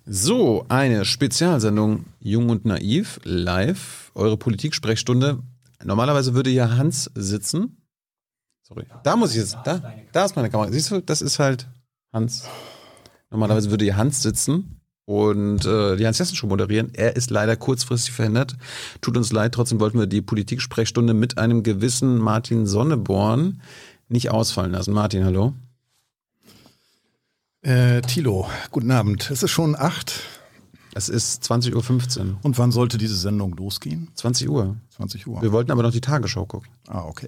So, eine Spezialsendung Jung und Naiv, live, eure Politik-Sprechstunde. Normalerweise würde hier Hans sitzen. Sorry, da muss ich jetzt, da ist meine Kamera. Siehst du, das ist halt Hans. Normalerweise würde hier Hans sitzen und die Hans-Jessen-Show moderieren. Er ist leider kurzfristig verhindert. Tut uns leid, trotzdem wollten wir die Politik-Sprechstunde mit einem gewissen Martin Sonneborn nicht ausfallen lassen. Martin, hallo. Thilo, guten Abend. Es ist schon 8. Es ist 20.15 Uhr. Und wann sollte diese Sendung losgehen? 20 Uhr. 20 Uhr. Wir wollten aber noch die Tagesschau gucken. Ah, okay.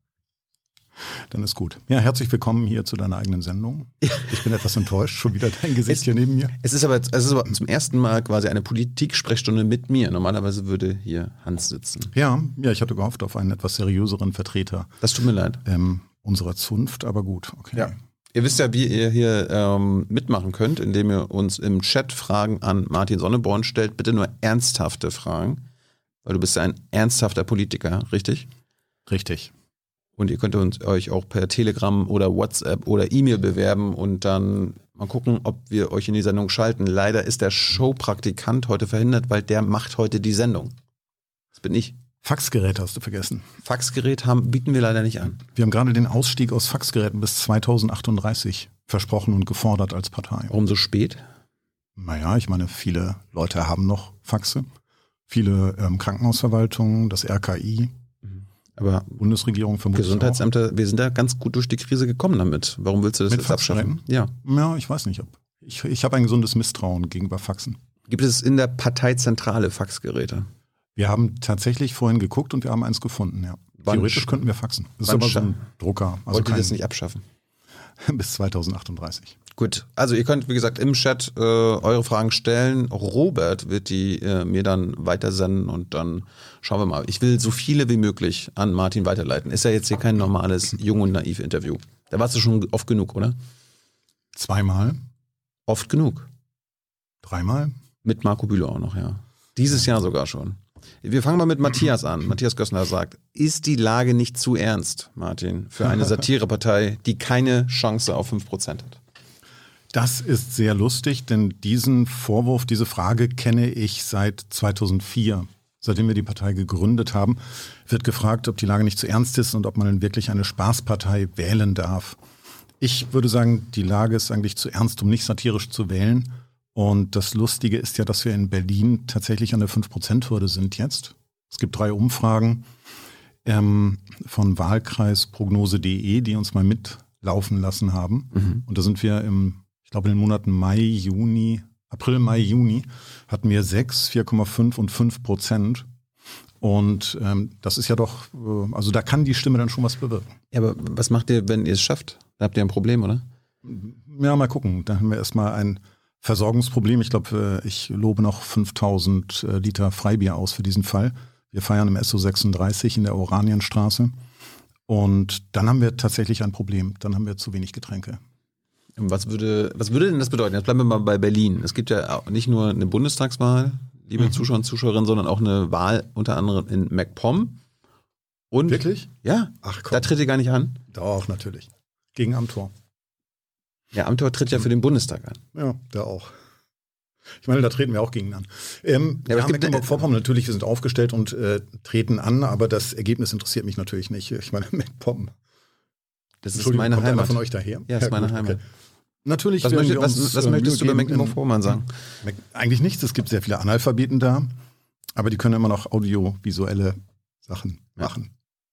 Dann ist gut. Ja, herzlich willkommen hier zu deiner eigenen Sendung. Ich bin etwas enttäuscht, schon wieder dein Gesicht hier neben mir. Es ist aber zum ersten Mal quasi eine Politik-Sprechstunde mit mir. Normalerweise würde hier Hans sitzen. Ja, ich hatte gehofft auf einen etwas seriöseren Vertreter. Das tut mir leid. Unserer Zunft, aber gut. Okay. Ja. Ihr wisst ja, wie ihr hier mitmachen könnt, indem ihr uns im Chat Fragen an Martin Sonneborn stellt. Bitte nur ernsthafte Fragen, weil du bist ja ein ernsthafter Politiker, richtig? Richtig. Und ihr könnt euch auch per Telegram oder WhatsApp oder E-Mail bewerben und dann mal gucken, ob wir euch in die Sendung schalten. Leider ist der Showpraktikant heute verhindert, weil der macht heute die Sendung. Das bin ich. Faxgerät hast du vergessen. Faxgerät bieten wir leider nicht an. Wir haben gerade den Ausstieg aus Faxgeräten bis 2038 versprochen und gefordert als Partei. Warum so spät? Naja, ich meine, viele Leute haben noch Faxe. Viele Krankenhausverwaltungen, das RKI, aber Bundesregierung vermutlich Gesundheitsämter, wir sind da ganz gut durch die Krise gekommen damit. Warum willst du das jetzt abschaffen? Ja, ich weiß nicht. Ich habe ein gesundes Misstrauen gegenüber Faxen. Gibt es in der Parteizentrale Faxgeräte? Wir haben tatsächlich vorhin geguckt und wir haben eins gefunden, ja. Theoretisch könnten wir faxen. Das ist aber so ein Drucker. Also wollt ihr das nicht abschaffen? Bis 2038. Gut, also ihr könnt, wie gesagt, im Chat eure Fragen stellen. Robert wird die mir dann weitersenden und dann schauen wir mal. Ich will so viele wie möglich an Martin weiterleiten. Ist ja jetzt hier kein normales Jung- und Naiv-Interview. Da warst du schon oft genug, oder? 2-mal. Oft genug. 3-mal. Mit Marco Bülow auch noch, ja. Dieses Jahr sogar schon. Wir fangen mal mit Matthias an. Matthias Gössner sagt, ist die Lage nicht zu ernst, Martin, für eine Satirepartei, die keine Chance auf 5% hat? Das ist sehr lustig, denn diesen Vorwurf, diese Frage kenne ich seit 2004. Seitdem wir die Partei gegründet haben, wird gefragt, ob die Lage nicht zu ernst ist und ob man denn wirklich eine Spaßpartei wählen darf. Ich würde sagen, die Lage ist eigentlich zu ernst, um nicht satirisch zu wählen. Und das Lustige ist ja, dass wir in Berlin tatsächlich an der 5%-Hürde sind jetzt. Es gibt 3 Umfragen von Wahlkreisprognose.de, die uns mal mitlaufen lassen haben. Und da sind wir in den Monaten April, Mai, Juni, hatten wir 6, 4,5 und 5%. Und das ist ja doch, also da kann die Stimme dann schon was bewirken. Ja, aber was macht ihr, wenn ihr es schafft? Da habt ihr ein Problem, oder? Ja, mal gucken. Da haben wir erstmal ein Versorgungsproblem. Ich glaube, ich lobe noch 5000 Liter Freibier aus für diesen Fall. Wir feiern im SO 36 in der Oranienstraße. Und dann haben wir tatsächlich ein Problem. Dann haben wir zu wenig Getränke. Was würde denn das bedeuten? Jetzt bleiben wir mal bei Berlin. Es gibt ja auch nicht nur eine Bundestagswahl, liebe Zuschauer und Zuschauerinnen, sondern auch eine Wahl unter anderem in MacPom. Und wirklich? Ja. Ach komm. Da tritt ihr gar nicht an? Doch, natürlich. Gegen Amthor. Ja, Amthor tritt ja für den Bundestag an. Ja, da auch. Ich meine, da treten wir auch gegen an. Wir haben Mecklenburg-Vorpommern natürlich, wir sind aufgestellt und treten an, aber das Ergebnis interessiert mich natürlich nicht. Ich meine, MacPom. Das ist meine Heimat. Einer von euch daher? Ja, das ist meine Heimat. Okay. Natürlich. Was möchtest du über Mecklenburg-Vorpommern sagen? Eigentlich nichts. Es gibt sehr viele Analphabeten da, aber die können immer noch audiovisuelle Sachen machen.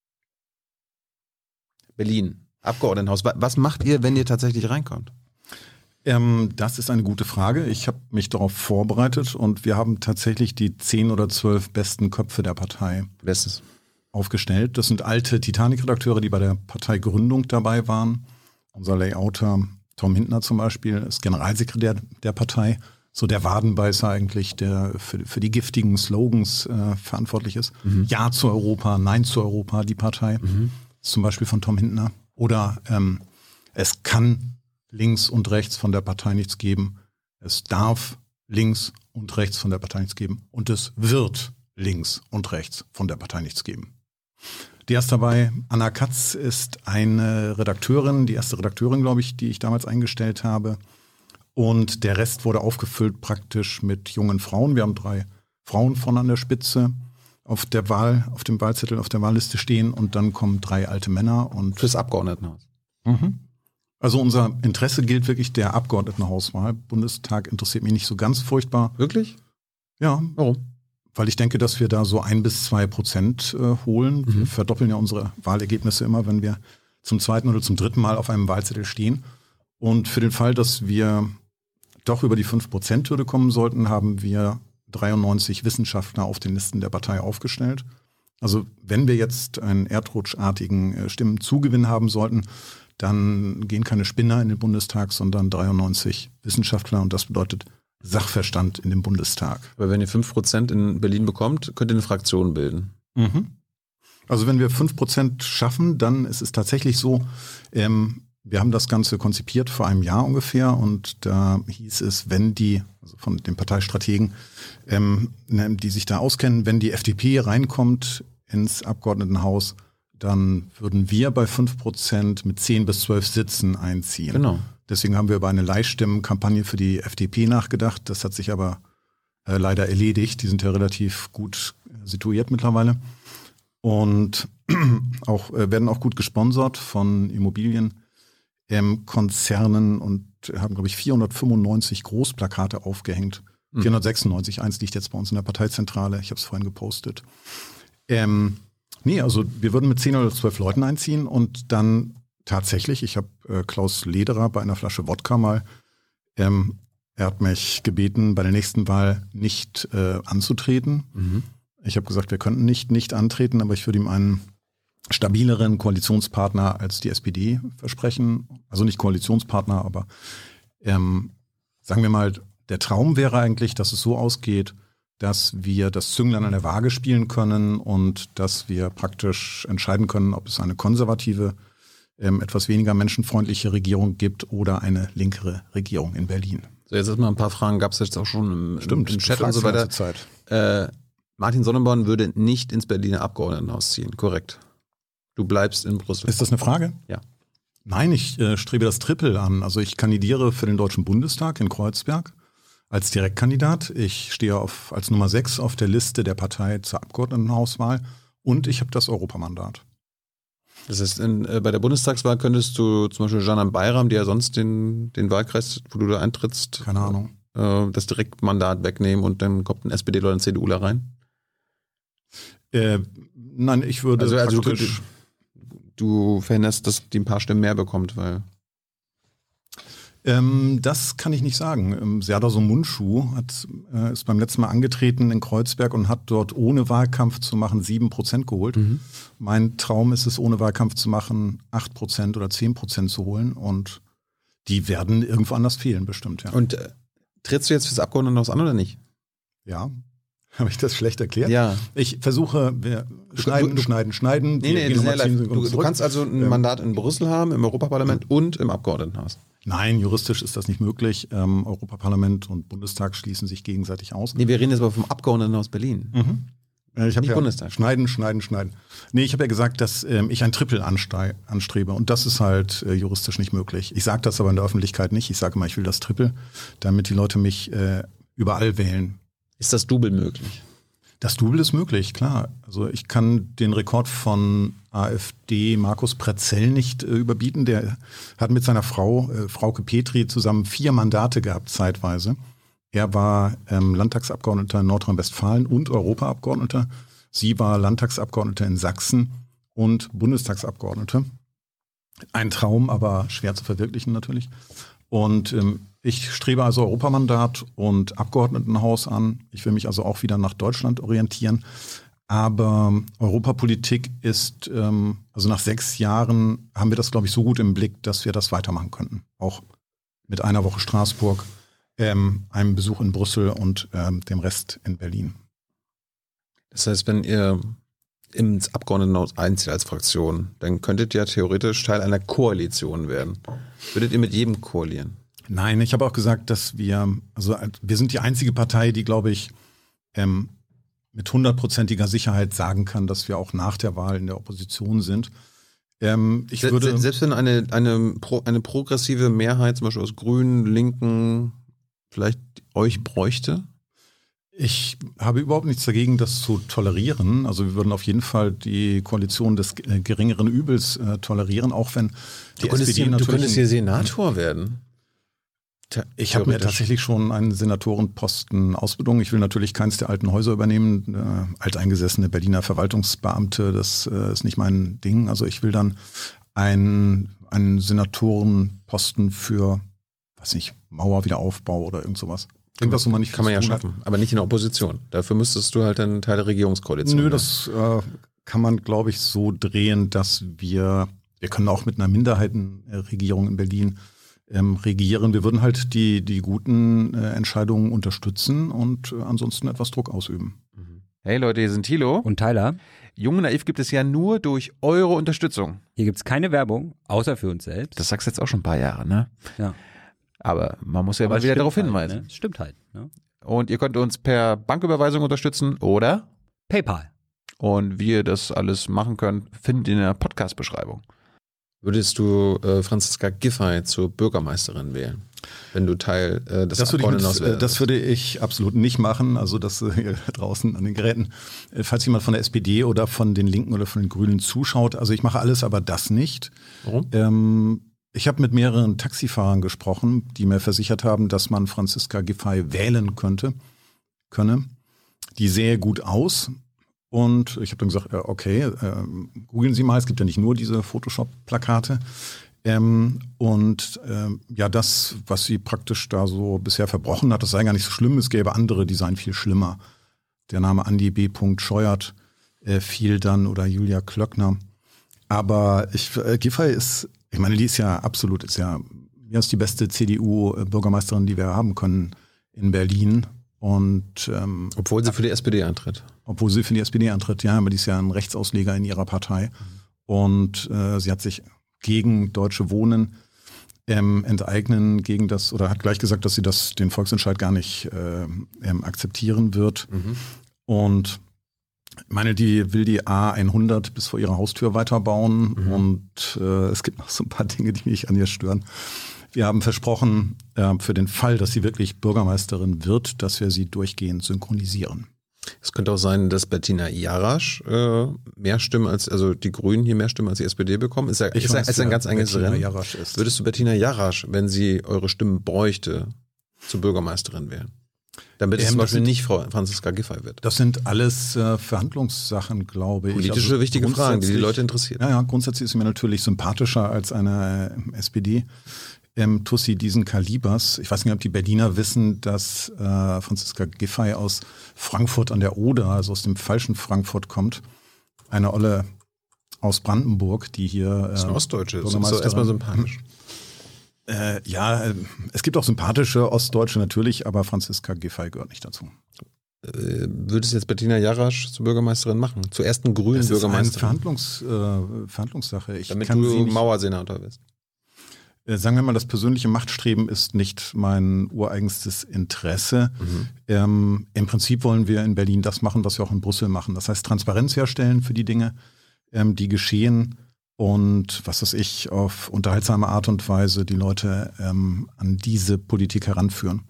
Berlin. Abgeordnetenhaus. Was macht ihr, wenn ihr tatsächlich reinkommt? Das ist eine gute Frage. Ich habe mich darauf vorbereitet und wir haben tatsächlich die 10 oder 12 besten Köpfe der Partei aufgestellt. Das sind alte Titanic-Redakteure, die bei der Parteigründung dabei waren. Unser Layouter Tom Hintner zum Beispiel ist Generalsekretär der Partei. So der Wadenbeißer eigentlich, der für die giftigen Slogans verantwortlich ist. Ja zu Europa, Nein zu Europa, die Partei. Zum Beispiel von Tom Hintner. Oder es kann links und rechts von der Partei nichts geben. Es darf links und rechts von der Partei nichts geben. Und es wird links und rechts von der Partei nichts geben. Die erste dabei, Anna Katz, ist eine Redakteurin, die erste Redakteurin, glaube ich, die ich damals eingestellt habe. Und der Rest wurde aufgefüllt praktisch mit jungen Frauen. Wir haben 3 Frauen vorne an der Spitze auf dem Wahlzettel, auf der Wahlliste stehen und dann kommen 3 alte Männer. Und Fürs Abgeordnetenhaus. Also unser Interesse gilt wirklich der Abgeordnetenhauswahl. Bundestag interessiert mich nicht so ganz furchtbar. Wirklich? Ja. Warum? Weil ich denke, dass wir da so 1-2% holen. Wir verdoppeln ja unsere Wahlergebnisse immer, wenn wir zum 2. oder zum 3. Mal auf einem Wahlzettel stehen. Und für den Fall, dass wir doch über die 5%-Hürde kommen sollten, haben wir 93 Wissenschaftler auf den Listen der Partei aufgestellt. Also wenn wir jetzt einen erdrutschartigen Stimmenzugewinn haben sollten, dann gehen keine Spinner in den Bundestag, sondern 93 Wissenschaftler und das bedeutet Sachverstand in dem Bundestag. Aber wenn ihr 5% in Berlin bekommt, könnt ihr eine Fraktion bilden. Also wenn wir 5% schaffen, dann ist es tatsächlich so, wir haben das Ganze konzipiert vor einem Jahr ungefähr und da hieß es, also von den Parteistrategen, die sich da auskennen, wenn die FDP reinkommt ins Abgeordnetenhaus, dann würden wir bei 5% mit 10 bis 12 Sitzen einziehen. Genau. Deswegen haben wir über eine Leihstimmenkampagne für die FDP nachgedacht. Das hat sich aber leider erledigt. Die sind ja relativ gut situiert mittlerweile und werden auch gut gesponsert von Immobilienkonzernen und haben, glaube ich, 495 Großplakate aufgehängt. 496, eins liegt jetzt bei uns in der Parteizentrale. Ich habe es vorhin gepostet. Also wir würden mit 10 oder 12 Leuten einziehen und dann tatsächlich, ich habe Klaus Lederer bei einer Flasche Wodka mal, er hat mich gebeten, bei der nächsten Wahl nicht anzutreten. Ich habe gesagt, wir könnten nicht antreten, aber ich würde ihm einen stabileren Koalitionspartner als die SPD versprechen. Also nicht Koalitionspartner, aber sagen wir mal, der Traum wäre eigentlich, dass es so ausgeht, dass wir das Zünglein an der Waage spielen können und dass wir praktisch entscheiden können, ob es eine konservative, etwas weniger menschenfreundliche Regierung gibt oder eine linkere Regierung in Berlin. So, jetzt erstmal ein paar Fragen, gab es jetzt auch schon im Chat und so weiter. Martin Sonneborn würde nicht ins Berliner Abgeordnetenhaus ziehen, korrekt. Du bleibst in Brüssel. Ist das eine Frage? Ja. Nein, ich strebe das Triple an. Also ich kandidiere für den Deutschen Bundestag in Kreuzberg als Direktkandidat. Ich stehe als Nummer 6 auf der Liste der Partei zur Abgeordnetenhauswahl und ich habe das Europamandat. Das heißt, bei der Bundestagswahl könntest du zum Beispiel Canan Bayram, die ja sonst den Wahlkreis, wo du da eintrittst, keine Ahnung, das Direktmandat wegnehmen und dann kommt ein SPD oder ein CDUler rein? Nein, ich würde du verhinderst, dass die ein paar Stimmen mehr bekommt, weil... Das kann ich nicht sagen. Serdar Somuncu ist beim letzten Mal angetreten in Kreuzberg und hat dort ohne Wahlkampf zu machen 7% geholt. Mein Traum ist es, ohne Wahlkampf zu machen 8% oder 10% zu holen und die werden irgendwo anders fehlen, bestimmt. Ja. Und trittst du jetzt fürs Abgeordnetenhaus an oder nicht? Ja. Habe ich das schlecht erklärt? Ja. Ich versuche, schneiden. Nee, du kannst also ein Mandat in Brüssel haben, im Europaparlament und im Abgeordnetenhaus. Nein, juristisch ist das nicht möglich. Europaparlament und Bundestag schließen sich gegenseitig aus. Nee, wir reden jetzt aber vom Abgeordnetenhaus Berlin. Ich habe nicht Bundestag. Schneiden. Nee, ich habe ja gesagt, dass ich ein Triple anstrebe und das ist halt juristisch nicht möglich. Ich sage das aber in der Öffentlichkeit nicht. Ich sage immer, ich will das Triple, damit die Leute mich überall wählen. Ist das Double möglich? Das Double ist möglich, klar. Also ich kann den Rekord von AfD Markus Pretzell nicht überbieten. Der hat mit seiner Frau, Frauke Petri, zusammen 4 Mandate gehabt zeitweise. Er war Landtagsabgeordneter in Nordrhein-Westfalen und Europaabgeordneter. Sie war Landtagsabgeordnete in Sachsen und Bundestagsabgeordnete. Ein Traum, aber schwer zu verwirklichen natürlich. Und ich strebe also Europamandat und Abgeordnetenhaus an. Ich will mich also auch wieder nach Deutschland orientieren. Aber Europapolitik ist, also nach 6 Jahren haben wir das, glaube ich, so gut im Blick, dass wir das weitermachen könnten. Auch mit einer Woche Straßburg, einem Besuch in Brüssel und dem Rest in Berlin. Das heißt, wenn ihr ins Abgeordnetenhaus einzieht als Fraktion, dann könntet ihr theoretisch Teil einer Koalition werden. Würdet ihr mit jedem koalieren? Nein, ich habe auch gesagt, dass wir sind die einzige Partei, die, glaube ich, mit 100%iger Sicherheit sagen kann, dass wir auch nach der Wahl in der Opposition sind. Ich würde selbst wenn eine progressive Mehrheit, zum Beispiel aus Grünen, Linken, vielleicht euch bräuchte? Ich habe überhaupt nichts dagegen, das zu tolerieren. Also wir würden auf jeden Fall die Koalition des geringeren Übels tolerieren, auch wenn die SPD natürlich... Du könntest hier Senator werden. Ich habe mir tatsächlich schon einen Senatorenposten ausbedungen. Ich will natürlich keins der alten Häuser übernehmen. Alteingesessene Berliner Verwaltungsbeamte, das ist nicht mein Ding. Also ich will dann einen Senatorenposten für, weiß nicht, Mauerwiederaufbau oder irgend sowas. Irgendwas, wo man nicht kann man ja schaffen, aber nicht in der Opposition. Dafür müsstest du halt dann Teil der Regierungskoalition. Nö, das kann man, glaube ich, so drehen, dass wir können auch mit einer Minderheitenregierung in Berlin regieren. Wir würden halt die guten Entscheidungen unterstützen und ansonsten etwas Druck ausüben. Hey Leute, hier sind Thilo und Tyler. Jung und Naiv gibt es ja nur durch eure Unterstützung. Hier gibt es keine Werbung, außer für uns selbst. Das sagst du jetzt auch schon ein paar Jahre, ne? Ja. Aber man muss ja mal wieder darauf hinweisen. Halt, ne? Stimmt halt. Ne? Und ihr könnt uns per Banküberweisung unterstützen oder PayPal. Und wie ihr das alles machen könnt, findet ihr in der Podcast-Beschreibung. Würdest du Franziska Giffey zur Bürgermeisterin wählen, wenn du Teil des Abgeordnetenhauses wärst? Das würde ich absolut nicht machen. Also das hier draußen an den Geräten. Falls jemand von der SPD oder von den Linken oder von den Grünen zuschaut, also ich mache alles, aber das nicht. Warum? Ich habe mit mehreren Taxifahrern gesprochen, die mir versichert haben, dass man Franziska Giffey wählen könne. Die sähe gut aus. Und ich habe dann gesagt, okay, googeln Sie mal, es gibt ja nicht nur diese Photoshop-Plakate. Das, was sie praktisch da so bisher verbrochen hat, das sei gar nicht so schlimm, es gäbe andere, die seien viel schlimmer. Der Name Andi B. Scheuert fiel dann oder Julia Klöckner. Aber Giffey ist, ich meine, die ist ja absolut, ist die beste CDU-Bürgermeisterin, die wir haben können in Berlin. Und obwohl sie für die SPD antritt. Obwohl sie für die SPD antritt, ja, aber die ist ja ein Rechtsausleger in ihrer Partei. Und sie hat sich gegen Deutsche Wohnen enteignen, gegen das, oder hat gleich gesagt, dass sie den Volksentscheid gar nicht akzeptieren wird. Und ich meine, die will die A100 bis vor ihrer Haustür weiterbauen. Und es gibt noch so ein paar Dinge, die mich an ihr stören. Wir haben versprochen, für den Fall, dass sie wirklich Bürgermeisterin wird, dass wir sie durchgehend synchronisieren. Es könnte auch sein, dass Bettina Jarasch mehr Stimmen also die Grünen hier mehr Stimmen als die SPD bekommen. Ist ein ganz eigenes Rennen. Würdest du Bettina Jarasch, wenn sie eure Stimmen bräuchte, zur Bürgermeisterin wählen? Damit es zum Beispiel nicht Frau Franziska Giffey wird. Das sind alles Verhandlungssachen, glaube ich. Politische wichtige Fragen, die Leute interessieren. Ja, grundsätzlich ist mir natürlich sympathischer als eine SPD. Tussi diesen Kalibers. Ich weiß nicht, ob die Berliner wissen, dass Franziska Giffey aus Frankfurt an der Oder, also aus dem falschen Frankfurt kommt. Eine Olle aus Brandenburg, die hier das ist eine Ostdeutsche, das ist erstmal sympathisch. Es gibt auch sympathische Ostdeutsche natürlich, aber Franziska Giffey gehört nicht dazu. Würdest du jetzt Bettina Jarasch zur Bürgermeisterin machen? Zur ersten grünen Bürgermeisterin? Das ist eine Verhandlungssache. Damit du Mauersenator bist. Sagen wir mal, das persönliche Machtstreben ist nicht mein ureigenstes Interesse. Im Prinzip wollen wir in Berlin das machen, was wir auch in Brüssel machen. Das heißt, Transparenz herstellen für die Dinge, die geschehen und, was weiß ich, auf unterhaltsame Art und Weise die Leute an diese Politik heranführen.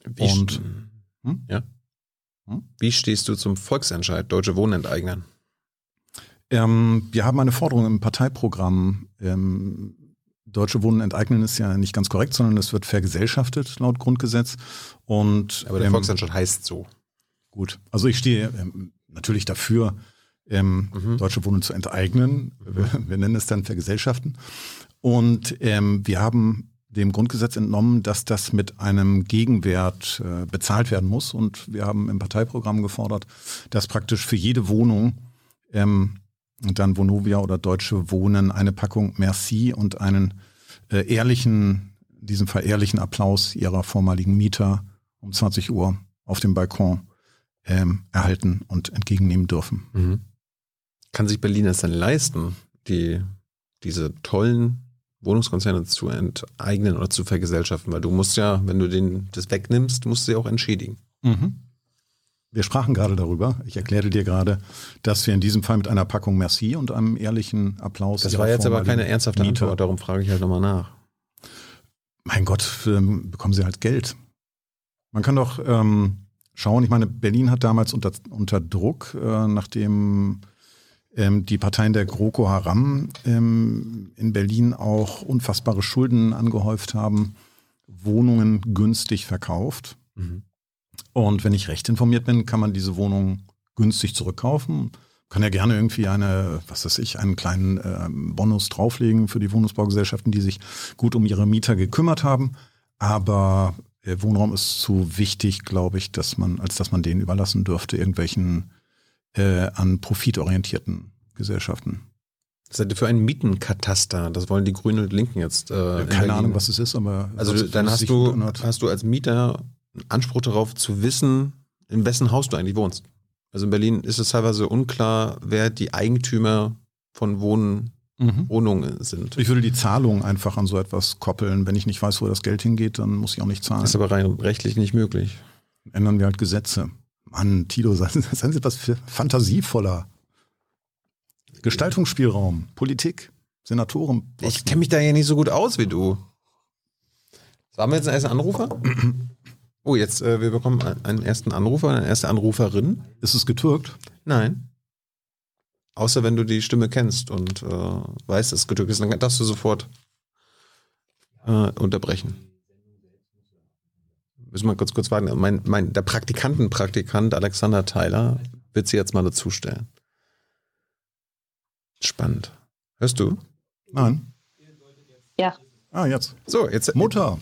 Wie stehst du zum Volksentscheid Deutsche Wohnen enteignen? Wir haben eine Forderung im Parteiprogramm. Deutsche Wohnen enteignen ist ja nicht ganz korrekt, sondern es wird vergesellschaftet laut Grundgesetz. Aber der Volksentscheid heißt so. Gut, also ich stehe natürlich dafür, Deutsche Wohnen zu enteignen. Wir nennen es dann vergesellschaften. Und wir haben dem Grundgesetz entnommen, dass das mit einem Gegenwert bezahlt werden muss. Und wir haben im Parteiprogramm gefordert, dass praktisch für jede Wohnung und dann Vonovia oder Deutsche Wohnen eine Packung Merci und einen in diesem Fall ehrlichen Applaus ihrer vormaligen Mieter um 20 Uhr auf dem Balkon erhalten und entgegennehmen dürfen. Kann sich Berlin das dann leisten, diese tollen Wohnungskonzerne zu enteignen oder zu vergesellschaften? Weil du musst ja, wenn du das wegnimmst, musst du sie auch entschädigen. Wir sprachen gerade darüber, ich erklärte dir gerade, dass wir in diesem Fall mit einer Packung Merci und einem ehrlichen Applaus. Das war jetzt aber keine ernsthafte Antwort, darum frage ich halt nochmal nach. Mein Gott, bekommen sie halt Geld. Man kann doch schauen, ich meine, Berlin hat damals unter Druck, nachdem die Parteien der GroKo Haram in Berlin auch unfassbare Schulden angehäuft haben, Wohnungen günstig verkauft. Mhm. Und wenn ich recht informiert bin, kann man diese Wohnung günstig zurückkaufen. Kann ja gerne irgendwie einen kleinen Bonus drauflegen für die Wohnungsbaugesellschaften, die sich gut um ihre Mieter gekümmert haben. Aber Wohnraum ist zu wichtig, glaube ich, als dass man den überlassen dürfte, irgendwelchen an profitorientierten Gesellschaften. Was seid ihr für ein Mietenkataster? Das wollen die Grünen und Linken jetzt. Keine Ahnung, was es ist, aber also dann hast du als Mieter einen Anspruch darauf zu wissen, in wessen Haus du eigentlich wohnst. Also in Berlin ist es teilweise unklar, wer die Eigentümer von Wohnungen sind. Ich würde die Zahlung einfach an so etwas koppeln. Wenn ich nicht weiß, wo das Geld hingeht, dann muss ich auch nicht zahlen. Das ist aber rein rechtlich nicht möglich. Ändern wir halt Gesetze. Mann, Tilo, seien Sie etwas fantasievoller. Gestaltungsspielraum, Politik, Senatoren. Ich kenne mich da ja nicht so gut aus wie du. So, haben wir jetzt einen ersten Anrufer? Oh, jetzt, wir bekommen einen ersten Anrufer, eine erste Anruferin. Ist es getürkt? Nein. Außer wenn du die Stimme kennst und weißt, dass es getürkt ist, dann darfst du sofort unterbrechen. Müssen wir kurz warten. Der Praktikant Alexander Tyler wird sie jetzt mal dazustellen. Spannend. Hörst du? Nein. Ja. Ah, jetzt. So, jetzt. Mutter.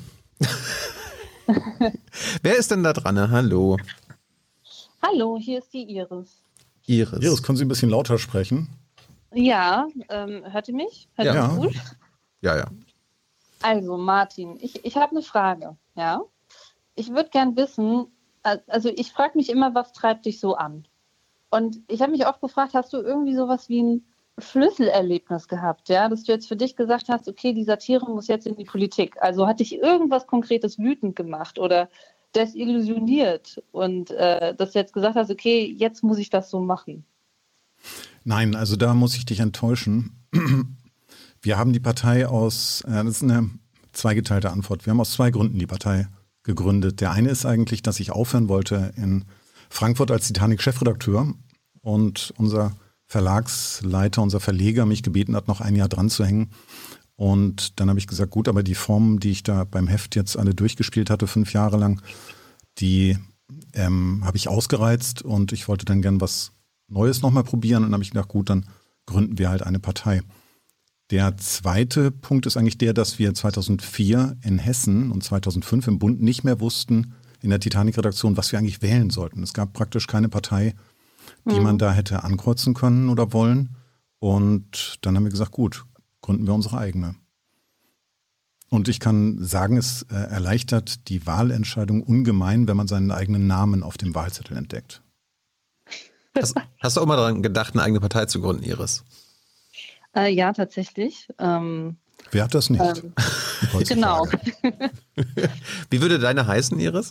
Wer ist denn da dran? Hallo. Hallo, hier ist die Iris. Iris, können Sie ein bisschen lauter sprechen? Ja, hört ihr mich? Hört ihr mich gut? Ja. Also Martin, ich habe eine Frage. Ja, ich würde gern wissen, also ich frage mich immer, was treibt dich so an? Und ich habe mich oft gefragt, hast du irgendwie sowas wie ein Schlüsselerlebnis gehabt, ja, dass du jetzt für dich gesagt hast, okay, die Satire muss jetzt in die Politik. Also hat dich irgendwas Konkretes wütend gemacht oder desillusioniert und dass du jetzt gesagt hast, okay, jetzt muss ich das so machen? Nein, also da muss ich dich enttäuschen. Wir haben die Partei das ist eine zweigeteilte Antwort. Wir haben aus 2 Gründen die Partei gegründet. Der eine ist eigentlich, dass ich aufhören wollte in Frankfurt als Titanic-Chefredakteur und unser Verlagsleiter, unser Verleger mich gebeten hat, noch ein Jahr dran zu hängen. Und dann habe ich gesagt, gut, aber die Formen, die ich da beim Heft jetzt alle durchgespielt hatte, 5 Jahre lang, die habe ich ausgereizt und ich wollte dann gern was Neues nochmal probieren. Und dann habe ich gedacht, gut, dann gründen wir halt eine Partei. Der zweite Punkt ist eigentlich der, dass wir 2004 in Hessen und 2005 im Bund nicht mehr wussten, in der Titanic-Redaktion, was wir eigentlich wählen sollten. Es gab praktisch keine Partei, die man da hätte ankreuzen können oder wollen. Und dann haben wir gesagt, gut, gründen wir unsere eigene. Und ich kann sagen, es erleichtert die Wahlentscheidung ungemein, wenn man seinen eigenen Namen auf dem Wahlzettel entdeckt. Hast du auch mal daran gedacht, eine eigene Partei zu gründen, Iris? Ja, tatsächlich. Wer hat das nicht? Genau. Wie würde deine heißen, Iris?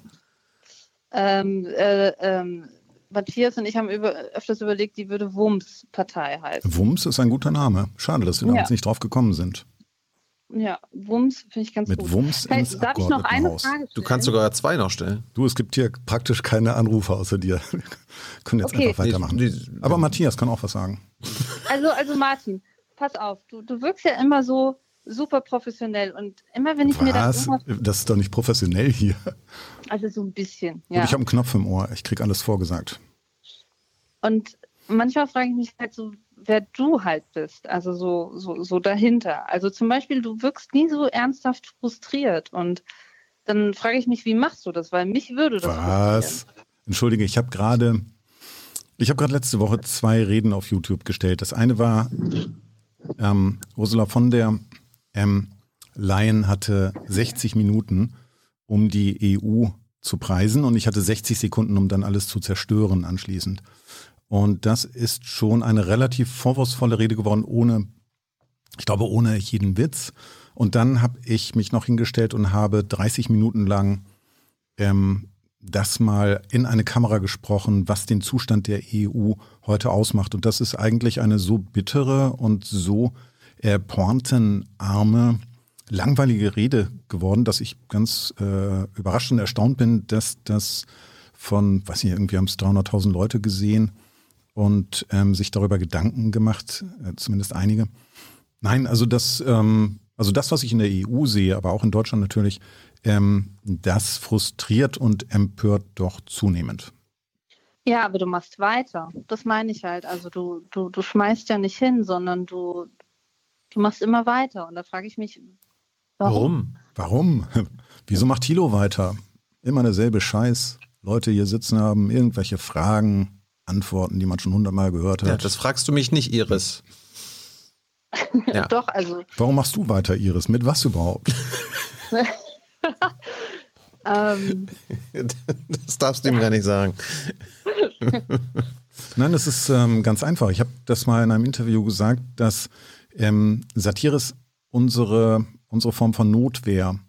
Matthias und ich haben öfters überlegt, die würde Wumms-Partei heißen. Wumms ist ein guter Name. Schade, dass wir damals nicht drauf gekommen sind. Ja, Wumms finde ich ganz gut. Mit Wumms ins darf ich noch eine Frage stellen? Du kannst sogar 2 noch stellen. Du, es gibt hier praktisch keine Anrufer außer dir. Wir können jetzt einfach weitermachen. Aber Matthias kann auch was sagen. Also Martin, pass auf, du wirkst ja immer so super professionell und immer wenn ich mir das... Das ist doch nicht professionell hier. Also so ein bisschen, ja. Und ich habe einen Knopf im Ohr, ich krieg alles vorgesagt. Und manchmal frage ich mich halt so, wer du halt bist, also so dahinter. Also zum Beispiel, du wirkst nie so ernsthaft frustriert und dann frage ich mich, wie machst du das? Weil mich würde das frustrieren. Entschuldige, ich habe gerade letzte Woche 2 Reden auf YouTube gestellt. Das eine war, Ursula von der Leyen hatte 60 Minuten, um die EU zu preisen und ich hatte 60 Sekunden, um dann alles zu zerstören anschließend. Und das ist schon eine relativ vorwurfsvolle Rede geworden, ohne jeden Witz. Und dann habe ich mich noch hingestellt und habe 30 Minuten lang das mal in eine Kamera gesprochen, was den Zustand der EU heute ausmacht. Und das ist eigentlich eine so bittere und so pointenarme, langweilige Rede geworden, dass ich ganz überrascht und erstaunt bin, dass das von, weiß nicht, irgendwie haben es 300.000 Leute gesehen und sich darüber Gedanken gemacht, zumindest einige. Nein, also das, was ich in der EU sehe, aber auch in Deutschland natürlich, das frustriert und empört doch zunehmend. Ja, aber du machst weiter. Das meine ich halt. Also du schmeißt ja nicht hin, sondern du machst immer weiter. Und da frage ich mich, Warum? Wieso macht Thilo weiter? Immer derselbe Scheiß. Leute hier sitzen haben, irgendwelche Fragen, Antworten, die man schon 100-mal gehört hat. Ja, das fragst du mich nicht, Iris. Ja. Doch, also. Warum machst du weiter, Iris? Mit was überhaupt? Das darfst du ihm gar nicht sagen. Nein, das ist ganz einfach. Ich habe das mal in einem Interview gesagt, dass Satire ist unsere Form von Notwehr.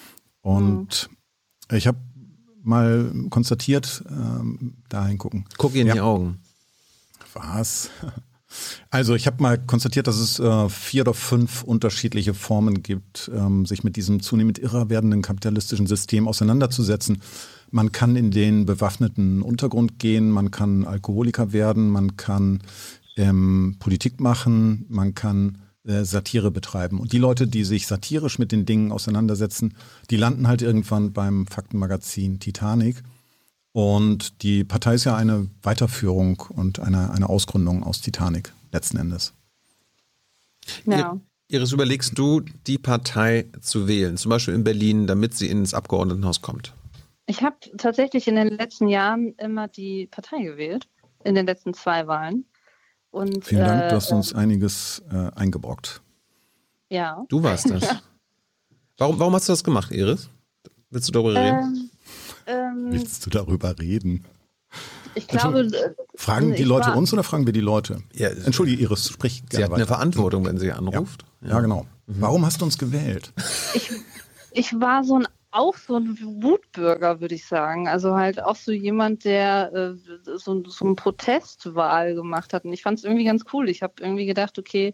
Und ich habe mal konstatiert, da hingucken. Guck ihr in die Augen. Was? Also ich habe mal konstatiert, dass es 4 oder 5 unterschiedliche Formen gibt, sich mit diesem zunehmend irrer werdenden kapitalistischen System auseinanderzusetzen. Man kann in den bewaffneten Untergrund gehen, man kann Alkoholiker werden, man kann Politik machen, man kann Satire betreiben. Und die Leute, die sich satirisch mit den Dingen auseinandersetzen, die landen halt irgendwann beim Faktenmagazin Titanic. Und die Partei ist ja eine Weiterführung und eine Ausgründung aus Titanic letzten Endes. Ja. Iris, überlegst du, die Partei zu wählen, zum Beispiel in Berlin, damit sie ins Abgeordnetenhaus kommt? Ich habe tatsächlich in den letzten Jahren immer die Partei gewählt, in den letzten 2 Wahlen. Und, vielen Dank, du hast uns einiges eingebrockt. Ja. Du warst das. Warum hast du das gemacht, Iris? Willst du darüber reden? Willst du darüber reden? Ich glaube, fragen die Leute uns oder fragen wir die Leute? Ja, Entschuldige, Iris, sprich gerne Sie hat weiter. eine Verantwortung, wenn sie anruft. Ja, genau. Warum hast du uns gewählt? ich war auch so ein Wutbürger, würde ich sagen. Also halt auch so jemand, der so eine Protestwahl gemacht hat. Und ich fand es irgendwie ganz cool. Ich habe irgendwie gedacht, okay,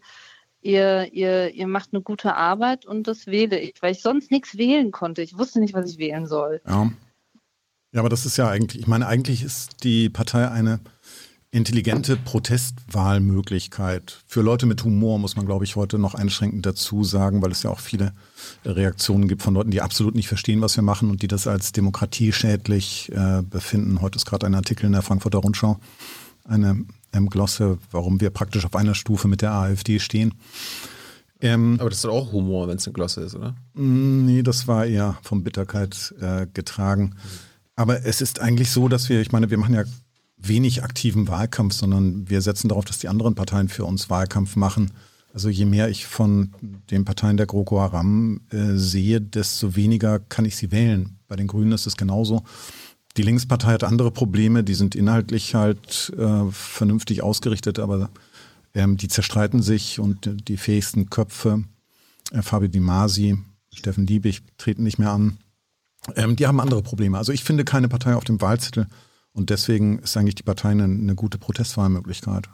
ihr macht eine gute Arbeit und das wähle ich, weil ich sonst nichts wählen konnte. Ich wusste nicht, was ich wählen soll. Ja, aber das ist ja eigentlich ist die Partei eine intelligente Protestwahlmöglichkeit. Für Leute mit Humor muss man, glaube ich, heute noch einschränkend dazu sagen, weil es ja auch viele Reaktionen gibt von Leuten, die absolut nicht verstehen, was wir machen und die das als demokratieschädlich befinden. Heute ist gerade ein Artikel in der Frankfurter Rundschau, eine Glosse, warum wir praktisch auf einer Stufe mit der AfD stehen. Aber das ist doch auch Humor, wenn es eine Glosse ist, oder? Nee, das war eher von Bitterkeit getragen. Aber es ist eigentlich so, dass wir machen ja wenig aktiven Wahlkampf, sondern wir setzen darauf, dass die anderen Parteien für uns Wahlkampf machen. Also je mehr ich von den Parteien der GroKo Haram sehe, desto weniger kann ich sie wählen. Bei den Grünen ist es genauso. Die Linkspartei hat andere Probleme, die sind inhaltlich halt vernünftig ausgerichtet, aber die zerstreiten sich und die fähigsten Köpfe, Fabio Di Masi, Steffen Liebig, treten nicht mehr an. Die haben andere Probleme. Also ich finde keine Partei auf dem Wahlzettel und deswegen ist eigentlich die Partei eine gute Protestwahlmöglichkeit.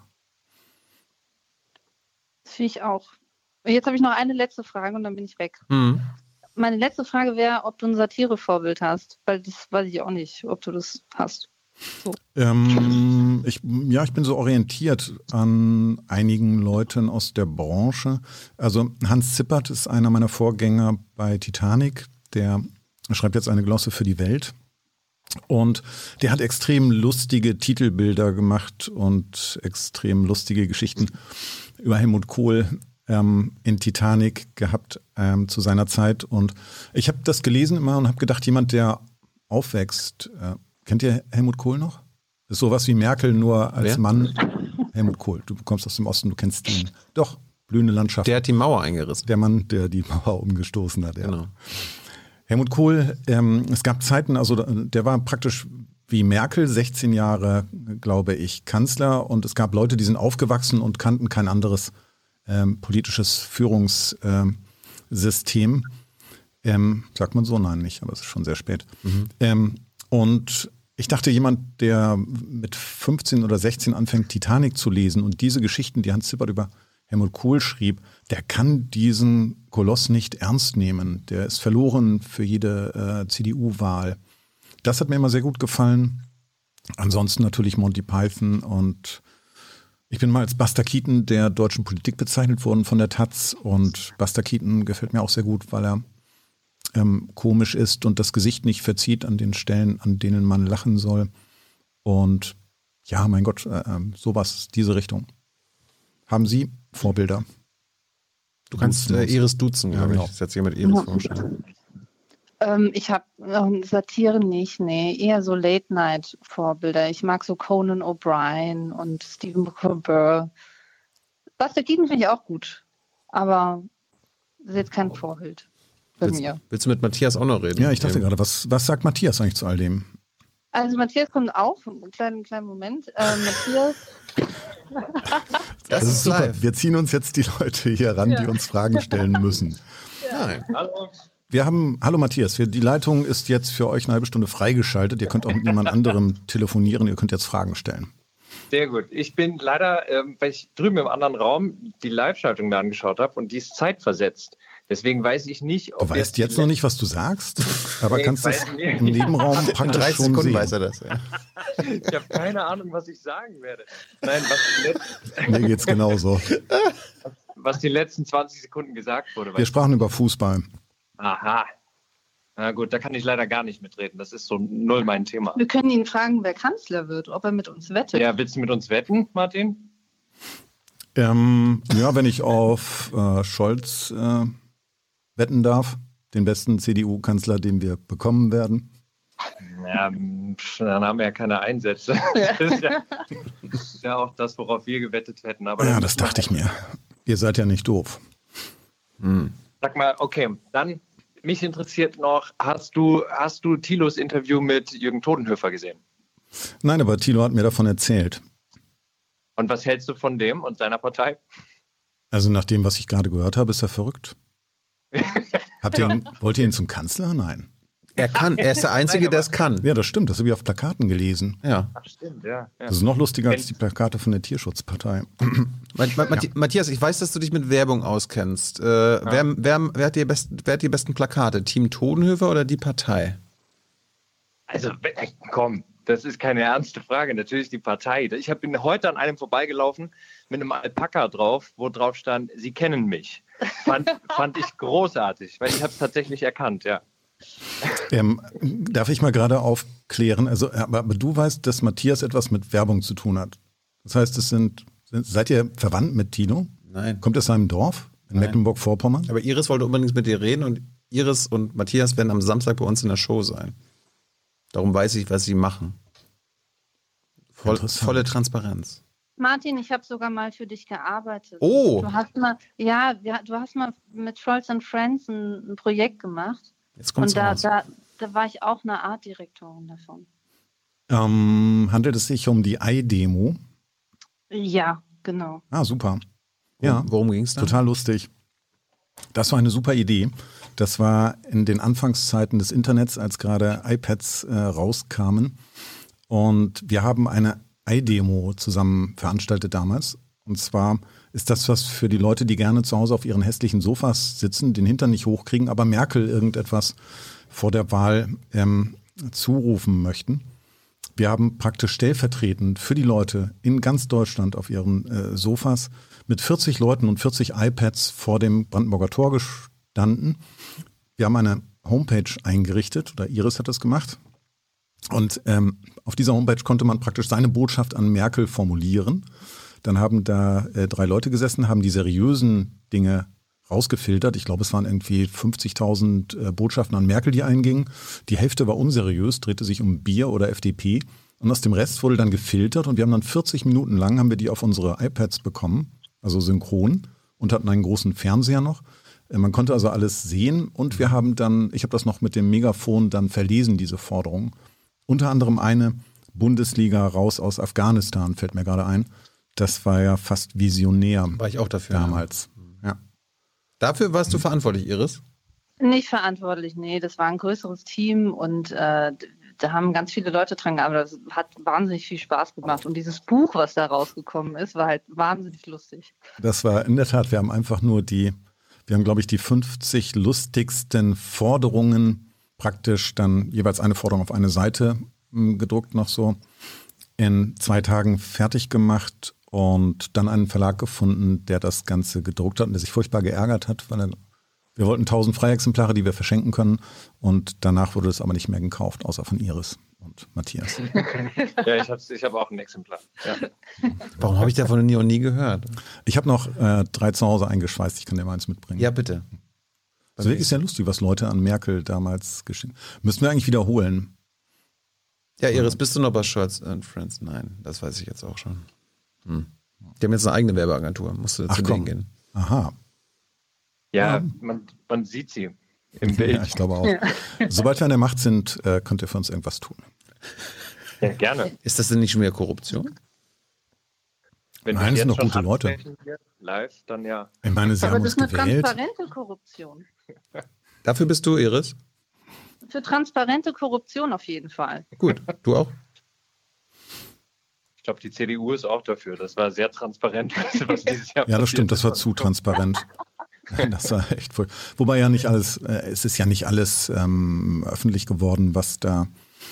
Das finde ich auch. Jetzt habe ich noch eine letzte Frage und dann bin ich weg. Meine letzte Frage wäre, ob du ein Satirevorbild hast, weil das weiß ich auch nicht, ob du das hast. So. Ich bin so orientiert an einigen Leuten aus der Branche. Also Hans Zippert ist einer meiner Vorgänger bei Titanic, der schreibt jetzt eine Glosse für die Welt. Und der hat extrem lustige Titelbilder gemacht und extrem lustige Geschichten über Helmut Kohl in Titanic gehabt zu seiner Zeit. Und ich habe das gelesen immer und habe gedacht, jemand, der aufwächst, kennt ihr Helmut Kohl noch? Das ist sowas wie Merkel, nur als Mann. Helmut Kohl, du kommst aus dem Osten, du kennst ihn. Doch, blühende Landschaft. Der hat die Mauer eingerissen. Der Mann, der die Mauer umgestoßen hat. Ja. Genau. Helmut Kohl, es gab Zeiten, also der war praktisch wie Merkel, 16 Jahre, glaube ich, Kanzler. Und es gab Leute, die sind aufgewachsen und kannten kein anderes politisches Führungssystem. Sagt man so? Nein, nicht, aber es ist schon sehr spät. Und ich dachte, jemand, der mit 15 oder 16 anfängt, Titanic zu lesen und diese Geschichten, die Hans Zippert über Helmut Kohl schrieb, der kann diesen Koloss nicht ernst nehmen. Der ist verloren für jede CDU-Wahl. Das hat mir immer sehr gut gefallen. Ansonsten natürlich Monty Python und ich bin mal als Buster Keaton der deutschen Politik bezeichnet worden von der Taz und Buster Keaton gefällt mir auch sehr gut, weil er komisch ist und das Gesicht nicht verzieht an den Stellen, an denen man lachen soll. Und ja, mein Gott, sowas, diese Richtung. Haben Sie Vorbilder? Du kannst Iris duzen, glaube genau. ich. Das hat sich ja mit Iris vorgestellt. Ich habe Satire nicht, nee, eher so Late-Night-Vorbilder. Ich mag so Conan O'Brien und Stephen Colbert. Buster Keaton finde ich auch gut, aber das ist jetzt kein Vorbild bei mir. Willst du mit Matthias auch noch reden? Ja, ich dachte gerade, was sagt Matthias eigentlich zu all dem? Also Matthias kommt auch, einen kleinen Moment. Matthias. Das ist super. live. Wir ziehen uns jetzt die Leute hier ran, die uns Fragen stellen müssen. Nein. Hallo Matthias, die Leitung ist jetzt für euch eine halbe Stunde freigeschaltet. Ihr könnt auch mit jemand anderem telefonieren, ihr könnt jetzt Fragen stellen. Sehr gut. Ich bin leider, weil ich drüben im anderen Raum die Live-Schaltung mir angeschaut habe und die ist zeitversetzt. Deswegen weiß ich nicht, ob du weißt jetzt noch nicht, was du sagst, aber Nee, kannst das weiß nicht. im Nebenraum In praktisch 30 schon Sekunden sehen. weiß er das. Ja. Ich habe keine Ahnung, was ich sagen werde. Nein, Mir geht's genauso. was die letzten 20 Sekunden gesagt wurde. Wir sprachen über Fußball. Aha. Na gut, da kann ich leider gar nicht mitreden. Das ist so null mein Thema. Wir können ihn fragen, wer Kanzler wird, ob er mit uns wettet. Ja, willst du mit uns wetten, Martin? Ja, wenn ich auf Scholz wetten darf, den besten CDU-Kanzler, den wir bekommen werden. Ja, dann haben wir ja keine Einsätze. Das ist ja auch das, worauf wir gewettet hätten. Aber Ja, das dachte ich mir. Ihr seid ja nicht doof. Sag mal, okay, dann mich interessiert noch, hast du Thilos Interview mit Jürgen Todenhöfer gesehen? Nein, aber Thilo hat mir davon erzählt. Und was hältst du von dem und seiner Partei? Also nach dem, was ich gerade gehört habe, ist er verrückt. Wollt ihr ihn zum Kanzler? Nein. Er ist der Einzige, der es kann. Ja, das stimmt. Das habe ich auf Plakaten gelesen. Ja. Ach, stimmt, ja. Das ist noch lustiger als die Plakate von der Tierschutzpartei. Matthias, ich weiß, dass du dich mit Werbung auskennst. Wer hat die besten Plakate? Team Todenhöfer oder die Partei? Also, komm, das ist keine ernste Frage. Natürlich die Partei. Ich bin heute an einem vorbeigelaufen mit einem Alpaka drauf, wo drauf stand, Sie kennen mich. Fand ich großartig, weil ich habe es tatsächlich erkannt, ja. Darf ich mal gerade aufklären? Also, aber du weißt, dass Matthias etwas mit Werbung zu tun hat. Das heißt, seid ihr verwandt mit Thilo? Nein. Kommt aus seinem Dorf in Mecklenburg-Vorpommern? Aber Iris wollte unbedingt mit dir reden und Iris und Matthias werden am Samstag bei uns in der Show sein. Darum weiß ich, was sie machen. Volle Transparenz. Martin, ich habe sogar mal für dich gearbeitet. Oh. Du hast mal mit Scholz and Friends ein Projekt gemacht. Jetzt kommt's und raus. da war ich auch eine Artdirektorin davon. Handelt es sich um die Ei-Demo? Ja, genau. Ah, super. Ja, Worum ging es da? total lustig. Das war eine super Idee. Das war in den Anfangszeiten des Internets, als gerade iPads rauskamen. Und wir haben eine Ei-Demo zusammen veranstaltet damals. Und zwar ist das was für die Leute, die gerne zu Hause auf ihren hässlichen Sofas sitzen, den Hintern nicht hochkriegen, aber Merkel irgendetwas vor der Wahl zurufen möchten. Wir haben praktisch stellvertretend für die Leute in ganz Deutschland auf ihren Sofas mit 40 Leuten und 40 iPads vor dem Brandenburger Tor gestanden. Wir haben eine Homepage eingerichtet, oder Iris hat das gemacht. Und auf dieser Homepage konnte man praktisch seine Botschaft an Merkel formulieren. Dann haben da 3 Leute gesessen, haben die seriösen Dinge rausgefiltert. Ich glaube, es waren irgendwie 50.000 Botschaften an Merkel, die eingingen. Die Hälfte war unseriös, drehte sich um Bier oder FDP. Und aus dem Rest wurde dann gefiltert und wir haben dann 40 Minuten lang haben wir die auf unsere iPads bekommen, also synchron, und hatten einen großen Fernseher noch. Man konnte also alles sehen und wir haben dann, ich habe das noch mit dem Megafon dann verlesen, diese Forderung. Unter anderem eine Bundesliga raus aus Afghanistan, fällt mir gerade ein. Das war ja fast visionär. War ich auch dafür. Damals. Ja. Dafür warst du verantwortlich, Iris? Nicht verantwortlich, nee. Das war ein größeres Team und da haben ganz viele Leute dran gearbeitet. Das hat wahnsinnig viel Spaß gemacht. Und dieses Buch, was da rausgekommen ist, war halt wahnsinnig lustig. Das war in der Tat, wir haben einfach nur glaube ich, die 50 lustigsten Forderungen praktisch dann jeweils eine Forderung auf eine Seite gedruckt noch so in 2 Tagen fertig gemacht und dann einen Verlag gefunden, der das Ganze gedruckt hat und der sich furchtbar geärgert hat, weil wir wollten 1000 Freiexemplare, die wir verschenken können und danach wurde es aber nicht mehr gekauft, außer von Iris und Matthias. Ja, ich hab auch ein Exemplar. Ja. Warum habe ich davon nie und nie gehört? Ich habe noch 3 zu Hause eingeschweißt, ich kann dir mal eins mitbringen. Ja, bitte. Das ist wirklich sehr lustig, was Leute an Merkel damals geschickt haben. Müssen wir eigentlich wiederholen. Ja, Iris, bist du noch bei Scholz and Friends? Nein, das weiß ich jetzt auch schon. Die haben jetzt eine eigene Werbeagentur, musst du zu denen gehen. Aha. Ja, man sieht sie im Bild. Ja, ich glaube auch. Ja. Sobald wir an der Macht sind, könnt ihr für uns irgendwas tun. Ja, gerne. Ist das denn nicht schon wieder Korruption? Wenn Nein, das sind doch gute Leute. Live, dann ja. Ich meine, sie Aber haben das uns ist eine gewählt. transparente Korruption. Dafür bist du, Iris? Für transparente Korruption auf jeden Fall. Gut, du auch? Ich glaube, die CDU ist auch dafür. Das war sehr transparent, was dieses Jahr Ja, das passiert stimmt, das ist. war zu transparent. Das war echt voll. Wobei ja nicht alles, es ist ja nicht alles öffentlich geworden, was da,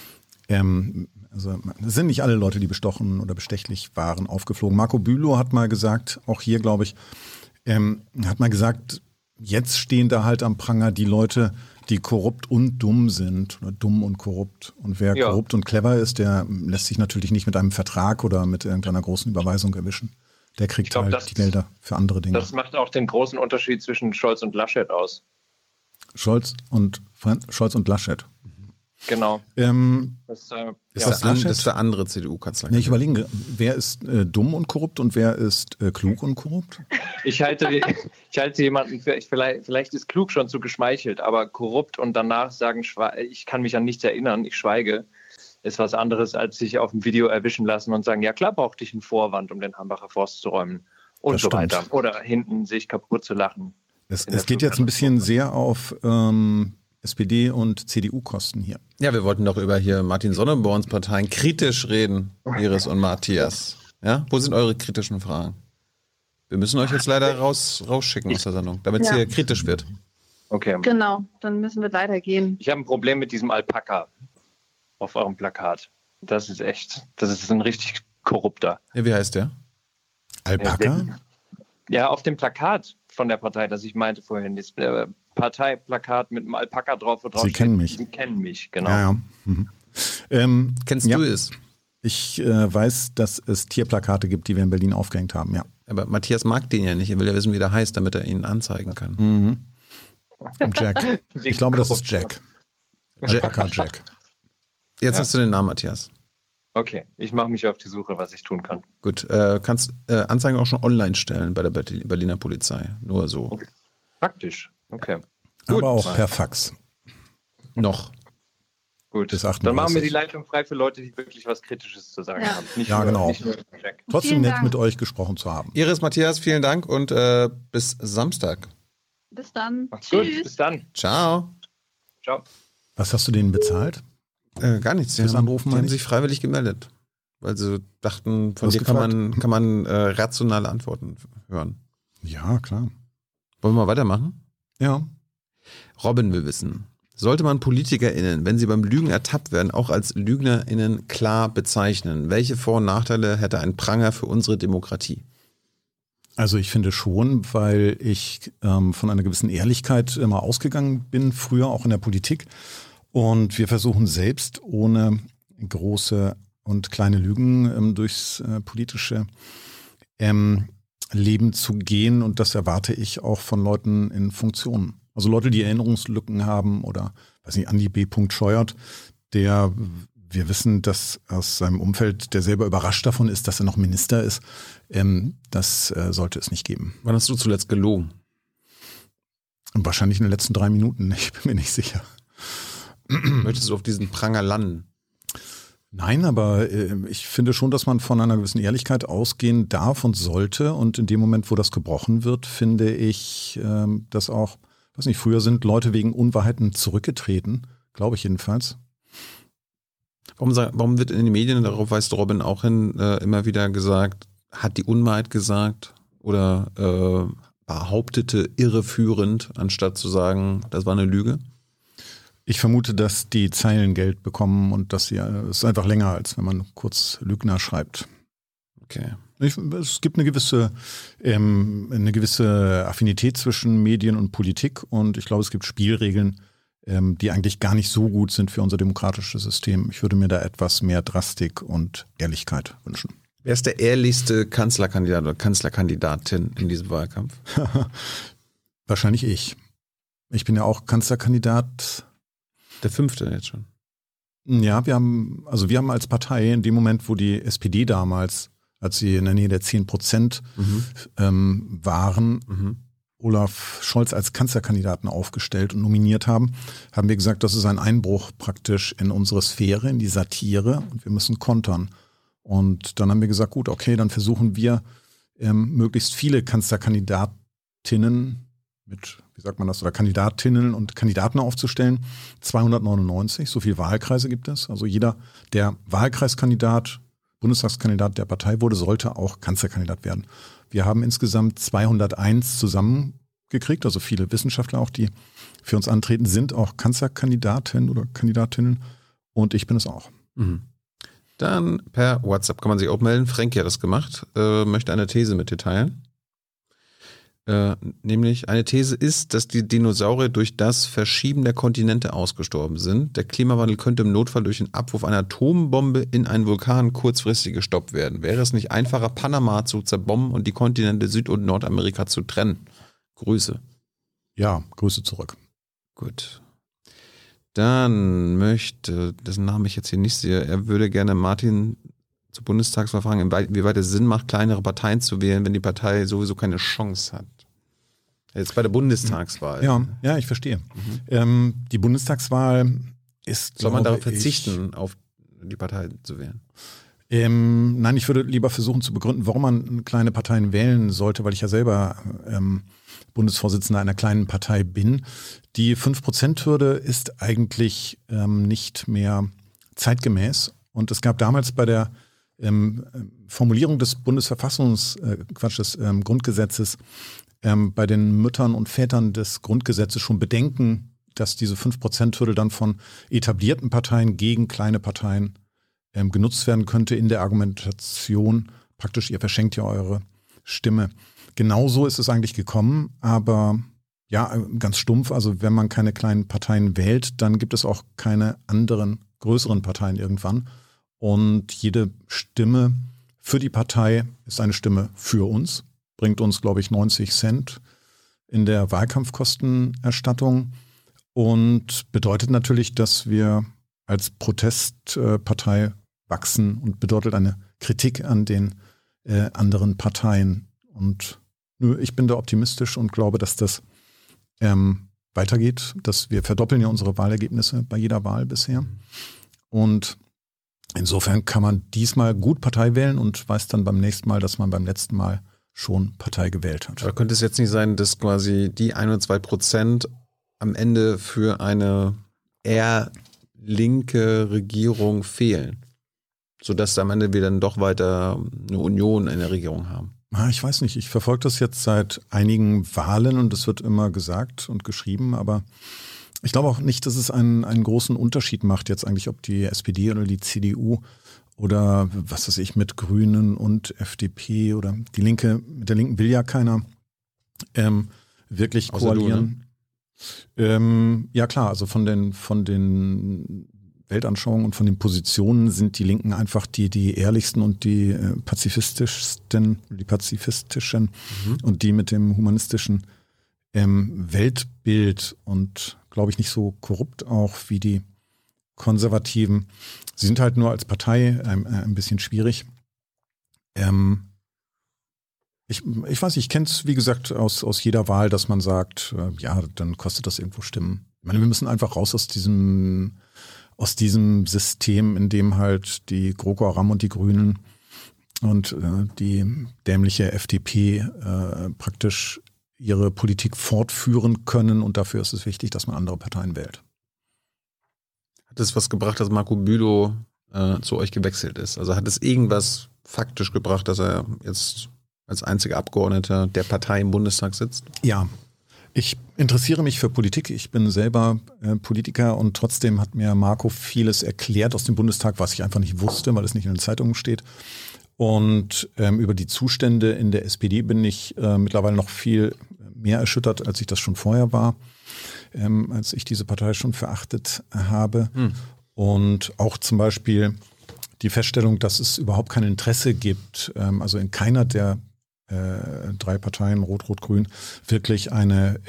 also es sind nicht alle Leute, die bestochen oder bestechlich waren, aufgeflogen. Marco Bülow hat mal gesagt, auch hier glaube ich, hat mal gesagt, jetzt stehen da halt am Pranger die Leute, die korrupt und dumm sind oder dumm und korrupt. Und wer korrupt und clever ist, der lässt sich natürlich nicht mit einem Vertrag oder mit irgendeiner großen Überweisung erwischen. Der kriegt die Gelder für andere Dinge. Das macht auch den großen Unterschied zwischen Scholz und Laschet aus. Scholz und Laschet. Genau. Das ist der andere CDU-Kanzler. Nee, ich überlege, wer ist dumm und korrupt und wer ist klug und korrupt? Ich halte jemanden für, vielleicht ist klug schon zu geschmeichelt, aber korrupt und danach sagen, ich kann mich an nichts erinnern, ich schweige, ist was anderes, als sich auf dem Video erwischen lassen und sagen, ja klar brauchte ich einen Vorwand, um den Hambacher Forst zu räumen und Das so stimmt. weiter. Oder hinten sich kaputt zu lachen. Es geht jetzt ein bisschen sehr auf SPD- und CDU-Kosten hier. Ja, wir wollten doch über hier Martin Sonneborns Parteien kritisch reden, Iris und Matthias. Ja, wo sind eure kritischen Fragen? Wir müssen euch jetzt leider rausschicken aus der Sendung, damit es hier kritisch wird. Okay. Genau, dann müssen wir leider gehen. Ich habe ein Problem mit diesem Alpaka auf eurem Plakat. Das ist ein richtig korrupter. Ja, wie heißt der? Alpaka? Ja, auf dem Plakat von der Partei, das ich meinte vorhin, das Parteiplakat mit einem Alpaka drauf, wo drauf Sie steht, kennen mich. Sie kennen mich, genau. Ja. Mhm. Kennst du es? Ich weiß, dass es Tierplakate gibt, die wir in Berlin aufgehängt haben, ja. Aber Matthias mag den ja nicht. Er will ja wissen, wie der heißt, damit er ihn anzeigen kann. Mhm. Jack. Ich glaube, das ist Jack. Alpaka Jack. Jetzt hast du den Namen, Matthias. Okay, ich mache mich auf die Suche, was ich tun kann. Gut, kannst Anzeigen auch schon online stellen bei der Berliner Polizei. Nur so. Okay. Praktisch, okay. Aber auch per Fax. Noch. Gut, Bis 38. dann machen wir die Leitung frei für Leute, die wirklich was Kritisches zu sagen haben. Nicht nur, genau. Nicht nur Jack. Trotzdem Vielen nett Dank. mit euch gesprochen zu haben. Iris, Matthias, vielen Dank und bis Samstag. Bis dann. Macht's gut, Tschüss. bis dann. Ciao. Ciao. Was hast du denen bezahlt? Gar nichts. Fürs Anrufen, Die haben meine ich? sich freiwillig gemeldet. Weil sie dachten, von Was dir kann man rationale Antworten hören. Ja, klar. Wollen wir mal weitermachen? Ja. Robin will wissen, sollte man PolitikerInnen, wenn sie beim Lügen ertappt werden, auch als LügnerInnen klar bezeichnen? Welche Vor- und Nachteile hätte ein Pranger für unsere Demokratie? Also ich finde schon, weil ich von einer gewissen Ehrlichkeit immer ausgegangen bin, früher auch in der Politik. Und wir versuchen selbst ohne große und kleine Lügen durchs politische Leben zu gehen. Und das erwarte ich auch von Leuten in Funktionen. Also Leute, die Erinnerungslücken haben oder, weiß nicht, Andi B. Scheuert, wir wissen, dass aus seinem Umfeld, der selber überrascht davon ist, dass er noch Minister ist, das sollte es nicht geben. Wann hast du zuletzt gelogen? Und wahrscheinlich in den letzten 3 Minuten, ich bin mir nicht sicher. Möchtest du auf diesen Pranger landen? Nein, aber ich finde schon, dass man von einer gewissen Ehrlichkeit ausgehen darf und sollte. Und in dem Moment, wo das gebrochen wird, finde ich, dass auch, weiß nicht, früher sind Leute wegen Unwahrheiten zurückgetreten, glaube ich jedenfalls. Warum wird in den Medien, darauf weist Robin auch hin, immer wieder gesagt, hat die Unwahrheit gesagt oder behauptete irreführend, anstatt zu sagen, das war eine Lüge? Ich vermute, dass die Zeilen Geld bekommen und dass es ist einfach länger, als wenn man kurz Lügner schreibt. Okay. Es gibt eine gewisse Affinität zwischen Medien und Politik und ich glaube, es gibt Spielregeln, die eigentlich gar nicht so gut sind für unser demokratisches System. Ich würde mir da etwas mehr Drastik und Ehrlichkeit wünschen. Wer ist der ehrlichste Kanzlerkandidat oder Kanzlerkandidatin in diesem Wahlkampf? Wahrscheinlich ich. Ich bin ja auch Kanzlerkandidat. Der 5. jetzt schon. Ja, wir haben als Partei in dem Moment, wo die SPD damals, als sie in der Nähe der 10% waren, Olaf Scholz als Kanzlerkandidaten aufgestellt und nominiert haben wir gesagt, das ist ein Einbruch praktisch in unsere Sphäre, in die Satire und wir müssen kontern. Und dann haben wir gesagt, gut, okay, dann versuchen wir möglichst viele Kanzlerkandidatinnen oder Kandidatinnen und Kandidaten aufzustellen. 299, so viele Wahlkreise gibt es. Also jeder, der Wahlkreiskandidat, Bundestagskandidat der Partei wurde, sollte auch Kanzlerkandidat werden. Wir haben insgesamt 201 zusammengekriegt, also viele Wissenschaftler auch, die für uns antreten, sind auch Kanzlerkandidaten oder Kandidatinnen und ich bin es auch. Mhm. Dann per WhatsApp kann man sich auch melden. Frankie hat das gemacht, möchte eine These mit dir teilen. Nämlich eine These ist, dass die Dinosaurier durch das Verschieben der Kontinente ausgestorben sind. Der Klimawandel könnte im Notfall durch den Abwurf einer Atombombe in einen Vulkan kurzfristig gestoppt werden. Wäre es nicht einfacher, Panama zu zerbomben und die Kontinente Süd- und Nordamerika zu trennen? Grüße. Ja, Grüße zurück. Gut. Dann möchte, dessen Namen ich jetzt hier nicht sehe, er würde gerne Martin zur Bundestagswahl fragen, inwieweit es Sinn macht, kleinere Parteien zu wählen, wenn die Partei sowieso keine Chance hat. Jetzt bei der Bundestagswahl. Ja, ich verstehe. Die Bundestagswahl ist, soll man darauf verzichten, auf die Partei zu wählen? Nein, ich würde lieber versuchen zu begründen, warum man kleine Parteien wählen sollte, weil ich ja selber Bundesvorsitzender einer kleinen Partei bin. Die 5%-Hürde ist eigentlich nicht mehr zeitgemäß. Und es gab damals bei der Formulierung des des Grundgesetzes bei den Müttern und Vätern des Grundgesetzes schon Bedenken, dass diese 5%-Hürde dann von etablierten Parteien gegen kleine Parteien genutzt werden könnte in der Argumentation. Praktisch, ihr verschenkt ja eure Stimme. Genauso ist es eigentlich gekommen, aber ja, ganz stumpf. Also wenn man keine kleinen Parteien wählt, dann gibt es auch keine anderen größeren Parteien irgendwann. Und jede Stimme für die Partei ist eine Stimme für uns, bringt uns, glaube ich, 90 Cent in der Wahlkampfkostenerstattung und bedeutet natürlich, dass wir als Protestpartei wachsen und bedeutet eine Kritik an den anderen Parteien. Und ich bin da optimistisch und glaube, dass das weitergeht, dass wir verdoppeln ja unsere Wahlergebnisse bei jeder Wahl bisher. Und insofern kann man diesmal gut Partei wählen und weiß dann beim nächsten Mal, dass man beim letzten Mal schon Partei gewählt hat. Aber könnte es jetzt nicht sein, dass quasi die 1 oder 2% am Ende für eine eher linke Regierung fehlen? Sodass am Ende wir dann doch weiter eine Union in der Regierung haben? Ich weiß nicht, ich verfolge das jetzt seit einigen Wahlen und es wird immer gesagt und geschrieben, aber ich glaube auch nicht, dass es einen großen Unterschied macht jetzt eigentlich, ob die SPD oder die CDU oder was weiß ich mit Grünen und FDP oder die Linke, mit der Linken will ja keiner wirklich koalieren. Du, ne? Ja klar, also von den Weltanschauungen und von den Positionen sind die Linken einfach die ehrlichsten und die pazifistischen und die mit dem humanistischen Weltbild und glaube ich nicht so korrupt auch wie die Konservativen. Sie sind halt nur als Partei ein bisschen schwierig. Ich weiß, ich kenne es wie gesagt aus jeder Wahl, dass man sagt, ja, dann kostet das irgendwo Stimmen. Ich meine, wir müssen einfach raus aus diesem System, in dem halt die GroKo Aram und die Grünen und die dämliche FDP praktisch ihre Politik fortführen können und dafür ist es wichtig, dass man andere Parteien wählt. Hat es was gebracht, dass Marco Bülow zu euch gewechselt ist? Also hat es irgendwas faktisch gebracht, dass er jetzt als einziger Abgeordneter der Partei im Bundestag sitzt? Ja, ich interessiere mich für Politik. Ich bin selber Politiker und trotzdem hat mir Marco vieles erklärt aus dem Bundestag, was ich einfach nicht wusste, weil es nicht in den Zeitungen steht. Und über die Zustände in der SPD bin ich mittlerweile noch viel mehr erschüttert, als ich das schon vorher war, als ich diese Partei schon verachtet habe. Und auch zum Beispiel die Feststellung, dass es überhaupt kein Interesse gibt, also in keiner der 3 Parteien, Rot, Rot, Grün, wirklich eine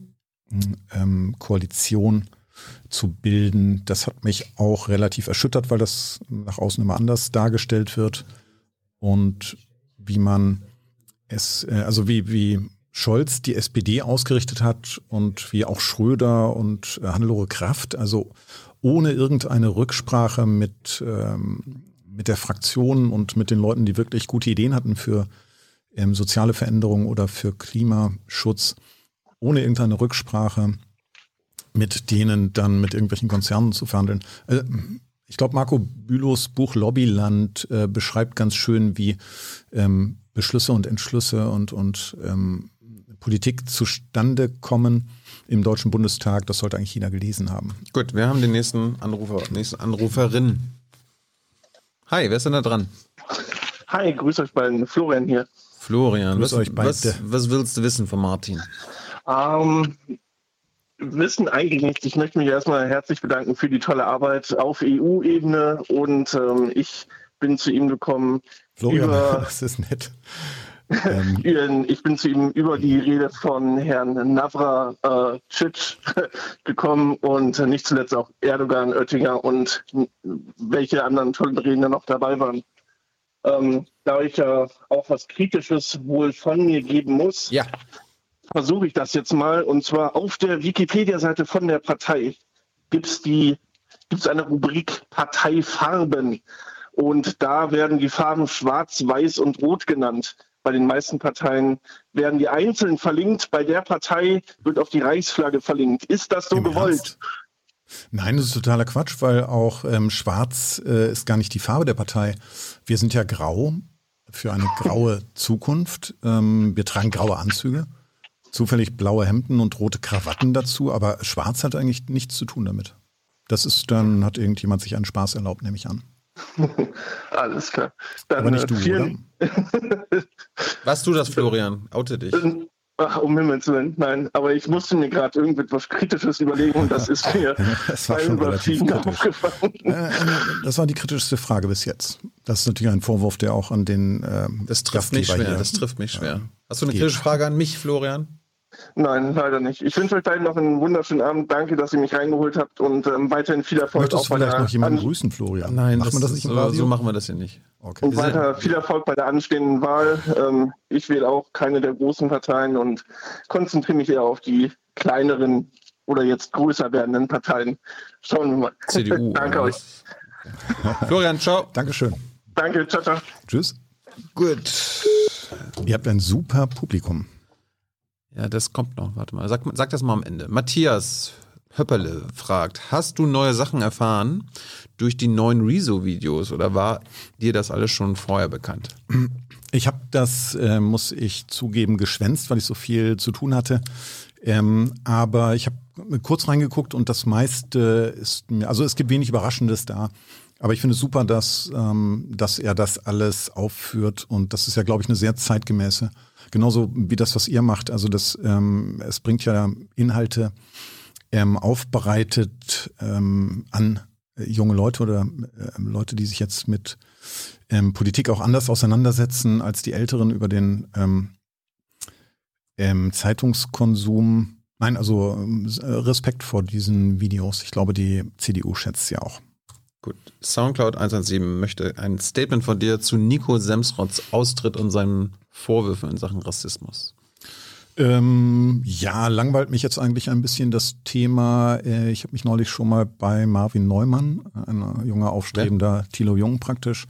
Koalition zu bilden. Das hat mich auch relativ erschüttert, weil das nach außen immer anders dargestellt wird. Und wie man es, also wie Scholz die SPD ausgerichtet hat und wie auch Schröder und Hannelore Kraft, also ohne irgendeine Rücksprache mit der Fraktion und mit den Leuten, die wirklich gute Ideen hatten für soziale Veränderungen oder für Klimaschutz, ohne irgendeine Rücksprache mit denen dann mit irgendwelchen Konzernen zu verhandeln. Ich glaube, Marco Bülows Buch Lobbyland beschreibt ganz schön, wie Beschlüsse und Entschlüsse und Politik zustande kommen im Deutschen Bundestag. Das sollte eigentlich jeder gelesen haben. Gut, wir haben den nächsten Anruferin. Hi, wer ist denn da dran? Hi, grüß euch beiden. Florian hier. Florian, Grüß euch beide. was willst du wissen von Martin? Wissen eigentlich nichts. Ich möchte mich erstmal herzlich bedanken für die tolle Arbeit auf EU-Ebene und ich bin zu ihm gekommen Florian, das ist nett. Ich bin zu ihm über die Rede von Herrn Navracic gekommen und nicht zuletzt auch Erdogan, Oettinger und welche anderen tollen Redner noch dabei waren. Da ich ja auch was Kritisches wohl von mir geben muss, Ja. versuche ich das jetzt mal. Und zwar auf der Wikipedia-Seite von der Partei gibt's eine Rubrik Parteifarben. Und da werden die Farben Schwarz, Weiß und Rot genannt. Bei den meisten Parteien werden die einzeln verlinkt. Bei der Partei wird auf die Reichsflagge verlinkt. Ist das so Im gewollt? Ernst? Nein, das ist totaler Quatsch, weil auch Schwarz ist gar nicht die Farbe der Partei. Wir sind ja grau für eine graue Zukunft. Wir tragen graue Anzüge, zufällig blaue Hemden und rote Krawatten dazu, aber Schwarz hat eigentlich nichts zu tun damit. Das ist dann, hat irgendjemand sich einen Spaß erlaubt, nehme ich an. Alles klar. Dann, Aber nicht du, oder? Was du das, Florian? Oute dich. Ach, um Himmels Willen, nein. Aber ich musste mir gerade irgendetwas Kritisches überlegen und das ist mir Das war beim schon relativ Überfliegen kritisch. aufgefallen. Das war die kritischste Frage bis jetzt. Das ist natürlich ein Vorwurf, der auch an den Das trifft mich Gastgeber schwer. hier, Das trifft mich schwer. Hast du eine geht. kritische Frage an mich, Florian? Nein, leider nicht. Ich wünsche euch beiden noch einen wunderschönen Abend. Danke, dass ihr mich reingeholt habt und weiterhin viel Erfolg. Möchtest du auch bei vielleicht der noch jemanden grüßen, Florian? Macht man das nicht im Radio? So machen wir das hier nicht. Okay. Und weiter viel Erfolg bei der anstehenden Wahl. Ich wähle auch keine der großen Parteien und konzentriere mich eher auf die kleineren oder jetzt größer werdenden Parteien. Schauen wir mal. CDU. Danke euch. Florian, ciao. Dankeschön. Danke, ciao, ciao. Tschüss. Gut. Ihr habt ein super Publikum. Ja, das kommt noch. Warte mal. Sag das mal am Ende. Matthias Höpperle fragt, hast du neue Sachen erfahren durch die neuen Rezo-Videos oder war dir das alles schon vorher bekannt? Ich habe das, muss ich zugeben, geschwänzt, weil ich so viel zu tun hatte. Aber ich habe kurz reingeguckt und das meiste ist mir, also es gibt wenig Überraschendes da. Aber ich finde es super, dass er das alles aufführt und das ist ja, glaube ich, eine sehr zeitgemäße. Genauso wie das, was ihr macht. Also es bringt ja Inhalte aufbereitet an junge Leute oder Leute, die sich jetzt mit Politik auch anders auseinandersetzen als die Älteren über den Zeitungskonsum. Nein, also Respekt vor diesen Videos. Ich glaube, die CDU schätzt sie auch. Gut. Soundcloud 117 möchte ein Statement von dir zu Nico Semsrods Austritt und seinen Vorwürfen in Sachen Rassismus. Ja, langweilt mich jetzt eigentlich ein bisschen das Thema. Ich habe mich neulich schon mal bei Marvin Neumann, ein junger, aufstrebender Thilo Jung praktisch,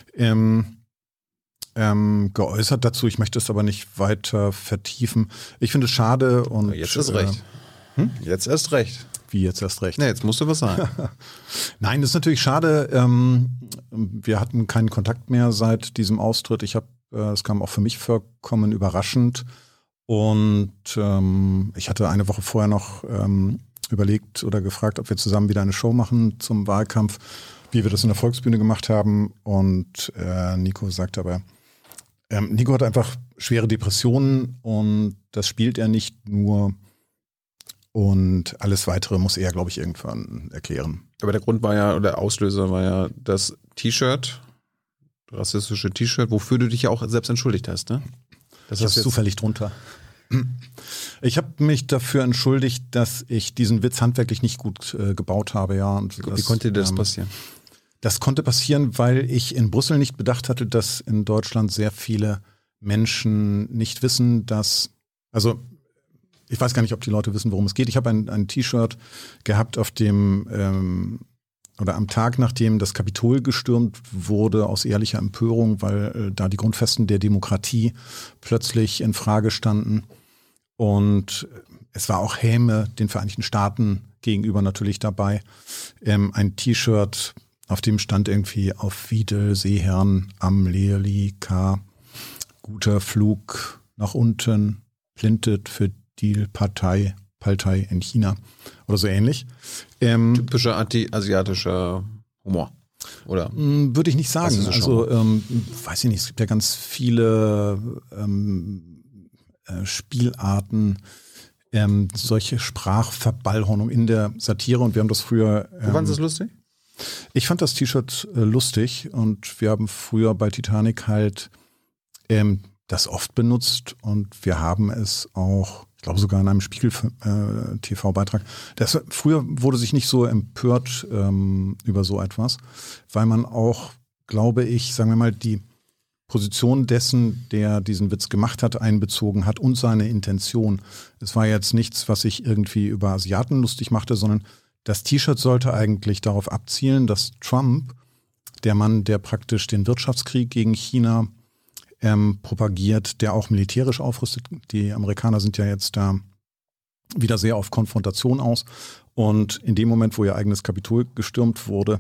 geäußert dazu. Ich möchte es aber nicht weiter vertiefen. Ich finde es schade und Jetzt ist recht. Jetzt erst recht. Wie jetzt erst recht? Ne, jetzt musst du was sagen. Nein, das ist natürlich schade. Wir hatten keinen Kontakt mehr seit diesem Austritt. Es kam auch für mich vollkommen überraschend. Und ich hatte eine Woche vorher noch überlegt oder gefragt, ob wir zusammen wieder eine Show machen zum Wahlkampf, wie wir das in der Volksbühne gemacht haben. Und Nico sagte aber, Nico hat einfach schwere Depressionen und das spielt er nicht nur. Und alles Weitere muss er, glaube ich, irgendwann erklären. Aber der Grund war ja, oder der Auslöser war ja das T-Shirt, rassistische T-Shirt, wofür du dich ja auch selbst entschuldigt hast, ne? Das ist zufällig drunter. Ich habe mich dafür entschuldigt, dass ich diesen Witz handwerklich nicht gut gebaut habe, ja. Und wie konnte das passieren? Das konnte passieren, weil ich in Brüssel nicht bedacht hatte, dass in Deutschland sehr viele Menschen nicht wissen, also ich weiß gar nicht, ob die Leute wissen, worum es geht. Ich habe ein T-Shirt gehabt, auf dem oder am Tag, nachdem das Kapitol gestürmt wurde, aus ehrlicher Empörung, weil da die Grundfesten der Demokratie plötzlich in Frage standen. Und es war auch Häme den Vereinigten Staaten gegenüber natürlich dabei. Ein T-Shirt, auf dem stand irgendwie auf Wiedel, Seeherrn, am Leeli, K, guter Flug nach unten, Plintet für die Partei in China oder so ähnlich. Typischer anti-asiatischer Humor, oder? Würde ich nicht sagen. Also, weiß ich nicht, es gibt ja ganz viele Spielarten, solche Sprachverballhornung in der Satire und wir haben das früher... Wo fandest du das lustig? Ich fand das T-Shirt lustig und wir haben früher bei Titanic halt das oft benutzt und wir haben es auch, ich glaube sogar in einem Spiegel-TV-Beitrag. Früher wurde sich nicht so empört über so etwas, weil man auch, glaube ich, sagen wir mal, die Position dessen, der diesen Witz gemacht hat, einbezogen hat und seine Intention. Es war jetzt nichts, was ich irgendwie über Asiaten lustig machte, sondern das T-Shirt sollte eigentlich darauf abzielen, dass Trump, der Mann, der praktisch den Wirtschaftskrieg gegen China propagiert, der auch militärisch aufrüstet. Die Amerikaner sind ja jetzt da wieder sehr auf Konfrontation aus. Und in dem Moment, wo ihr eigenes Kapitol gestürmt wurde,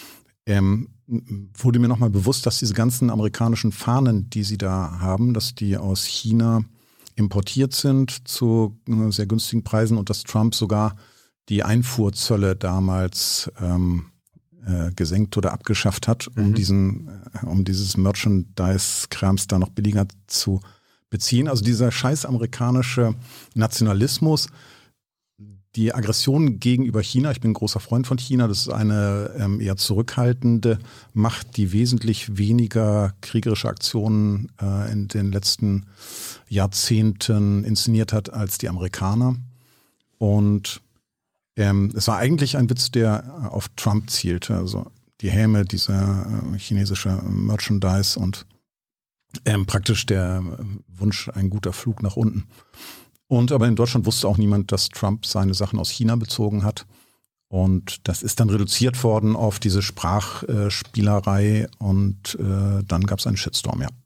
wurde mir nochmal bewusst, dass diese ganzen amerikanischen Fahnen, die sie da haben, dass die aus China importiert sind zu sehr günstigen Preisen und dass Trump sogar die Einfuhrzölle damals gesenkt oder abgeschafft hat, um dieses Merchandise-Krams da noch billiger zu beziehen. Also dieser scheiß amerikanische Nationalismus, die Aggression gegenüber China, ich bin ein großer Freund von China, das ist eine eher zurückhaltende Macht, die wesentlich weniger kriegerische Aktionen in den letzten Jahrzehnten inszeniert hat als die Amerikaner. Und es war eigentlich ein Witz, der auf Trump zielte, also die Häme dieser chinesische Merchandise und praktisch der Wunsch, ein guter Flug nach unten. Und aber in Deutschland wusste auch niemand, dass Trump seine Sachen aus China bezogen hat. Und das ist dann reduziert worden auf diese Sprachspielerei und dann gab es einen Shitstorm, ja.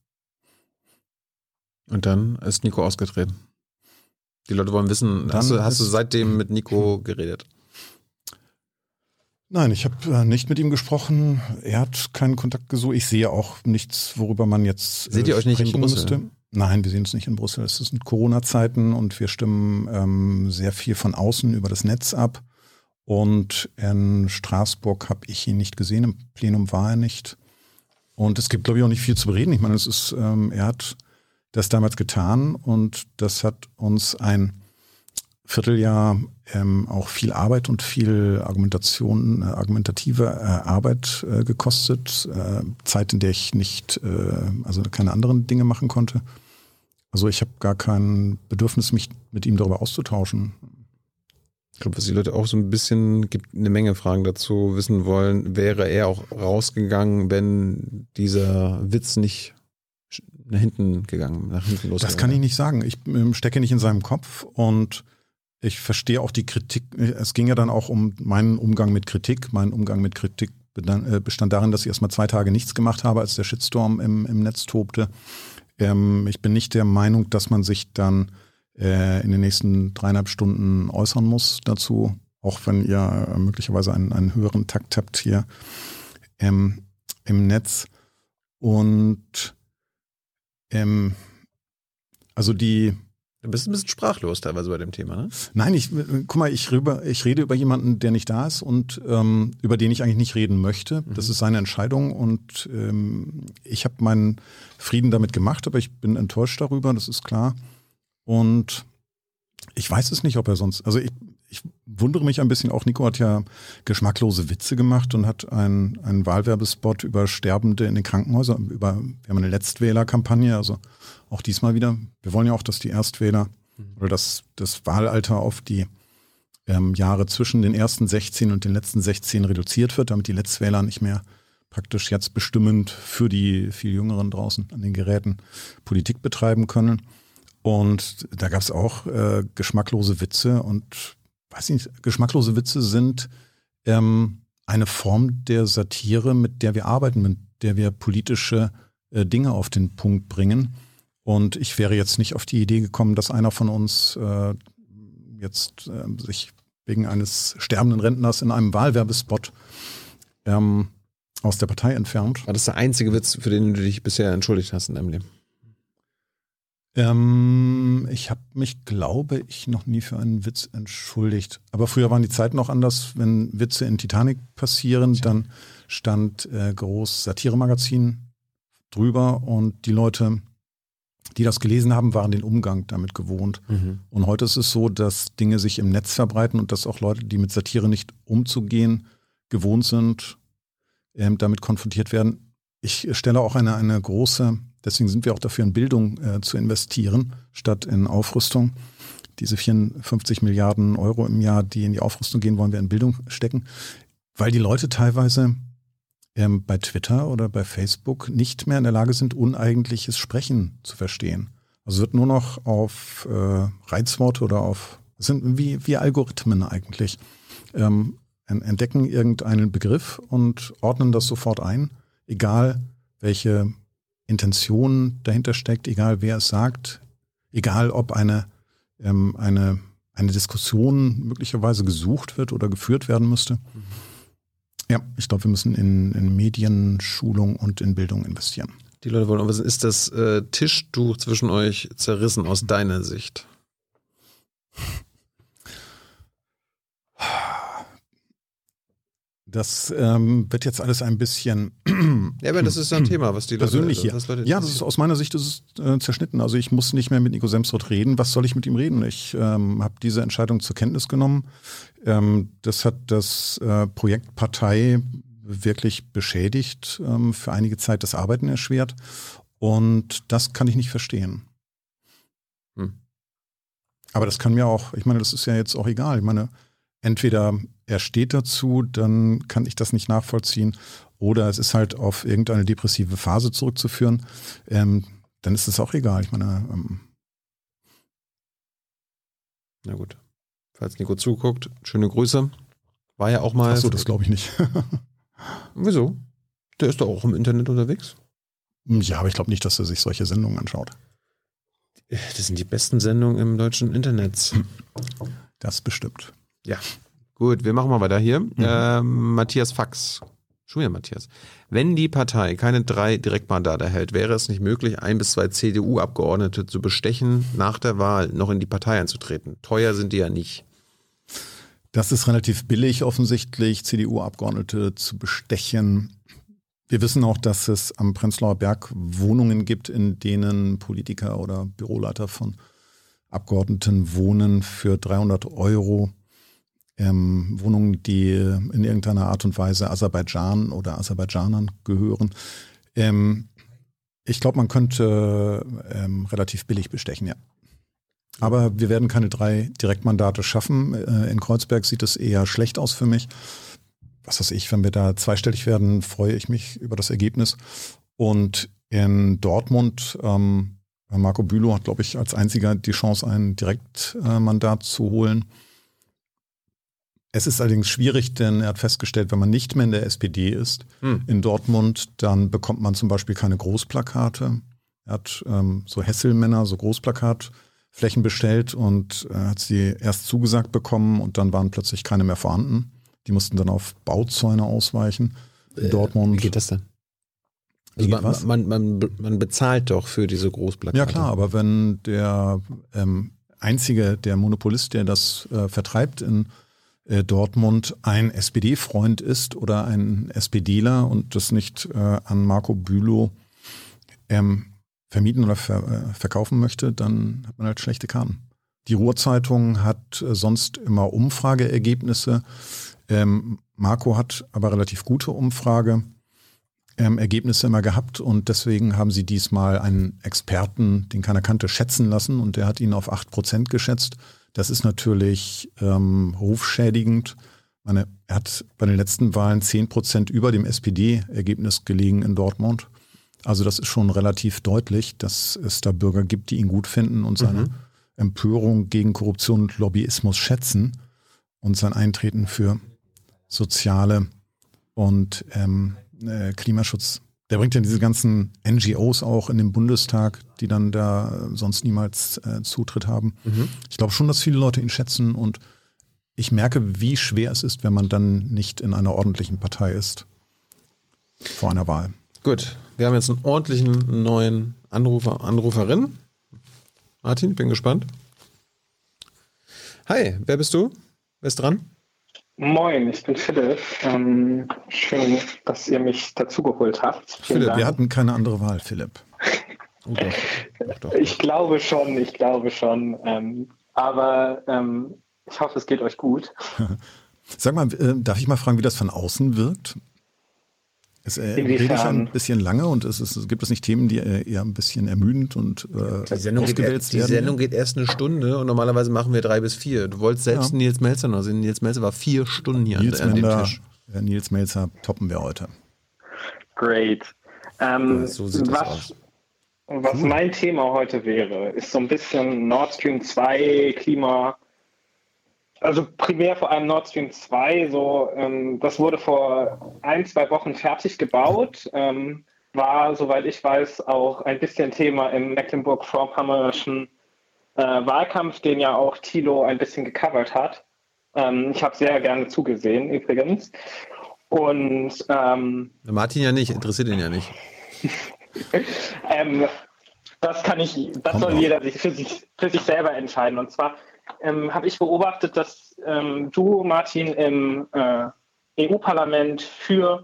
Und dann ist Nico ausgetreten. Die Leute wollen wissen, hast du seitdem mit Nico geredet? Nein, ich habe nicht mit ihm gesprochen. Er hat keinen Kontakt gesucht. Ich sehe auch nichts, worüber man jetzt Seht ihr euch nicht in Brüssel? Müsste. Nein, wir sehen uns nicht in Brüssel. Es sind Corona-Zeiten und wir stimmen sehr viel von außen über das Netz ab. Und in Straßburg habe ich ihn nicht gesehen. Im Plenum war er nicht. Und es gibt, glaube ich, auch nicht viel zu bereden. Ich meine, er hat das damals getan und das hat uns ein Vierteljahr auch viel Arbeit und viel argumentative Arbeit gekostet. Zeit, in der ich also keine anderen Dinge machen konnte. Also ich habe gar kein Bedürfnis, mich mit ihm darüber auszutauschen. Ich glaube, was die Leute auch so ein bisschen, gibt eine Menge Fragen dazu wissen wollen, wäre er auch rausgegangen, wenn dieser Witz nicht nach hinten losgegangen. Das kann ich nicht sagen. Ich stecke nicht in seinem Kopf und ich verstehe auch die Kritik. Es ging ja dann auch um meinen Umgang mit Kritik. Mein Umgang mit Kritik bestand darin, dass ich erstmal 2 Tage nichts gemacht habe, als der Shitstorm im Netz tobte. Ich bin nicht der Meinung, dass man sich dann in den nächsten 3,5 Stunden äußern muss dazu. auch wenn ihr möglicherweise einen höheren Takt habt hier im Netz. Und also Du bist ein bisschen sprachlos teilweise bei dem Thema, ne? Nein, guck mal, ich rede über jemanden, der nicht da ist und über den ich eigentlich nicht reden möchte. Das ist seine Entscheidung und ich habe meinen Frieden damit gemacht, aber ich bin enttäuscht darüber, das ist klar. Und ich weiß es nicht, ob er sonst, also ich wundere mich ein bisschen, auch Nico hat ja geschmacklose Witze gemacht und hat einen Wahlwerbespot über Sterbende in den Krankenhäusern, wir haben eine Letztwählerkampagne, also auch diesmal wieder. Wir wollen ja auch, dass die Erstwähler oder das Wahlalter auf die Jahre zwischen den ersten 16 und den letzten 16 reduziert wird, damit die Letztwähler nicht mehr praktisch jetzt bestimmend für die viel Jüngeren draußen an den Geräten Politik betreiben können. Und da gab es auch geschmacklose Witze und weiß nicht, geschmacklose Witze sind eine Form der Satire, mit der wir arbeiten, mit der wir politische Dinge auf den Punkt bringen. Und ich wäre jetzt nicht auf die Idee gekommen, dass einer von uns jetzt sich wegen eines sterbenden Rentners in einem Wahlwerbespot aus der Partei entfernt. War das der einzige Witz, für den du dich bisher entschuldigt hast in deinem Leben? Ich habe mich, glaube ich, noch nie für einen Witz entschuldigt. Aber früher waren die Zeiten noch anders. Wenn Witze in Titanic passieren, dann stand groß Satiremagazin drüber und die Leute, die das gelesen haben, waren den Umgang damit gewohnt. Und heute ist es so, dass Dinge sich im Netz verbreiten und dass auch Leute, die mit Satire nicht umzugehen gewohnt sind, damit konfrontiert werden. Ich stelle auch eine große, deswegen sind wir auch dafür, in Bildung zu investieren, statt in Aufrüstung. Diese 54 Milliarden Euro im Jahr, die in die Aufrüstung gehen, wollen wir in Bildung stecken, weil die Leute teilweise bei Twitter oder bei Facebook nicht mehr in der Lage sind, uneigentliches Sprechen zu verstehen. Also wird nur noch auf Reizworte oder es sind wie Algorithmen eigentlich, entdecken irgendeinen Begriff und ordnen das sofort ein, egal welche Intention dahinter steckt, egal wer es sagt, egal ob eine Diskussion möglicherweise gesucht wird oder geführt werden müsste. Ja, ich glaube, wir müssen in Medienschulung und in Bildung investieren. Die Leute wollen auch wissen, ist das Tischtuch zwischen euch zerrissen aus deiner Sicht? Das wird jetzt alles ein bisschen ja, aber das ist ein Thema, was die Leute persönlich hier. Ja, das ist aus meiner Sicht ist es zerschnitten. Also ich muss nicht mehr mit Nico Semsrott reden. Was soll ich mit ihm reden? Ich habe diese Entscheidung zur Kenntnis genommen. Das hat das Projekt Partei wirklich beschädigt, für einige Zeit das Arbeiten erschwert. Und das kann ich nicht verstehen. Aber das kann mir auch, ich meine, das ist ja jetzt auch egal. Ich meine, entweder er steht dazu, dann kann ich das nicht nachvollziehen, oder es ist halt auf irgendeine depressive Phase zurückzuführen, dann ist es auch egal. Ich meine, na gut. Falls Nico zuguckt, schöne Grüße. War ja auch mal. Achso, das glaube ich nicht. Wieso? Der ist doch auch im Internet unterwegs. Ja, aber ich glaube nicht, dass er sich solche Sendungen anschaut. Das sind die besten Sendungen im deutschen Internet. Das bestimmt. Ja, gut, wir machen mal weiter hier. Matthias Fax. Schon wieder Matthias. Wenn die Partei keine 3 Direktmandate erhält, wäre es nicht möglich, 1 bis 2 CDU-Abgeordnete zu bestechen, nach der Wahl noch in die Partei einzutreten? Teuer sind die ja nicht. Das ist relativ billig offensichtlich, CDU-Abgeordnete zu bestechen. Wir wissen auch, dass es am Prenzlauer Berg Wohnungen gibt, in denen Politiker oder Büroleiter von Abgeordneten wohnen für 300 €. Wohnungen, die in irgendeiner Art und Weise Aserbaidschan oder Aserbaidschanern gehören. Ich glaube, man könnte relativ billig bestechen, ja. Aber wir werden keine 3 Direktmandate schaffen. In Kreuzberg sieht es eher schlecht aus für mich. Was weiß ich, wenn wir da zweistellig werden, freue ich mich über das Ergebnis. Und in Dortmund, Marco Bülow hat, glaube ich, als einziger die Chance, ein Direktmandat zu holen. Es ist allerdings schwierig, denn er hat festgestellt, wenn man nicht mehr in der SPD ist, in Dortmund, dann bekommt man zum Beispiel keine Großplakate. Er hat so Hesselmänner, so Großplakatbücher Flächen bestellt und hat sie erst zugesagt bekommen und dann waren plötzlich keine mehr vorhanden. Die mussten dann auf Bauzäune ausweichen in Dortmund. Wie geht das denn? Also man bezahlt doch für diese Großplakate. Ja klar, aber wenn der der Monopolist, der das vertreibt in Dortmund, ein SPD-Freund ist oder ein SPDler und das nicht an Marco Bülow vermieten oder verkaufen möchte, dann hat man halt schlechte Karten. Die Ruhr-Zeitung hat sonst immer Umfrageergebnisse. Marco hat aber relativ gute Umfrageergebnisse immer gehabt und deswegen haben sie diesmal einen Experten, den keiner kannte, schätzen lassen und der hat ihn auf 8% geschätzt. Das ist natürlich rufschädigend. Er hat bei den letzten Wahlen 10% über dem SPD-Ergebnis gelegen in Dortmund. Also das ist schon relativ deutlich, dass es da Bürger gibt, die ihn gut finden und seine Empörung gegen Korruption und Lobbyismus schätzen und sein Eintreten für soziale und Klimaschutz. Der bringt ja diese ganzen NGOs auch in den Bundestag, die dann da sonst niemals Zutritt haben. Ich glaube schon, dass viele Leute ihn schätzen und ich merke, wie schwer es ist, wenn man dann nicht in einer ordentlichen Partei ist vor einer Wahl. Gut, wir haben jetzt einen ordentlichen neuen Anruferin. Martin, bin gespannt. Hi, wer bist du? Wer ist dran? Moin, ich bin Philipp. Schön, dass ihr mich dazugeholt habt. Philipp, wir hatten keine andere Wahl, Philipp. Oh doch. Ich glaube schon. Aber ich hoffe, es geht euch gut. Sag mal, darf ich mal fragen, wie das von außen wirkt? Rede ich ein bisschen lange und gibt es nicht Themen, die eher ein bisschen ermüdend und ausgewälzt werden? Die Sendung geht erst eine Stunde und normalerweise machen wir 3 bis 4. Du wolltest selbst Nils Melzer noch sehen. Nils Melzer war 4 Stunden hier an dem Tisch. Nils Melzer toppen wir heute. Great. So sieht das aus. Was mein Thema heute wäre, ist so ein bisschen Nord Stream 2, Klima. Also primär vor allem Nord Stream 2, das wurde vor 1-2 Wochen fertig gebaut, war, soweit ich weiß, auch ein bisschen Thema im Mecklenburg-Vorpommerischen Wahlkampf, den ja auch Thilo ein bisschen gecovert hat. Ich habe sehr gerne zugesehen, übrigens. Und Martin ja nicht, interessiert ihn ja nicht. das soll jeder für sich selber entscheiden. Und zwar habe ich beobachtet, dass du, Martin, im EU-Parlament für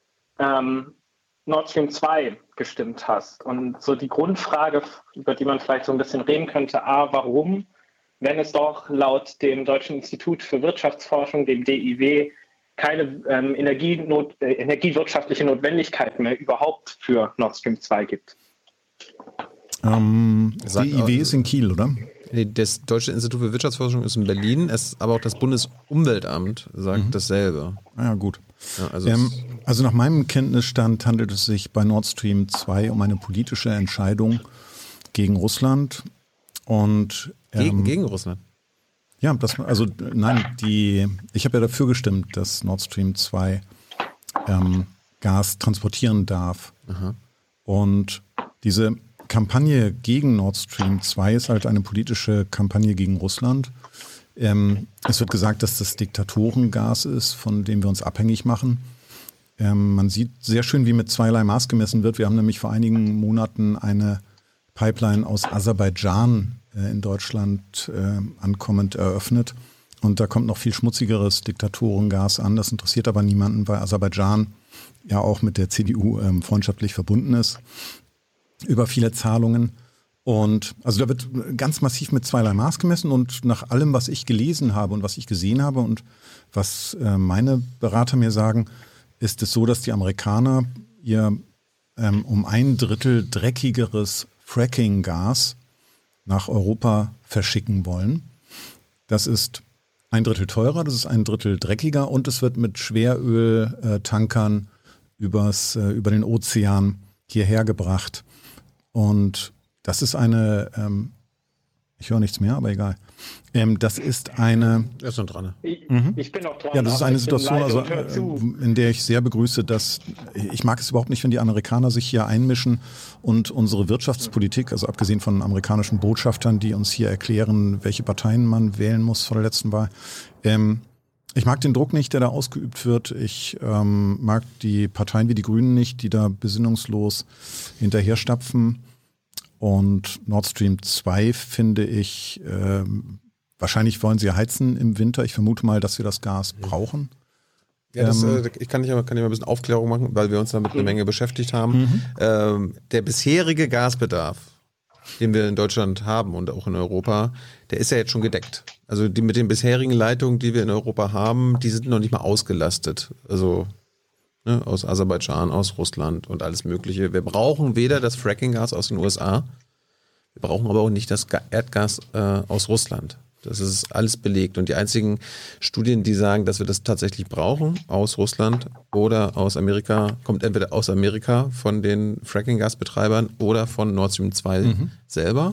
Nord Stream 2 gestimmt hast. Und so die Grundfrage, über die man vielleicht so ein bisschen reden könnte, warum, wenn es doch laut dem Deutschen Institut für Wirtschaftsforschung, dem DIW, keine energiewirtschaftliche Notwendigkeit mehr überhaupt für Nord Stream 2 gibt? DIW ist in Kiel, oder? Das Deutsche Institut für Wirtschaftsforschung ist in Berlin, aber auch das Bundesumweltamt sagt dasselbe. Ja, gut. Ja, also nach meinem Kenntnisstand handelt es sich bei Nord Stream 2 um eine politische Entscheidung gegen Russland. Und, gegen Russland? Ja, ich habe ja dafür gestimmt, dass Nord Stream 2 Gas transportieren darf. Aha. Und diese Kampagne gegen Nord Stream 2 ist halt eine politische Kampagne gegen Russland. Es wird gesagt, dass das Diktatorengas ist, von dem wir uns abhängig machen. Man sieht sehr schön, wie mit zweierlei Maß gemessen wird. Wir haben nämlich vor einigen Monaten eine Pipeline aus Aserbaidschan in Deutschland ankommend eröffnet. Und da kommt noch viel schmutzigeres Diktatorengas an. Das interessiert aber niemanden, weil Aserbaidschan ja auch mit der CDU freundschaftlich verbunden ist über viele Zahlungen. Und also da wird ganz massiv mit zweierlei Maß gemessen und nach allem, was ich gelesen habe und was ich gesehen habe und was meine Berater mir sagen, ist es so, dass die Amerikaner ihr um 1/3 dreckigeres Fracking-Gas nach Europa verschicken wollen. Das ist 1/3 teurer, das ist 1/3 dreckiger und es wird mit Schweröltankern über den Ozean hierher gebracht. Und das ist eine Ich höre nichts mehr, aber egal. Das ist eine... Er ist noch dran. Ich bin noch dran. Ja, das ist aber eine ich bin Situation, leise also, und hör zu. in der ich sehr begrüße, dass ich mag es überhaupt nicht, wenn die Amerikaner sich hier einmischen und unsere Wirtschaftspolitik, also abgesehen von amerikanischen Botschaftern, die uns hier erklären, welche Parteien man wählen muss vor der letzten Wahl. Ich mag den Druck nicht, der da ausgeübt wird. Ich mag die Parteien wie die Grünen nicht, die da besinnungslos hinterherstapfen. Und Nord Stream 2 finde ich, wahrscheinlich wollen sie heizen im Winter. Ich vermute mal, dass wir das Gas brauchen. Ja, ich kann hier mal ein bisschen Aufklärung machen, weil wir uns damit eine Menge beschäftigt haben. Der bisherige Gasbedarf, den wir in Deutschland haben und auch in Europa, der ist ja jetzt schon gedeckt. Also die mit den bisherigen Leitungen, die wir in Europa haben, die sind noch nicht mal ausgelastet. Also aus Aserbaidschan, aus Russland und alles Mögliche. Wir brauchen weder das Fracking-Gas aus den USA, wir brauchen aber auch nicht das Erdgas aus Russland. Das ist alles belegt. Und die einzigen Studien, die sagen, dass wir das tatsächlich brauchen, aus Russland oder aus Amerika, kommt entweder aus Amerika von den Fracking-Gasbetreibern oder von Nord Stream 2 selber.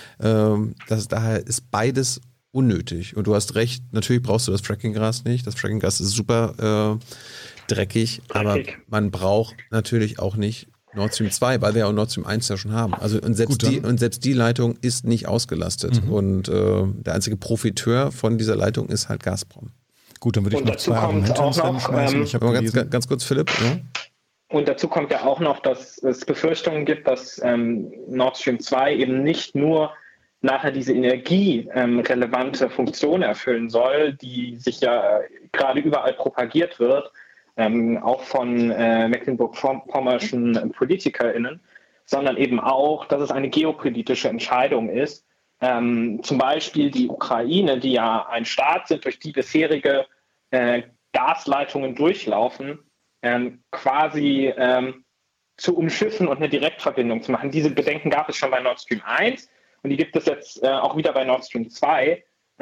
Daher ist beides unnötig. Und du hast recht, natürlich brauchst du das Fracking-Gas nicht. Das Fracking-Gas ist super dreckig, aber man braucht natürlich auch nicht Nord Stream 2, weil wir ja auch Nord Stream 1 ja schon haben. Also und selbst die Leitung ist nicht ausgelastet. Und der einzige Profiteur von dieser Leitung ist halt Gazprom. Gut, dann würde ich noch zwei Argumente ins Rennen schmeißen. Ich habe ganz kurz, Philipp. Ja? Und dazu kommt ja auch noch, dass es Befürchtungen gibt, dass Nord Stream 2 eben nicht nur nachher diese energierelevante Funktion erfüllen soll, die sich ja gerade überall propagiert wird, auch von mecklenburg-vorpommernischen PolitikerInnen, sondern eben auch, dass es eine geopolitische Entscheidung ist. Zum Beispiel die Ukraine, die ja ein Staat sind, durch die bisherige Gasleitungen durchlaufen, quasi zu umschiffen und eine Direktverbindung zu machen. Diese Bedenken gab es schon bei Nord Stream 1 und die gibt es jetzt auch wieder bei Nord Stream 2,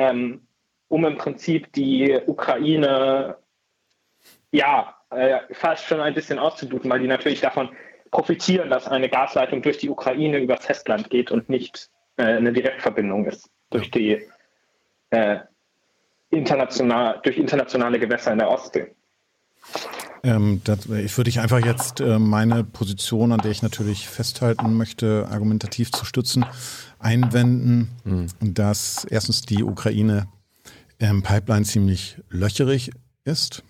um im Prinzip die Ukraine fast schon ein bisschen auszubluten, weil die natürlich davon profitieren, dass eine Gasleitung durch die Ukraine übers Festland geht und nicht eine Direktverbindung ist durch die internationale Gewässer in der Ostsee. Ich würde einfach jetzt meine Position, an der ich natürlich festhalten möchte, argumentativ zu stützen, einwenden, dass erstens die Ukraine-Pipeline ziemlich löcherig ist.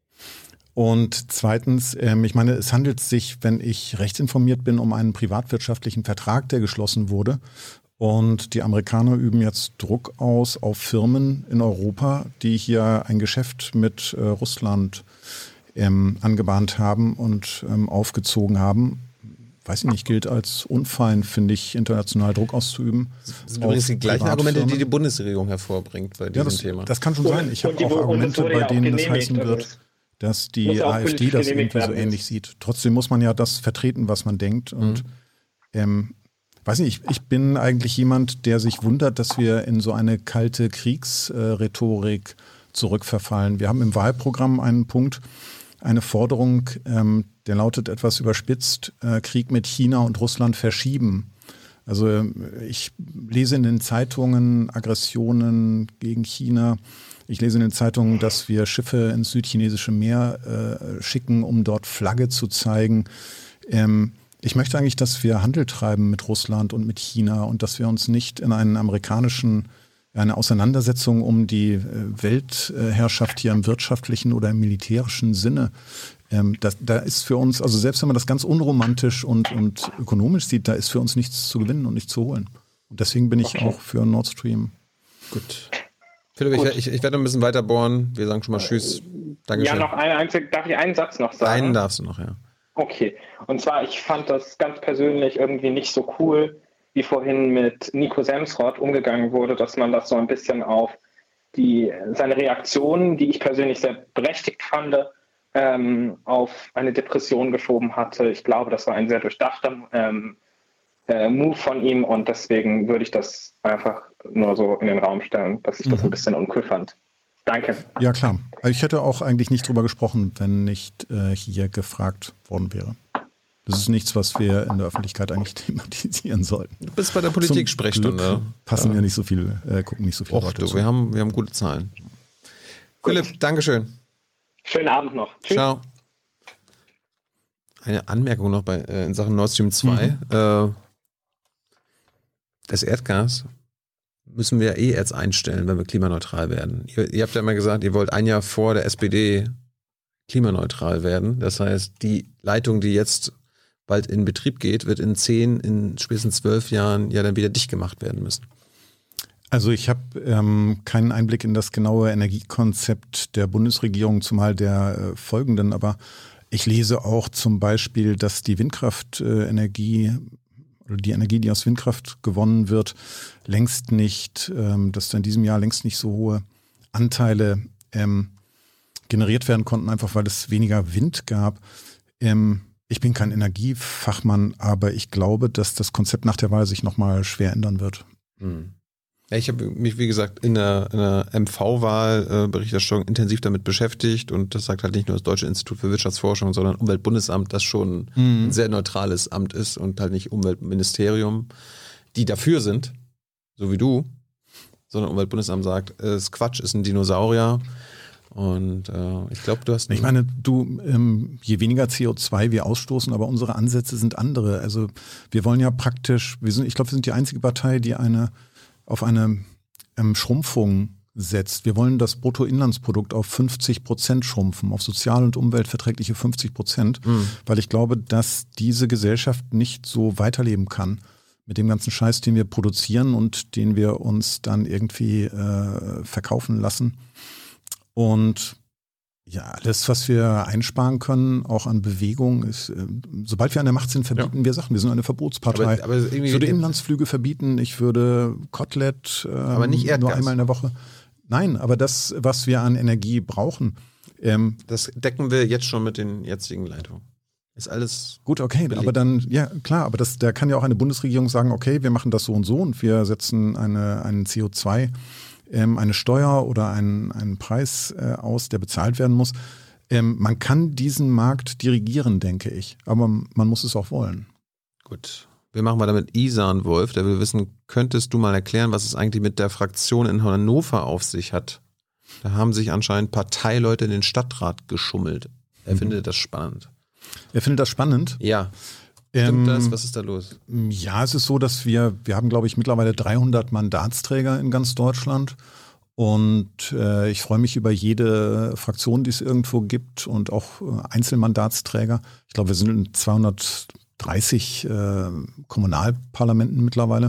Und zweitens, ich meine, es handelt sich, wenn ich recht informiert bin, um einen privatwirtschaftlichen Vertrag, der geschlossen wurde. Und die Amerikaner üben jetzt Druck aus auf Firmen in Europa, die hier ein Geschäft mit Russland angebahnt haben und aufgezogen haben. Weiß ich nicht, gilt als unfein, finde ich, international Druck auszuüben. Das sind übrigens die gleichen Argumente, die die Bundesregierung hervorbringt bei diesem Thema. Das kann schon sein. Ich habe auch Argumente, bei denen das heißen wird, dass die AfD das irgendwie so ähnlich sieht. Trotzdem muss man ja das vertreten, was man denkt. Und weiß nicht, ich bin eigentlich jemand, der sich wundert, dass wir in so eine kalte Kriegsrhetorik zurückverfallen. Wir haben im Wahlprogramm einen Punkt, eine Forderung, der lautet etwas überspitzt, Krieg mit China und Russland verschieben. Also ich lese in den Zeitungen Aggressionen gegen China. Ich lese in den Zeitungen, dass wir Schiffe ins südchinesische Meer schicken, um dort Flagge zu zeigen. Ich möchte eigentlich, dass wir Handel treiben mit Russland und mit China und dass wir uns nicht in eine Auseinandersetzung um die Weltherrschaft hier im wirtschaftlichen oder im militärischen Sinne. Da ist für uns, also selbst wenn man das ganz unromantisch und ökonomisch sieht, da ist für uns nichts zu gewinnen und nichts zu holen. Und deswegen bin ich auch für Nord Stream. Gut. Philipp, ich werde ein bisschen weiter bohren. Wir sagen schon mal Tschüss. Dankeschön. Ja, darf ich einen Satz noch sagen? Einen darfst du noch, ja. Okay. Und zwar, ich fand das ganz persönlich irgendwie nicht so cool, wie vorhin mit Nico Semsrott umgegangen wurde, dass man das so ein bisschen auf seine Reaktionen, die ich persönlich sehr berechtigt fand, auf eine Depression geschoben hatte. Ich glaube, das war ein sehr durchdachter Move von ihm und deswegen würde ich das einfach nur so in den Raum stellen, dass ich das ein bisschen uncool fand. Danke. Ja, klar. Ich hätte auch eigentlich nicht drüber gesprochen, wenn nicht hier gefragt worden wäre. Das ist nichts, was wir in der Öffentlichkeit eigentlich thematisieren sollten. Du bist bei der Politik-Sprechstunde. Passen ja nicht so viel, gucken nicht so viele Leute zu. Wir haben gute Zahlen. Philipp, Dankeschön. Schönen Abend noch. Tschüss. Ciao. Eine Anmerkung noch in Sachen Nord Stream 2. Das Erdgas müssen wir jetzt einstellen, wenn wir klimaneutral werden. Ihr habt ja immer gesagt, ihr wollt ein Jahr vor der SPD klimaneutral werden. Das heißt, die Leitung, die jetzt bald in Betrieb geht, wird in 10, in spätestens 12 Jahren ja dann wieder dicht gemacht werden müssen. Also ich habe keinen Einblick in das genaue Energiekonzept der Bundesregierung, zumal der folgenden, aber ich lese auch zum Beispiel, dass die Windkraftenergie oder die Energie, die aus Windkraft gewonnen wird, längst nicht, dass in diesem Jahr längst nicht so hohe Anteile generiert werden konnten, einfach weil es weniger Wind gab. Ich bin kein Energiefachmann, aber ich glaube, dass das Konzept nach der Wahl sich nochmal schwer ändern wird. Ja, ich habe mich, wie gesagt, in der MV-Wahl-Berichterstattung intensiv damit beschäftigt und das sagt halt nicht nur das Deutsche Institut für Wirtschaftsforschung, sondern Umweltbundesamt, das schon ein sehr neutrales Amt ist und halt nicht Umweltministerium, die dafür sind, so wie du, sondern Umweltbundesamt sagt, es ist Quatsch, ist ein Dinosaurier. Und ich glaube, du hast... Ich meine, je weniger CO2 wir ausstoßen, aber unsere Ansätze sind andere. Also wir wollen ja praktisch, ich glaube, wir sind die einzige Partei, die auf eine Schrumpfung setzt. Wir wollen das Bruttoinlandsprodukt auf 50% schrumpfen, auf sozial- und umweltverträgliche 50%, weil ich glaube, dass diese Gesellschaft nicht so weiterleben kann mit dem ganzen Scheiß, den wir produzieren und den wir uns dann irgendwie verkaufen lassen. Und ja, alles, was wir einsparen können, auch an Bewegung, ist, sobald wir an der Macht sind, verbieten wir Sachen. Wir sind eine Verbotspartei. Aber ich würde Inlandsflüge verbieten, ich würde Kotelett aber nicht Erdgas. Nur einmal in der Woche. Nein, aber das, was wir an Energie brauchen. Das decken wir jetzt schon mit den jetzigen Leitungen. Ist alles gut, okay, belegt. Aber dann, ja klar, aber da kann ja auch eine Bundesregierung sagen, okay, wir machen das so und wir setzen einen CO2 eine Steuer oder einen Preis aus, der bezahlt werden muss. Man kann diesen Markt dirigieren, denke ich. Aber man muss es auch wollen. Gut. Wir machen weiter mit Isan Wolf. Der will wissen, könntest du mal erklären, was es eigentlich mit der Fraktion in Hannover auf sich hat? Da haben sich anscheinend Parteileute in den Stadtrat geschummelt. Er findet das spannend. Er findet das spannend? Ja. Stimmt das? Was ist da los? Ja, es ist so, dass wir haben, glaube ich, mittlerweile 300 Mandatsträger in ganz Deutschland. Und ich freue mich über jede Fraktion, die es irgendwo gibt und auch Einzelmandatsträger. Ich glaube, wir sind in 230 Kommunalparlamenten mittlerweile.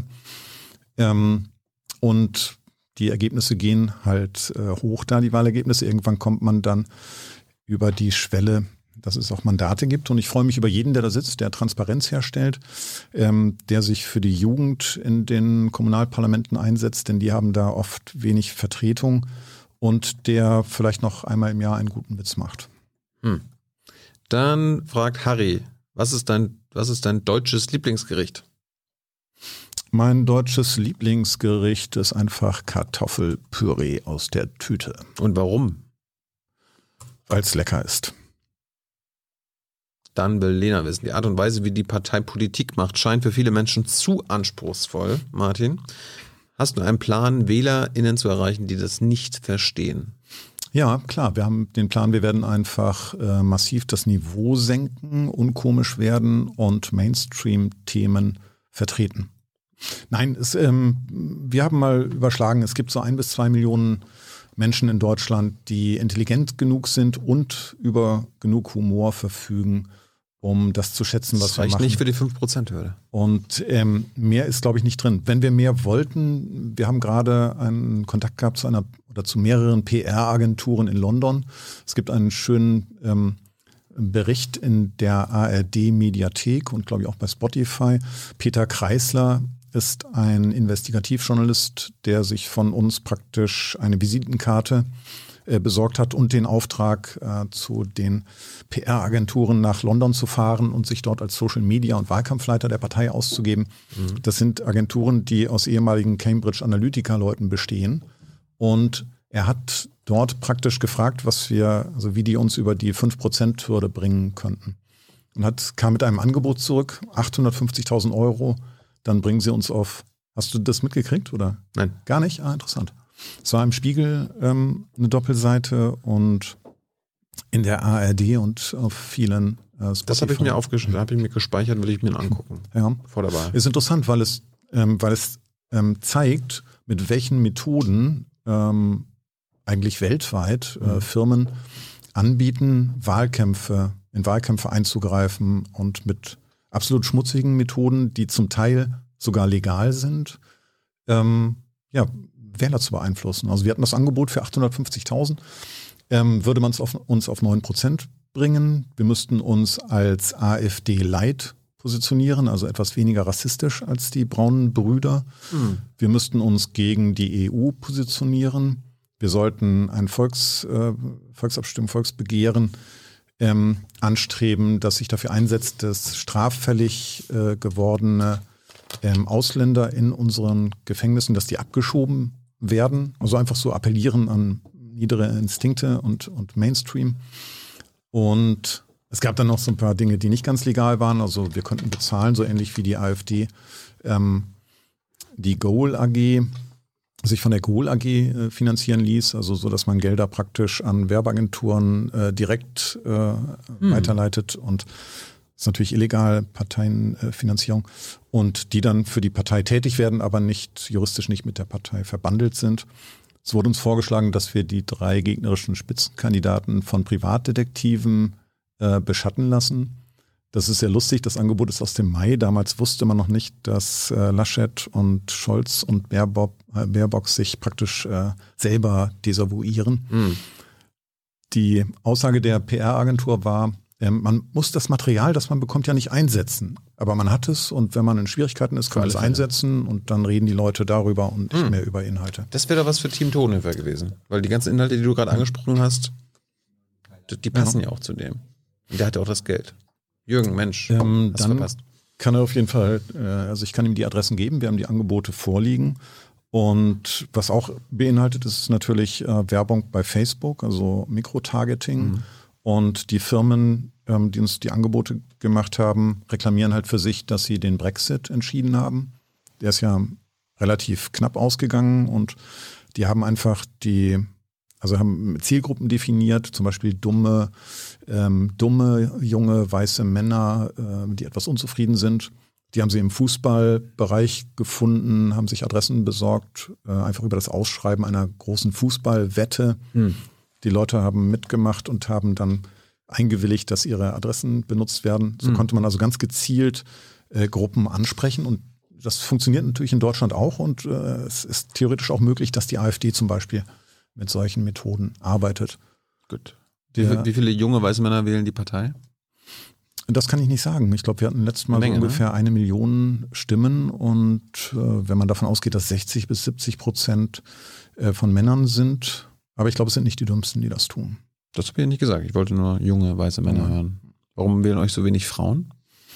Und die Ergebnisse gehen halt hoch da, die Wahlergebnisse. Irgendwann kommt man dann über die Schwelle, dass es auch Mandate gibt. Und ich freue mich über jeden, der da sitzt, der Transparenz herstellt, der sich für die Jugend in den Kommunalparlamenten einsetzt, denn die haben da oft wenig Vertretung und der vielleicht noch einmal im Jahr einen guten Witz macht. Dann fragt Harry, was ist dein deutsches Lieblingsgericht? Mein deutsches Lieblingsgericht ist einfach Kartoffelpüree aus der Tüte. Und warum? Weil es lecker ist. Dann will Lena wissen, die Art und Weise, wie die Partei Politik macht, scheint für viele Menschen zu anspruchsvoll. Martin, hast du einen Plan, WählerInnen zu erreichen, die das nicht verstehen? Ja, klar. Wir haben den Plan, wir werden einfach massiv das Niveau senken, unkomisch werden und Mainstream-Themen vertreten. Nein, wir haben mal überschlagen, es gibt so 1 bis 2 Millionen Menschen in Deutschland, die intelligent genug sind und über genug Humor verfügen, um das zu schätzen, was wir machen. Das reicht nicht für die 5%-Hürde. Und mehr ist, glaube ich, nicht drin. Wenn wir mehr wollten, wir haben gerade einen Kontakt gehabt zu mehreren PR-Agenturen in London. Es gibt einen schönen Bericht in der ARD-Mediathek und, glaube ich, auch bei Spotify. Peter Kreisler ist ein Investigativjournalist, der sich von uns praktisch eine Visitenkarte besorgt hat und den Auftrag, zu den PR-Agenturen nach London zu fahren und sich dort als Social Media und Wahlkampfleiter der Partei auszugeben. Das sind Agenturen, die aus ehemaligen Cambridge Analytica-Leuten bestehen. Und er hat dort praktisch gefragt, wie die uns über die 5%-Hürde bringen könnten. und kam mit einem Angebot zurück, 850.000 Euro, dann bringen sie uns auf, hast du das mitgekriegt oder? Nein. Gar nicht? Ah, interessant. Es war im Spiegel eine Doppelseite und in der ARD und auf vielen Spotify. Das habe ich mir gespeichert, will ich mir angucken. Ja. Vor der Wahl. Ist interessant, weil es zeigt, mit welchen Methoden eigentlich weltweit Firmen anbieten, in Wahlkämpfe einzugreifen und mit absolut schmutzigen Methoden, die zum Teil sogar legal sind, Wähler zu beeinflussen. Also wir hatten das Angebot für 850.000, würde man es uns auf 9% bringen. Wir müssten uns als AfD-Light positionieren, also etwas weniger rassistisch als die braunen Brüder. Wir müssten uns gegen die EU positionieren. Wir sollten ein Volksabstimmung, Volksbegehren anstreben, das sich dafür einsetzt, dass straffällig gewordene Ausländer in unseren Gefängnissen, dass die abgeschoben werden. Also einfach so appellieren an niedere Instinkte und Mainstream. Und es gab dann noch so ein paar Dinge, die nicht ganz legal waren. Also wir konnten bezahlen, so ähnlich wie die AfD, die Goal AG, sich von der Goal AG finanzieren ließ, also so, dass man Gelder praktisch an Werbeagenturen direkt weiterleitet und das ist natürlich illegal, Parteienfinanzierung und die dann für die Partei tätig werden, aber juristisch nicht mit der Partei verbandelt sind. Es wurde uns vorgeschlagen, dass wir die 3 gegnerischen Spitzenkandidaten von Privatdetektiven beschatten lassen. Das ist sehr lustig. Das Angebot ist aus dem Mai. Damals wusste man noch nicht, dass Laschet und Scholz und Baerbock sich praktisch selber desavouieren. Die Aussage der PR-Agentur war, man muss das Material, das man bekommt, ja nicht einsetzen. Aber man hat es und wenn man in Schwierigkeiten ist, kann man es einsetzen und dann reden die Leute darüber und nicht mehr über Inhalte. Das wäre doch was für Team Tonhöfer gewesen. Weil die ganzen Inhalte, die du gerade angesprochen hast, die passen ja auch zu dem. Und der hat ja auch das Geld. Jürgen, Mensch, hast dann verpasst. Kann er auf jeden Fall, also ich kann ihm die Adressen geben, wir haben die Angebote vorliegen. Und was auch beinhaltet, ist natürlich Werbung bei Facebook, also Mikrotargeting. Und die Firmen, die uns die Angebote gemacht haben, reklamieren halt für sich, dass sie den Brexit entschieden haben. Der ist ja relativ knapp ausgegangen und die haben einfach haben Zielgruppen definiert, zum Beispiel dumme, junge, weiße Männer, die etwas unzufrieden sind. Die haben sie im Fußballbereich gefunden, haben sich Adressen besorgt, einfach über das Ausschreiben einer großen Fußballwette. Die Leute haben mitgemacht und haben dann eingewilligt, dass ihre Adressen benutzt werden. So konnte man also ganz gezielt Gruppen ansprechen und das funktioniert natürlich in Deutschland auch und es ist theoretisch auch möglich, dass die AfD zum Beispiel mit solchen Methoden arbeitet. Gut. Wie viele junge weiße Männer wählen die Partei? Das kann ich nicht sagen. Ich glaube, wir hatten letztes Mal so ungefähr 1 Million Stimmen und wenn man davon ausgeht, dass 60-70% von Männern sind, aber ich glaube, es sind nicht die Dümmsten, die das tun. Das habe ich ja nicht gesagt. Ich wollte nur junge weiße Männer hören. Warum wählen euch so wenig Frauen?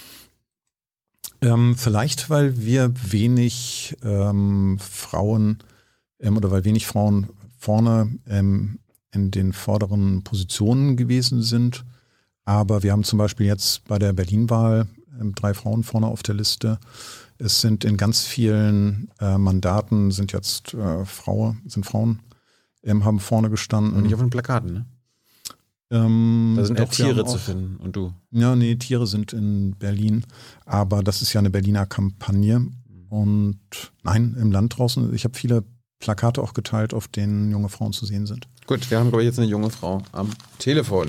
Vielleicht, weil wir wenig Frauen oder weil wenig Frauen vorne in den vorderen Positionen gewesen sind. Aber wir haben zum Beispiel jetzt bei der Berlin-Wahl 3 Frauen vorne auf der Liste. Es sind in ganz vielen Mandaten sind jetzt Frauen haben vorne gestanden. Und nicht auf den Plakaten, ne? Da sind auch Tiere zu finden und du. Ja, nee, Tiere sind in Berlin, aber das ist ja eine Berliner Kampagne und nein, im Land draußen, ich habe viele Plakate auch geteilt, auf denen junge Frauen zu sehen sind. Gut, wir haben, glaube ich, jetzt eine junge Frau am Telefon.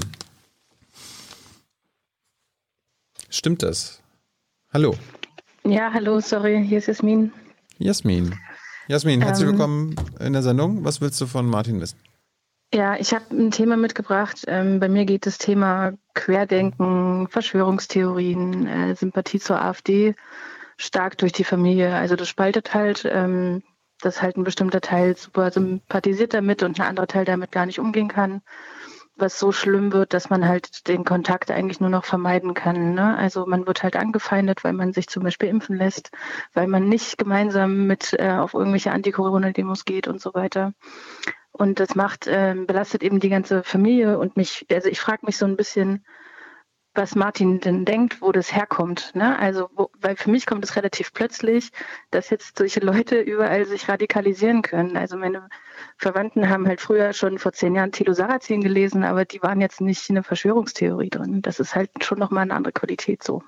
Stimmt das? Hallo. Ja, hallo, sorry, hier ist Jasmin. Jasmin, herzlich willkommen in der Sendung. Was willst du von Martin wissen? Ja, ich habe ein Thema mitgebracht. Bei mir geht das Thema Querdenken, Verschwörungstheorien, Sympathie zur AfD stark durch die Familie. Also das spaltet halt, dass halt ein bestimmter Teil super sympathisiert damit und ein anderer Teil damit gar nicht umgehen kann. Was so schlimm wird, dass man halt den Kontakt eigentlich nur noch vermeiden kann. Ne? Also man wird halt angefeindet, weil man sich zum Beispiel impfen lässt, weil man nicht gemeinsam mit auf irgendwelche Anti-Corona-Demos geht und so weiter. Und das belastet eben die ganze Familie und mich, also ich frage mich so ein bisschen, was Martin denn denkt, wo das herkommt. Ne? Also, weil für mich kommt es relativ plötzlich, dass jetzt solche Leute überall sich radikalisieren können. Also meine Verwandten haben halt früher schon vor 10 Jahren Thilo Sarrazin gelesen, aber die waren jetzt nicht in der Verschwörungstheorie drin. Das ist halt schon nochmal eine andere Qualität so.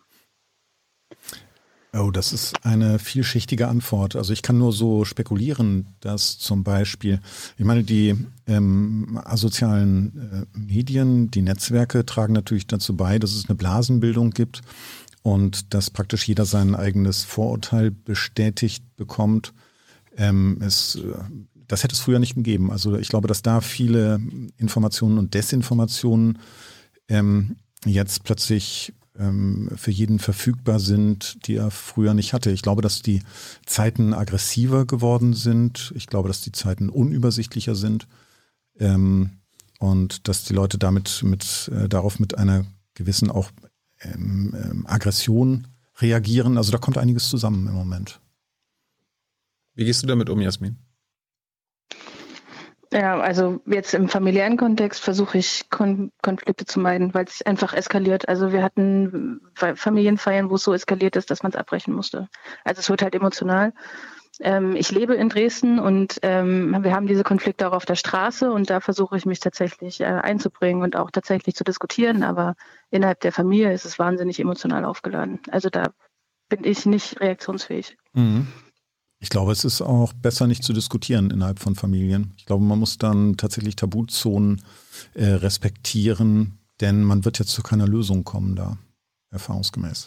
Oh, das ist eine vielschichtige Antwort. Also ich kann nur so spekulieren, dass zum Beispiel, ich meine, die asozialen Medien, die Netzwerke tragen natürlich dazu bei, dass es eine Blasenbildung gibt und dass praktisch jeder sein eigenes Vorurteil bestätigt bekommt. Das hätte es früher nicht gegeben. Also ich glaube, dass da viele Informationen und Desinformationen jetzt plötzlich für jeden verfügbar sind, die er früher nicht hatte. Ich glaube, dass die Zeiten aggressiver geworden sind. Ich glaube, dass die Zeiten unübersichtlicher sind und dass die Leute darauf mit einer gewissen auch Aggression reagieren. Also da kommt einiges zusammen im Moment. Wie gehst du damit um, Jasmin? Ja, also jetzt im familiären Kontext versuche ich Konflikte zu meiden, weil es einfach eskaliert. Also wir hatten Familienfeiern, wo es so eskaliert ist, dass man es abbrechen musste. Also es wird halt emotional. Ich lebe in Dresden und wir haben diese Konflikte auch auf der Straße und da versuche ich mich tatsächlich einzubringen und auch tatsächlich zu diskutieren. Aber innerhalb der Familie ist es wahnsinnig emotional aufgeladen. Also da bin ich nicht reaktionsfähig. Mhm. Ich glaube, es ist auch besser, nicht zu diskutieren innerhalb von Familien. Ich glaube, man muss dann tatsächlich Tabuzonen respektieren, denn man wird jetzt zu keiner Lösung kommen da, erfahrungsgemäß.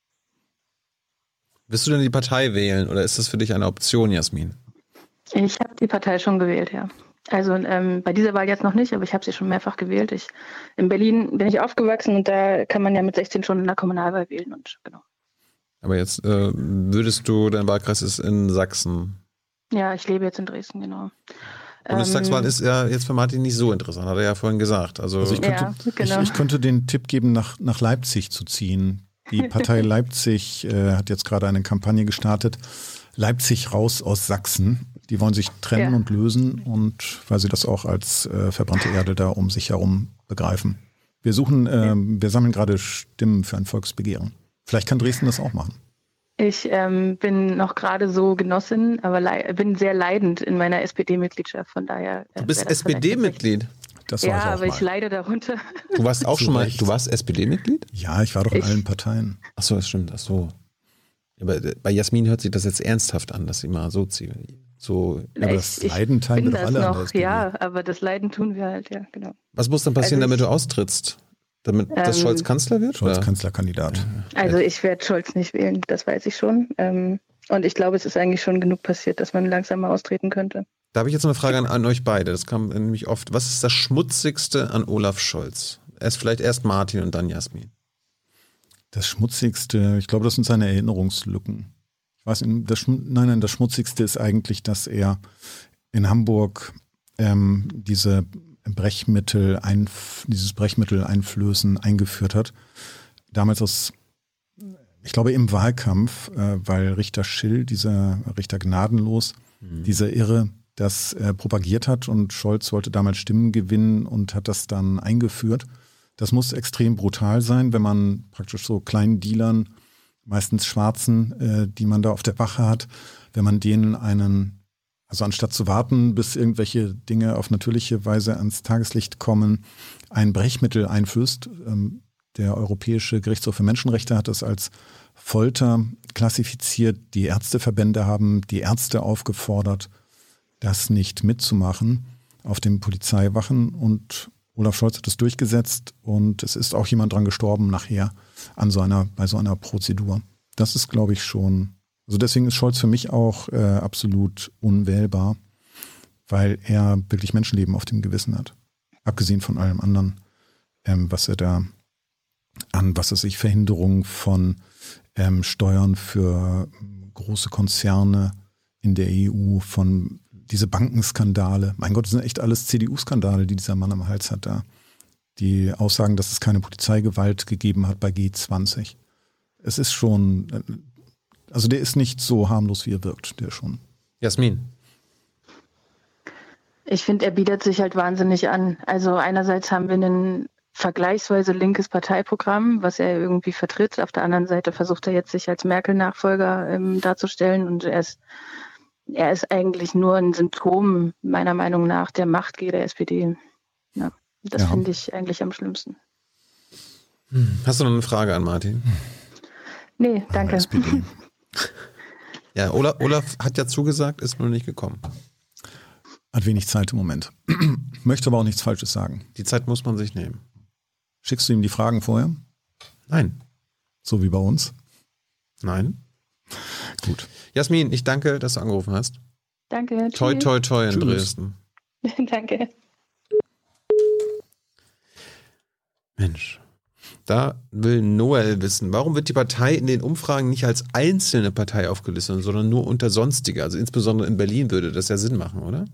Wirst du denn die Partei wählen oder ist das für dich eine Option, Jasmin? Ich habe die Partei schon gewählt, ja. Also bei dieser Wahl jetzt noch nicht, aber ich habe sie schon mehrfach gewählt. In Berlin bin ich aufgewachsen und da kann man ja mit 16 schon in der Kommunalwahl wählen und genau. Aber jetzt dein Wahlkreis ist in Sachsen. Ja, ich lebe jetzt in Dresden, genau. Bundestagswahl ist ja jetzt für Martin nicht so interessant, hat er ja vorhin gesagt. Also ich könnte den Tipp geben, nach Leipzig zu ziehen. Die Partei Leipzig hat jetzt gerade eine Kampagne gestartet. Leipzig raus aus Sachsen. Die wollen sich trennen und lösen und weil sie das auch als verbrannte Erde da um sich herum begreifen. Wir sammeln gerade Stimmen für ein Volksbegehren. Vielleicht kann Dresden das auch machen. Ich bin noch gerade so Genossin, aber bin sehr leidend in meiner SPD-Mitgliedschaft. Von daher. Du bist SPD-Mitglied? Das war ich auch aber ich leide darunter. Du warst auch schon mal, du warst SPD-Mitglied? Ja, ich war doch in allen Parteien. Achso, das stimmt. Achso. Aber bei Jasmin hört sich das jetzt ernsthaft an, dass sie mal so zieht. Aber das Leiden teilen wir doch alle an der SPD. Ja, aber das Leiden tun wir halt, ja, genau. Was muss dann passieren, damit du austrittst? Damit das Scholz Kanzler wird? Scholz Kanzlerkandidat. Also ich werde Scholz nicht wählen, das weiß ich schon. Und ich glaube, es ist eigentlich schon genug passiert, dass man langsam mal austreten könnte. Da habe ich jetzt eine Frage an euch beide. Das kam nämlich oft. Was ist das Schmutzigste an Olaf Scholz? Vielleicht erst Martin und dann Jasmin. Das Schmutzigste, ich glaube, das sind seine Erinnerungslücken. Ich weiß nicht, das Schmutzigste ist eigentlich, dass er in Hamburg dieses Brechmitteleinflößen eingeführt hat. Damals ich glaube im Wahlkampf, weil Richter Schill, dieser Richter Gnadenlos, dieser Irre, das propagiert hat und Scholz wollte damals Stimmen gewinnen und hat das dann eingeführt. Das muss extrem brutal sein, wenn man praktisch so kleinen Dealern, meistens Schwarzen, die man da auf der Wache hat, wenn man denen also anstatt zu warten, bis irgendwelche Dinge auf natürliche Weise ans Tageslicht kommen, ein Brechmittel einflößt. Der Europäische Gerichtshof für Menschenrechte hat das als Folter klassifiziert. Die Ärzteverbände haben die Ärzte aufgefordert, das nicht mitzumachen auf den Polizeiwachen. Und Olaf Scholz hat das durchgesetzt und es ist auch jemand dran gestorben nachher bei so einer Prozedur. Das ist, glaube ich, schon. Also deswegen ist Scholz für mich auch absolut unwählbar, weil er wirklich Menschenleben auf dem Gewissen hat. Abgesehen von allem anderen, was sich Verhinderung von Steuern für große Konzerne in der EU, von diese Bankenskandale. Mein Gott, das sind echt alles CDU-Skandale, die dieser Mann am Hals hat da. Die Aussagen, dass es keine Polizeigewalt gegeben hat bei G20. Es ist schon, also der ist nicht so harmlos, wie er wirkt, der schon. Jasmin. Ich finde, er bietet sich halt wahnsinnig an. Also einerseits haben wir einen vergleichsweise linkes Parteiprogramm, was er irgendwie vertritt. Auf der anderen Seite versucht er jetzt, sich als Merkel-Nachfolger darzustellen. Und er ist eigentlich nur ein Symptom, meiner Meinung nach, der Machtgier der SPD. Ja, das finde ich eigentlich am schlimmsten. Hast du noch eine Frage an Martin? Nee, danke. Ja, Olaf hat ja zugesagt, ist nur nicht gekommen. Hat wenig Zeit im Moment. Möchte aber auch nichts Falsches sagen. Die Zeit muss man sich nehmen. Schickst du ihm die Fragen vorher? Nein. So wie bei uns? Nein. Gut. Jasmin, ich danke, dass du angerufen hast. Danke. Toi, toi, toi in Tschüss. Dresden. Danke. Mensch. Da will Noel wissen, warum wird die Partei in den Umfragen nicht als einzelne Partei aufgelistet, sondern nur unter Sonstige? Also insbesondere in Berlin würde das ja Sinn machen, oder?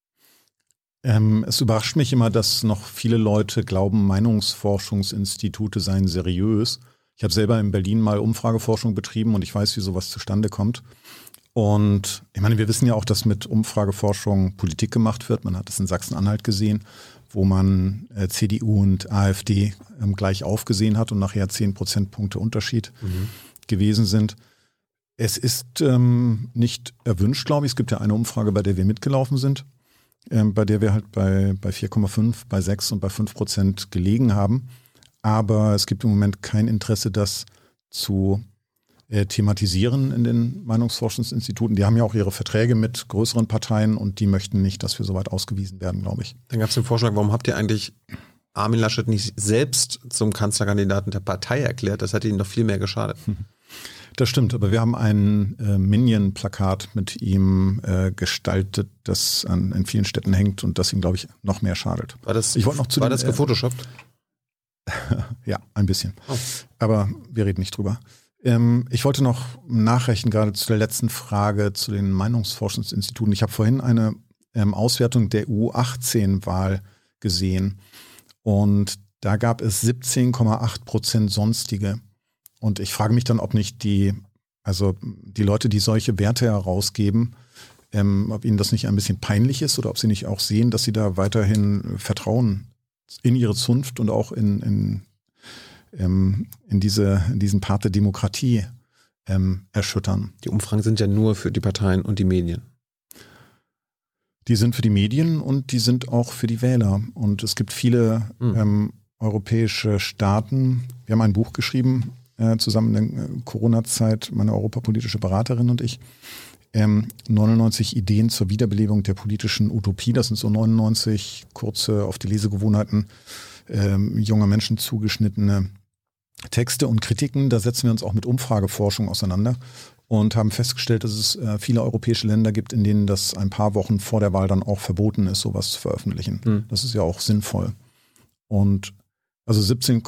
Es überrascht mich immer, dass noch viele Leute glauben, Meinungsforschungsinstitute seien seriös. Ich habe selber in Berlin mal Umfrageforschung betrieben und ich weiß, wie sowas zustande kommt. Und ich meine, wir wissen ja auch, dass mit Umfrageforschung Politik gemacht wird. Man hat es in Sachsen-Anhalt gesehen, wo man CDU und AfD gleich aufgesehen hat und nachher 10 Prozentpunkte Unterschied gewesen sind. Es ist nicht erwünscht, glaube ich. Es gibt ja eine Umfrage, bei der wir mitgelaufen sind, bei der wir halt bei 4,5, bei 6 und bei 5% gelegen haben. Aber es gibt im Moment kein Interesse, das zu thematisieren in den Meinungsforschungsinstituten. Die haben ja auch ihre Verträge mit größeren Parteien und die möchten nicht, dass wir so weit ausgewiesen werden, glaube ich. Dann gab es den Vorschlag, warum habt ihr eigentlich Armin Laschet nicht selbst zum Kanzlerkandidaten der Partei erklärt? Das hätte ihnen noch viel mehr geschadet. Das stimmt, aber wir haben ein Minion-Plakat mit ihm gestaltet, das in vielen Städten hängt und das ihm, glaube ich, noch mehr schadet. War das gefotoshoppt? Ja, ein bisschen. Oh. Aber wir reden nicht drüber. Ich wollte noch nachrechnen, gerade zu der letzten Frage zu den Meinungsforschungsinstituten. Ich habe vorhin eine Auswertung der U18-Wahl gesehen und da gab es 17,8% Sonstige. Und ich frage mich dann, ob nicht die Leute, die solche Werte herausgeben, ob ihnen das nicht ein bisschen peinlich ist oder ob sie nicht auch sehen, dass sie da weiterhin Vertrauen in ihre Zunft und auch in diesen Part der Demokratie erschüttern. Die Umfragen sind ja nur für die Parteien und die Medien. Die sind für die Medien und die sind auch für die Wähler. Und es gibt viele europäische Staaten. Wir haben ein Buch geschrieben, zusammen in der Corona-Zeit, meine europapolitische Beraterin und ich. 99 Ideen zur Wiederbelebung der politischen Utopie. Das sind so 99 kurze, auf die Lesegewohnheiten junger Menschen zugeschnittene Texte und Kritiken. Da setzen wir uns auch mit Umfrageforschung auseinander und haben festgestellt, dass es viele europäische Länder gibt, in denen das ein paar Wochen vor der Wahl dann auch verboten ist, sowas zu veröffentlichen. Das ist ja auch sinnvoll. Und also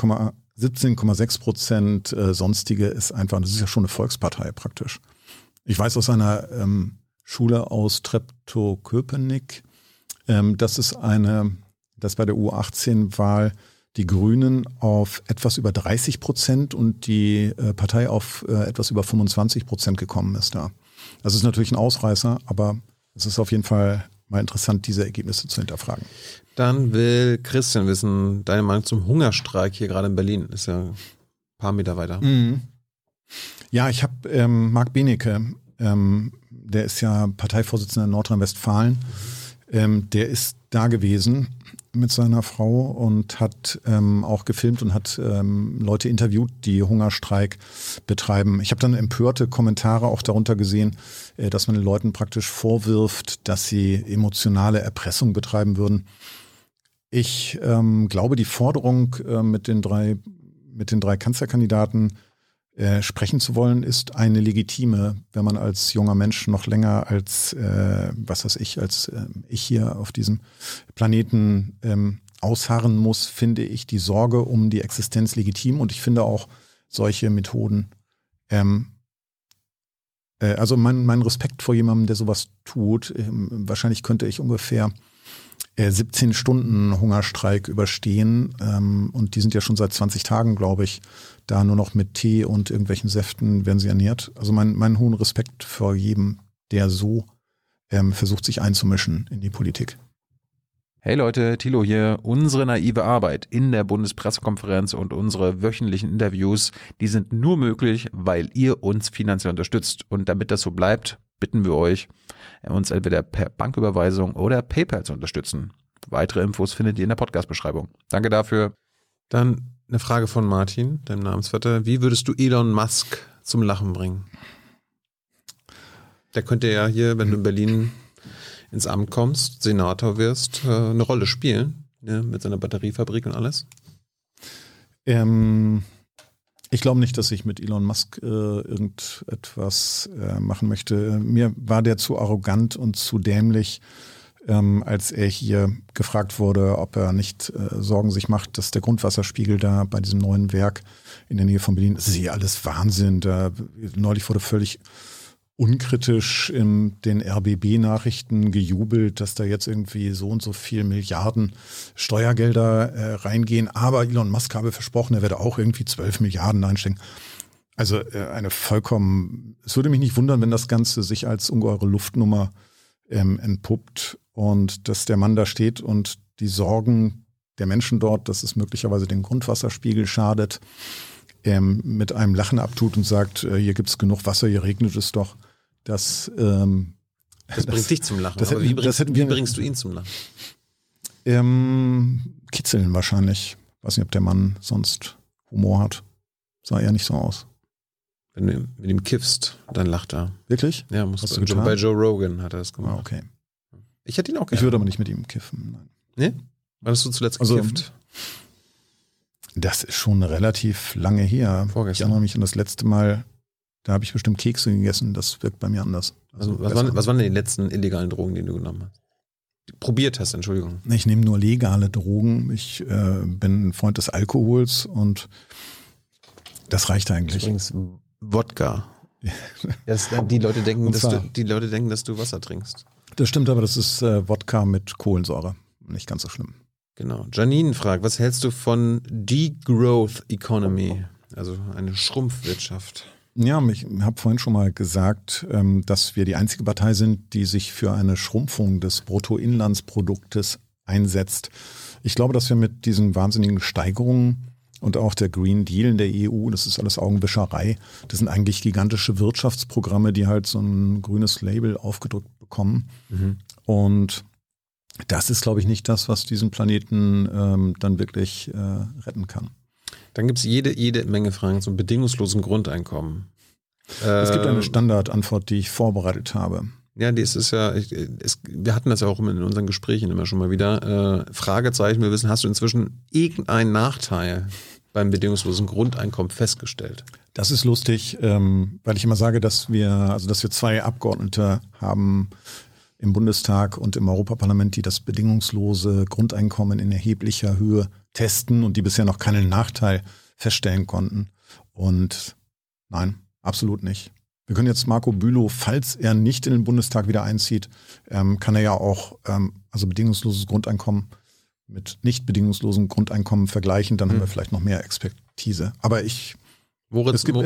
17,6% Sonstige ist einfach, das ist ja schon eine Volkspartei praktisch. Ich weiß aus einer Schule aus Treptow-Köpenick, dass bei der U18-Wahl die Grünen auf etwas über 30% und die Partei auf etwas über 25% gekommen ist da. Das ist natürlich ein Ausreißer, aber es ist auf jeden Fall mal interessant, diese Ergebnisse zu hinterfragen. Dann will Christian wissen, deine Meinung zum Hungerstreik hier gerade in Berlin. Ist ja ein paar Meter weiter. Ja, ich habe Marc Benecke, der ist ja Parteivorsitzender in Nordrhein-Westfalen. Der ist da gewesen mit seiner Frau und hat auch gefilmt und hat Leute interviewt, die Hungerstreik betreiben. Ich habe dann empörte Kommentare auch darunter gesehen, dass man den Leuten praktisch vorwirft, dass sie emotionale Erpressung betreiben würden. Ich glaube, die Forderung mit den drei Kanzlerkandidaten sprechen zu wollen, ist eine legitime, wenn man als junger Mensch noch länger als ich hier auf diesem Planeten ausharren muss, finde ich die Sorge um die Existenz legitim und ich finde auch solche Methoden, also mein Respekt vor jemandem, der sowas tut, wahrscheinlich könnte ich ungefähr 17 Stunden Hungerstreik überstehen und die sind ja schon seit 20 Tagen, glaube ich, da nur noch mit Tee und irgendwelchen Säften werden sie ernährt. Also meinen hohen Respekt vor jedem, der so versucht, sich einzumischen in die Politik. Hey Leute, Thilo hier. Unsere naive Arbeit in der Bundespressekonferenz und unsere wöchentlichen Interviews, die sind nur möglich, weil ihr uns finanziell unterstützt. Und damit das so bleibt, bitten wir euch, uns entweder per Banküberweisung oder PayPal zu unterstützen. Weitere Infos findet ihr in der Podcast-Beschreibung. Danke dafür. Dann eine Frage von Martin, deinem Namensvetter. Wie würdest du Elon Musk zum Lachen bringen? Der könnte ja hier, wenn du in Berlin ins Amt kommst, Senator wirst, eine Rolle spielen, ne, mit seiner Batteriefabrik und alles? Ich glaube nicht, dass ich mit Elon Musk irgendetwas machen möchte. Mir war der zu arrogant und zu dämlich, als er hier gefragt wurde, ob er nicht Sorgen sich macht, dass der Grundwasserspiegel da bei diesem neuen Werk in der Nähe von Berlin, das ist hier alles Wahnsinn. Neulich wurde völlig unkritisch in den RBB-Nachrichten gejubelt, dass da jetzt irgendwie so und so viel Milliarden Steuergelder reingehen. Aber Elon Musk habe versprochen, er werde auch irgendwie 12 Milliarden einstecken. Also eine vollkommen, es würde mich nicht wundern, wenn das Ganze sich als ungeheure Luftnummer entpuppt und dass der Mann da steht und die Sorgen der Menschen dort, dass es möglicherweise den Grundwasserspiegel schadet, mit einem Lachen abtut und sagt, hier gibt es genug Wasser, hier regnet es doch. Das bringt dich zum Lachen. Aber wie bringst du ihn zum Lachen? Kitzeln wahrscheinlich. Weiß nicht, ob der Mann sonst Humor hat. Sah eher nicht so aus. Wenn du mit ihm kiffst, dann lacht er. Wirklich? Ja, bei Joe Rogan hat er das gemacht. Ah, okay. Ich hätte ihn auch gerne. Ich würde aber nicht mit ihm kiffen. Nein. Nee? Wann hast du zuletzt gekifft? Das ist schon relativ lange her. Vorgestern. Ich erinnere mich an das letzte Mal, da habe ich bestimmt Kekse gegessen. Das wirkt bei mir anders. Also was waren denn die letzten illegalen Drogen, die du genommen hast? Probiert hast, Entschuldigung. Ich nehme nur legale Drogen. Ich bin ein Freund des Alkohols und das reicht eigentlich. Übrigens Wodka. Die Leute denken, dass du Wasser trinkst. Das stimmt, aber das ist Wodka mit Kohlensäure. Nicht ganz so schlimm. Genau. Janine fragt, was hältst du von Degrowth Economy, also eine Schrumpfwirtschaft? Ja, ich habe vorhin schon mal gesagt, dass wir die einzige Partei sind, die sich für eine Schrumpfung des Bruttoinlandsproduktes einsetzt. Ich glaube, dass wir mit diesen wahnsinnigen Steigerungen und auch der Green Deal in der EU, das ist alles Augenwischerei, das sind eigentlich gigantische Wirtschaftsprogramme, die halt so ein grünes Label aufgedrückt bekommen. Mhm. Und das ist, glaube ich, nicht das, was diesen Planeten dann wirklich retten kann. Dann gibt es jede Menge Fragen zum bedingungslosen Grundeinkommen. Es gibt eine Standardantwort, die ich vorbereitet habe. Ja, wir hatten das ja auch in unseren Gesprächen immer schon mal wieder. Fragezeichen, wir wissen, hast du inzwischen irgendeinen Nachteil beim bedingungslosen Grundeinkommen festgestellt? Das ist lustig, weil ich immer sage, dass wir 2 Abgeordnete haben im Bundestag und im Europaparlament, die das bedingungslose Grundeinkommen in erheblicher Höhe testen und die bisher noch keinen Nachteil feststellen konnten. Und nein, absolut nicht. Wir können jetzt Marco Bülow, falls er nicht in den Bundestag wieder einzieht, kann er ja auch bedingungsloses Grundeinkommen mit nicht bedingungslosem Grundeinkommen vergleichen. Dann haben wir vielleicht noch mehr Expertise. Aber es gibt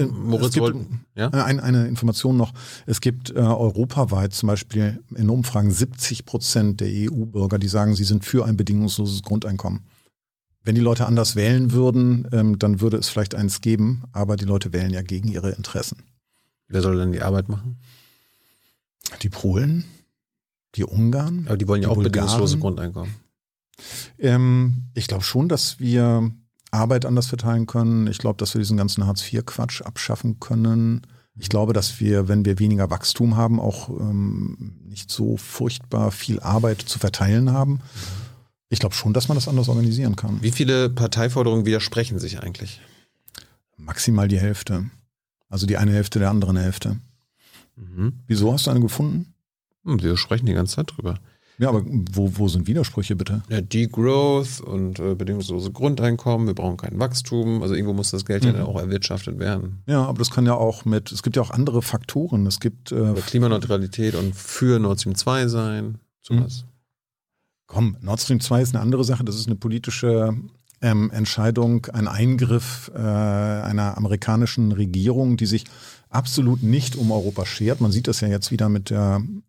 eine Information noch. Es gibt europaweit zum Beispiel in Umfragen 70% der EU-Bürger, die sagen, sie sind für ein bedingungsloses Grundeinkommen. Wenn die Leute anders wählen würden, dann würde es vielleicht eins geben, aber die Leute wählen ja gegen ihre Interessen. Wer soll denn die Arbeit machen? Die Polen, die Ungarn. Aber die wollen ja auch bedingungslose Grundeinkommen. Ich glaube schon, dass wir Arbeit anders verteilen können. Ich glaube, dass wir diesen ganzen Hartz-IV-Quatsch abschaffen können. Ich glaube, dass wir, wenn wir weniger Wachstum haben, auch nicht so furchtbar viel Arbeit zu verteilen haben. Ich glaube schon, dass man das anders organisieren kann. Wie viele Parteiforderungen widersprechen sich eigentlich? Maximal die Hälfte. Also die eine Hälfte der anderen Hälfte. Mhm. Wieso hast du eine gefunden? Wir sprechen die ganze Zeit drüber. Ja, aber wo sind Widersprüche bitte? Ja, Degrowth und bedingungslose Grundeinkommen, wir brauchen kein Wachstum, also irgendwo muss das Geld ja dann auch erwirtschaftet werden. Ja, aber das kann ja auch es gibt ja auch andere Faktoren. Es gibt Klimaneutralität und für Nord Stream 2 sein, sowas. Komm, Nord Stream 2 ist eine andere Sache, das ist eine politische Entscheidung, ein Eingriff einer amerikanischen Regierung, die sich absolut nicht um Europa schert. Man sieht das ja jetzt wieder mit dem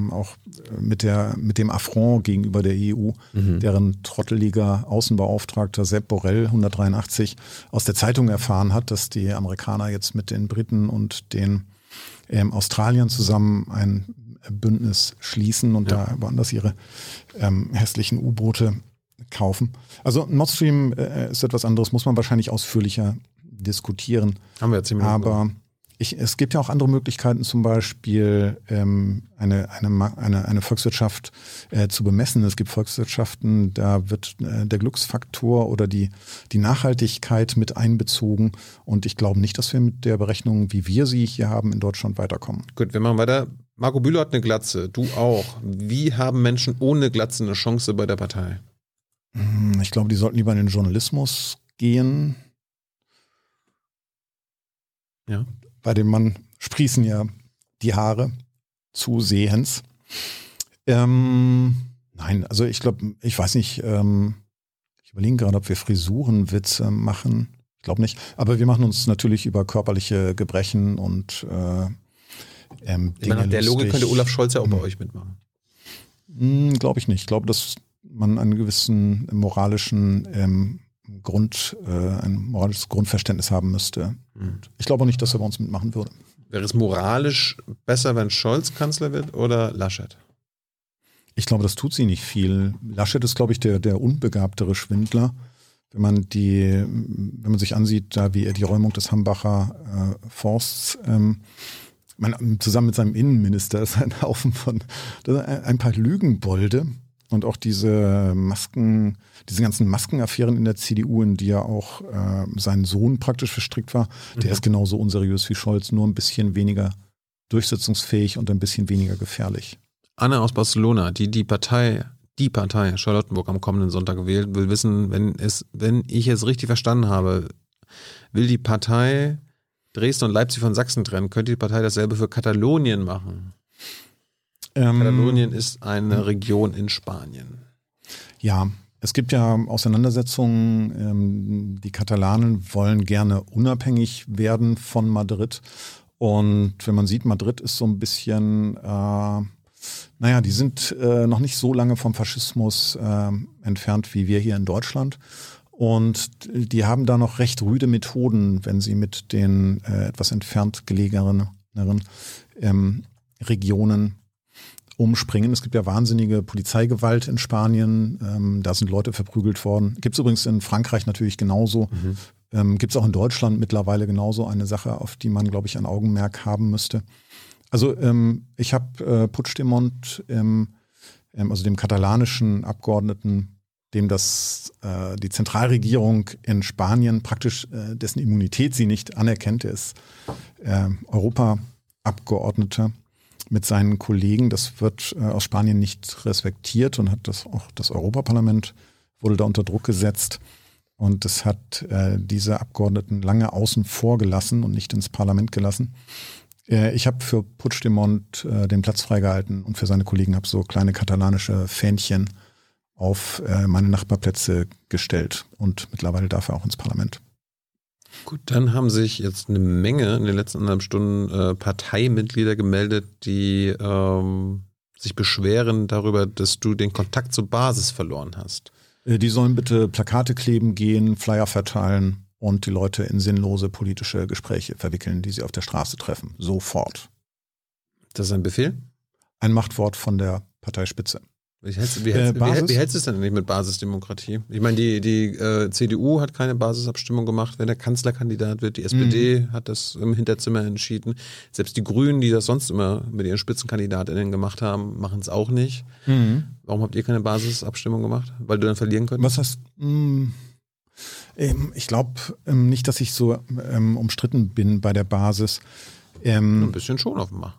Affront gegenüber der EU, deren trotteliger Außenbeauftragter Sepp Borrell 183 aus der Zeitung erfahren hat, dass die Amerikaner jetzt mit den Briten und den Australiern zusammen ein Bündnis schließen und da woanders ihre hässlichen U-Boote kaufen. Also Nord Stream ist etwas anderes, muss man wahrscheinlich ausführlicher diskutieren. Haben wir jetzt 10 Minuten. Aber es gibt ja auch andere Möglichkeiten, zum Beispiel eine Volkswirtschaft zu bemessen. Es gibt Volkswirtschaften, da wird der Glücksfaktor oder die Nachhaltigkeit mit einbezogen. Und ich glaube nicht, dass wir mit der Berechnung, wie wir sie hier haben, in Deutschland weiterkommen. Gut, wir machen weiter. Marco Bülow hat eine Glatze, du auch. Wie haben Menschen ohne Glatze eine Chance bei der Partei? Ich glaube, die sollten lieber in den Journalismus gehen. Ja. Bei dem Mann sprießen ja die Haare zusehends. Nein, also ich glaube, ich weiß nicht, ich überlege gerade, ob wir Frisurenwitze machen. Ich glaube nicht. Aber wir machen uns natürlich über körperliche Gebrechen und Dinge nach der Logik lustig. könnte Olaf Scholz ja auch bei euch mitmachen. Glaube ich nicht. Ich glaube, dass man einen gewissen moralischen ein moralisches Grundverständnis haben müsste. Ich glaube auch nicht, dass er bei uns mitmachen würde. Wäre es moralisch besser, wenn Scholz Kanzler wird oder Laschet? Ich glaube, das tut sie nicht viel. Laschet ist, glaube ich, der unbegabtere Schwindler. Wenn man sich ansieht, da wie er die Räumung des Hambacher Forsts zusammen mit seinem Innenminister ist ein Haufen von ein paar Lügenbolde. Und auch diese ganzen Maskenaffären in der CDU, in die ja auch sein Sohn praktisch verstrickt war, der ist genauso unseriös wie Scholz, nur ein bisschen weniger durchsetzungsfähig und ein bisschen weniger gefährlich. Anna aus Barcelona, die Partei Charlottenburg am kommenden Sonntag wählt, will wissen, wenn ich es richtig verstanden habe, will die Partei Dresden und Leipzig von Sachsen trennen, könnte die Partei dasselbe für Katalonien machen? Katalonien ist eine Region in Spanien. Ja, es gibt ja Auseinandersetzungen. Die Katalanen wollen gerne unabhängig werden von Madrid. Und wenn man sieht, Madrid ist so ein bisschen, die sind noch nicht so lange vom Faschismus entfernt wie wir hier in Deutschland. Und die haben da noch recht rüde Methoden, wenn sie mit den etwas entfernt gelegeneren Regionen umspringen. Es gibt ja wahnsinnige Polizeigewalt in Spanien. Da sind Leute verprügelt worden. Gibt es übrigens in Frankreich natürlich genauso. Gibt es auch in Deutschland mittlerweile genauso eine Sache, auf die man, glaube ich, ein Augenmerk haben müsste. Also ich habe Puigdemont, also dem katalanischen Abgeordneten, dem die Zentralregierung in Spanien praktisch dessen Immunität sie nicht anerkennt, er ist Europaabgeordneter mit seinen Kollegen. Das wird aus Spanien nicht respektiert und hat das Europaparlament wurde da unter Druck gesetzt. Und das hat diese Abgeordneten lange außen vor gelassen und nicht ins Parlament gelassen. Ich habe für Puigdemont den Platz freigehalten und für seine Kollegen habe so kleine katalanische Fähnchen auf meine Nachbarplätze gestellt. Und mittlerweile darf er auch ins Parlament. Gut, dann haben sich jetzt eine Menge in den letzten 1,5 Stunden Parteimitglieder gemeldet, die sich beschweren darüber, dass du den Kontakt zur Basis verloren hast. Die sollen bitte Plakate kleben gehen, Flyer verteilen und die Leute in sinnlose politische Gespräche verwickeln, die sie auf der Straße treffen. Sofort. Das ist ein Befehl? Ein Machtwort von der Parteispitze. Wie hältst du es denn nicht mit Basisdemokratie? Ich meine, die CDU hat keine Basisabstimmung gemacht, wenn der Kanzlerkandidat wird. Die SPD hat das im Hinterzimmer entschieden. Selbst die Grünen, die das sonst immer mit ihren Spitzenkandidatinnen gemacht haben, machen es auch nicht. Warum habt ihr keine Basisabstimmung gemacht? Weil du dann verlieren könntest? Was heißt? Ich glaube nicht, dass ich so umstritten bin bei der Basis. Ein bisschen schon offenbar.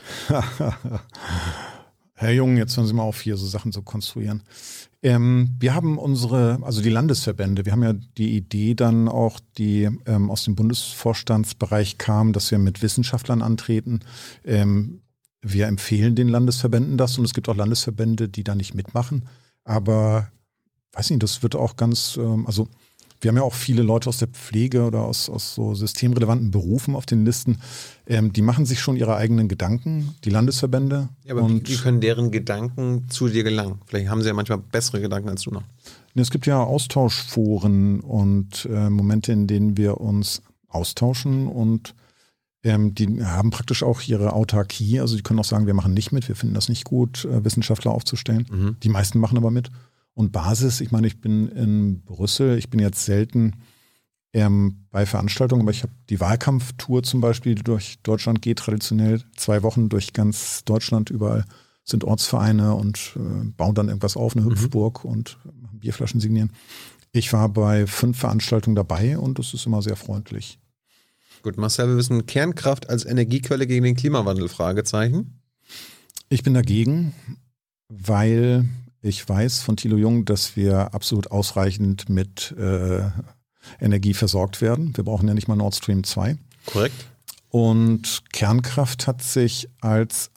Herr Jung, jetzt hören Sie mal auf, hier so Sachen zu konstruieren. Wir haben die Landesverbände, wir haben ja die Idee dann auch, die aus dem Bundesvorstandsbereich kam, dass wir mit Wissenschaftlern antreten. Wir empfehlen den Landesverbänden das und es gibt auch Landesverbände, die da nicht mitmachen. Aber, weiß nicht, das wird auch Wir haben ja auch viele Leute aus der Pflege oder aus so systemrelevanten Berufen auf den Listen. Die machen sich schon ihre eigenen Gedanken, die Landesverbände. Ja, aber wie können deren Gedanken zu dir gelangen? Vielleicht haben sie ja manchmal bessere Gedanken als du noch. Es gibt ja Austauschforen und Momente, in denen wir uns austauschen und die haben praktisch auch ihre Autarkie. Also die können auch sagen, wir machen nicht mit, wir finden das nicht gut, Wissenschaftler aufzustellen. Die meisten machen aber mit. Und Basis, ich meine, ich bin in Brüssel, ich bin jetzt selten bei Veranstaltungen, aber ich habe die Wahlkampftour zum Beispiel, die durch Deutschland geht, traditionell 2 Wochen durch ganz Deutschland, überall sind Ortsvereine und bauen dann irgendwas auf, eine Hüpfburg und Bierflaschen signieren. Ich war bei 5 Veranstaltungen dabei und das ist immer sehr freundlich. Gut, Marcel, wir wissen, Kernkraft als Energiequelle gegen den Klimawandel, Fragezeichen. Ich bin dagegen, weil ich weiß von Thilo Jung, dass wir absolut ausreichend mit Energie versorgt werden. Wir brauchen ja nicht mal Nord Stream 2. Korrekt. Und Kernkraft hat sich als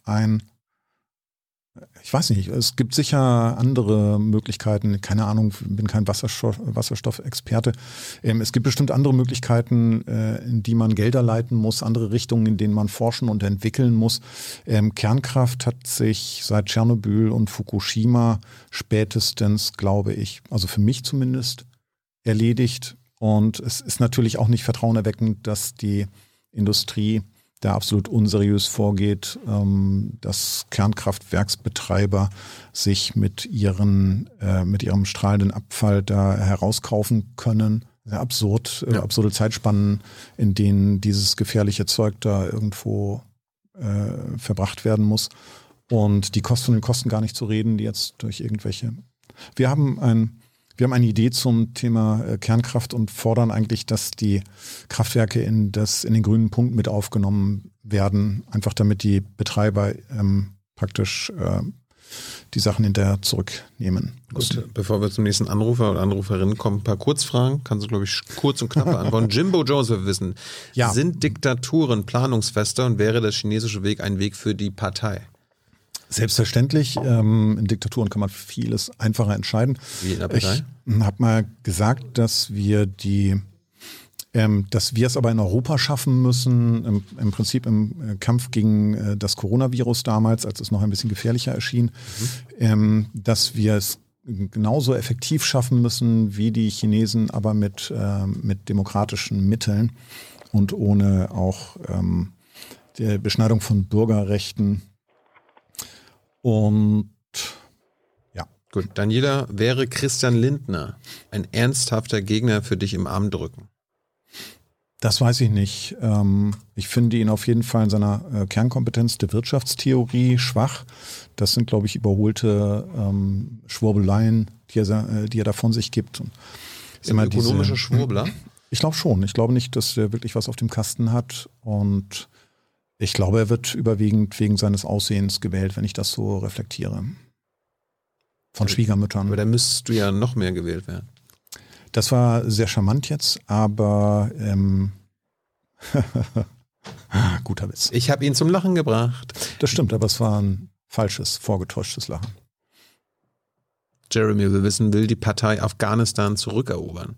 ich weiß nicht, es gibt sicher andere Möglichkeiten, keine Ahnung, ich bin kein Wasserstoffexperte. Es gibt bestimmt andere Möglichkeiten, in die man Gelder leiten muss, andere Richtungen, in denen man forschen und entwickeln muss. Kernkraft hat sich seit Tschernobyl und Fukushima spätestens, glaube ich, also für mich zumindest, erledigt. Und es ist natürlich auch nicht vertrauenerweckend, dass die Industrie da absolut unseriös vorgeht, dass Kernkraftwerksbetreiber sich mit ihrem strahlenden Abfall da herauskaufen können. Sehr absurd, absurde Zeitspannen, in denen dieses gefährliche Zeug da irgendwo verbracht werden muss. Und die Kosten von den Kosten gar nicht zu reden, die jetzt durch irgendwelche... Wir haben eine Idee zum Thema Kernkraft und fordern eigentlich, dass die Kraftwerke in den grünen Punkt mit aufgenommen werden, einfach damit die Betreiber praktisch die Sachen hinterher zurücknehmen müssen. Gut, bevor wir zum nächsten Anrufer oder Anruferin kommen, ein paar Kurzfragen. Kannst du, glaube ich, kurz und knapp beantworten. Jimbo Joseph wissen, sind Diktaturen planungsfester und wäre der chinesische Weg ein Weg für die Partei? Selbstverständlich. In Diktaturen kann man vieles einfacher entscheiden. Wie in der Partei? Ich habe mal gesagt, dass wir es aber in Europa schaffen müssen, im Prinzip im Kampf gegen das Coronavirus damals, als es noch ein bisschen gefährlicher erschien, dass wir es genauso effektiv schaffen müssen wie die Chinesen, aber mit demokratischen Mitteln und ohne auch die Beschneidung von Bürgerrechten. Und ja. Gut, Daniela, wäre Christian Lindner ein ernsthafter Gegner für dich im Armdrücken? Das weiß ich nicht. Ich finde ihn auf jeden Fall in seiner Kernkompetenz der Wirtschaftstheorie schwach. Das sind, glaube ich, überholte Schwurbeleien, die er da von sich gibt. Und ökonomischer Schwurbler? Ich glaube schon. Ich glaube nicht, dass er wirklich was auf dem Kasten hat. Und ich glaube, er wird überwiegend wegen seines Aussehens gewählt, wenn ich das so reflektiere. Von Schwiegermüttern. Aber da müsstest du ja noch mehr gewählt werden. Das war sehr charmant jetzt, aber guter Witz. Ich habe ihn zum Lachen gebracht. Das stimmt, aber es war ein falsches, vorgetäuschtes Lachen. Jeremy, wir wissen, will die Partei Afghanistan zurückerobern?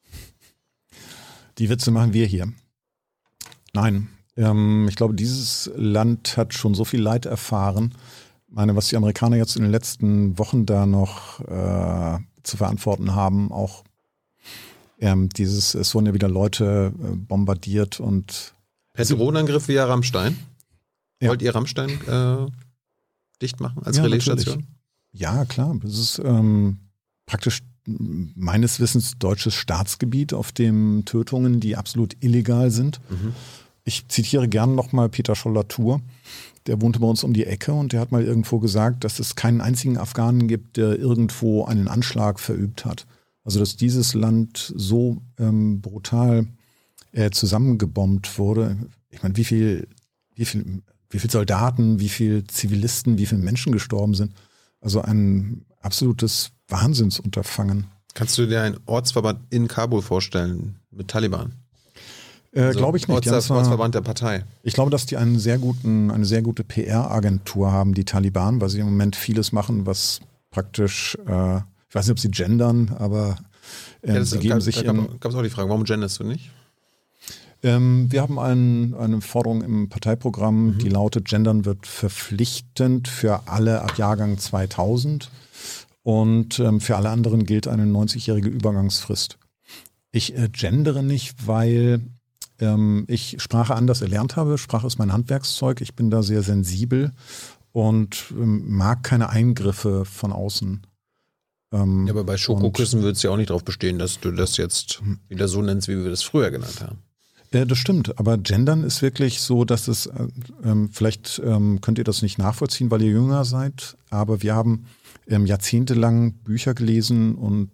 Die Witze machen wir hier. Nein. Ich glaube, dieses Land hat schon so viel Leid erfahren. Ich meine, was die Amerikaner jetzt in den letzten Wochen da noch zu verantworten haben, auch es wurden ja wieder Leute bombardiert und per Drohnenangriff via Rammstein? Ja. Wollt ihr Rammstein dicht machen als Relaisstation? Ja, klar. Das ist praktisch meines Wissens deutsches Staatsgebiet, auf dem Tötungen, die absolut illegal sind. Ich zitiere gerne nochmal Peter Scholler-Thur. Der wohnte bei uns um die Ecke und der hat mal irgendwo gesagt, dass es keinen einzigen Afghanen gibt, der irgendwo einen Anschlag verübt hat. Also dass dieses Land so brutal zusammengebombt wurde. Ich meine, wie viel Soldaten, wie viel Zivilisten, wie viele Menschen gestorben sind. Also ein absolutes Wahnsinnsunterfangen. Kannst du dir einen Ortsverband in Kabul vorstellen mit Taliban? Glaube ich nicht. Ortsverband der Partei. Ich glaube, dass die eine sehr gute PR-Agentur haben, die Taliban, weil sie im Moment vieles machen, was praktisch, ich weiß nicht, ob sie gendern, aber Sie geben sich gab es auch die Frage, warum genderst du nicht? Wir haben eine Forderung im Parteiprogramm, die lautet, Gendern wird verpflichtend für alle ab Jahrgang 2000 und für alle anderen gilt eine 90-jährige Übergangsfrist. Ich gendere nicht, weil ich Sprache anders erlernt habe. Sprache ist mein Handwerkszeug. Ich bin da sehr sensibel und mag keine Eingriffe von außen. Ja, aber bei Schokoküssen würdest du ja auch nicht darauf bestehen, dass du das jetzt wieder so nennst, wie wir das früher genannt haben. Das stimmt, aber Gendern ist wirklich so, dass es, vielleicht könnt ihr das nicht nachvollziehen, weil ihr jünger seid, aber wir haben jahrzehntelang Bücher gelesen und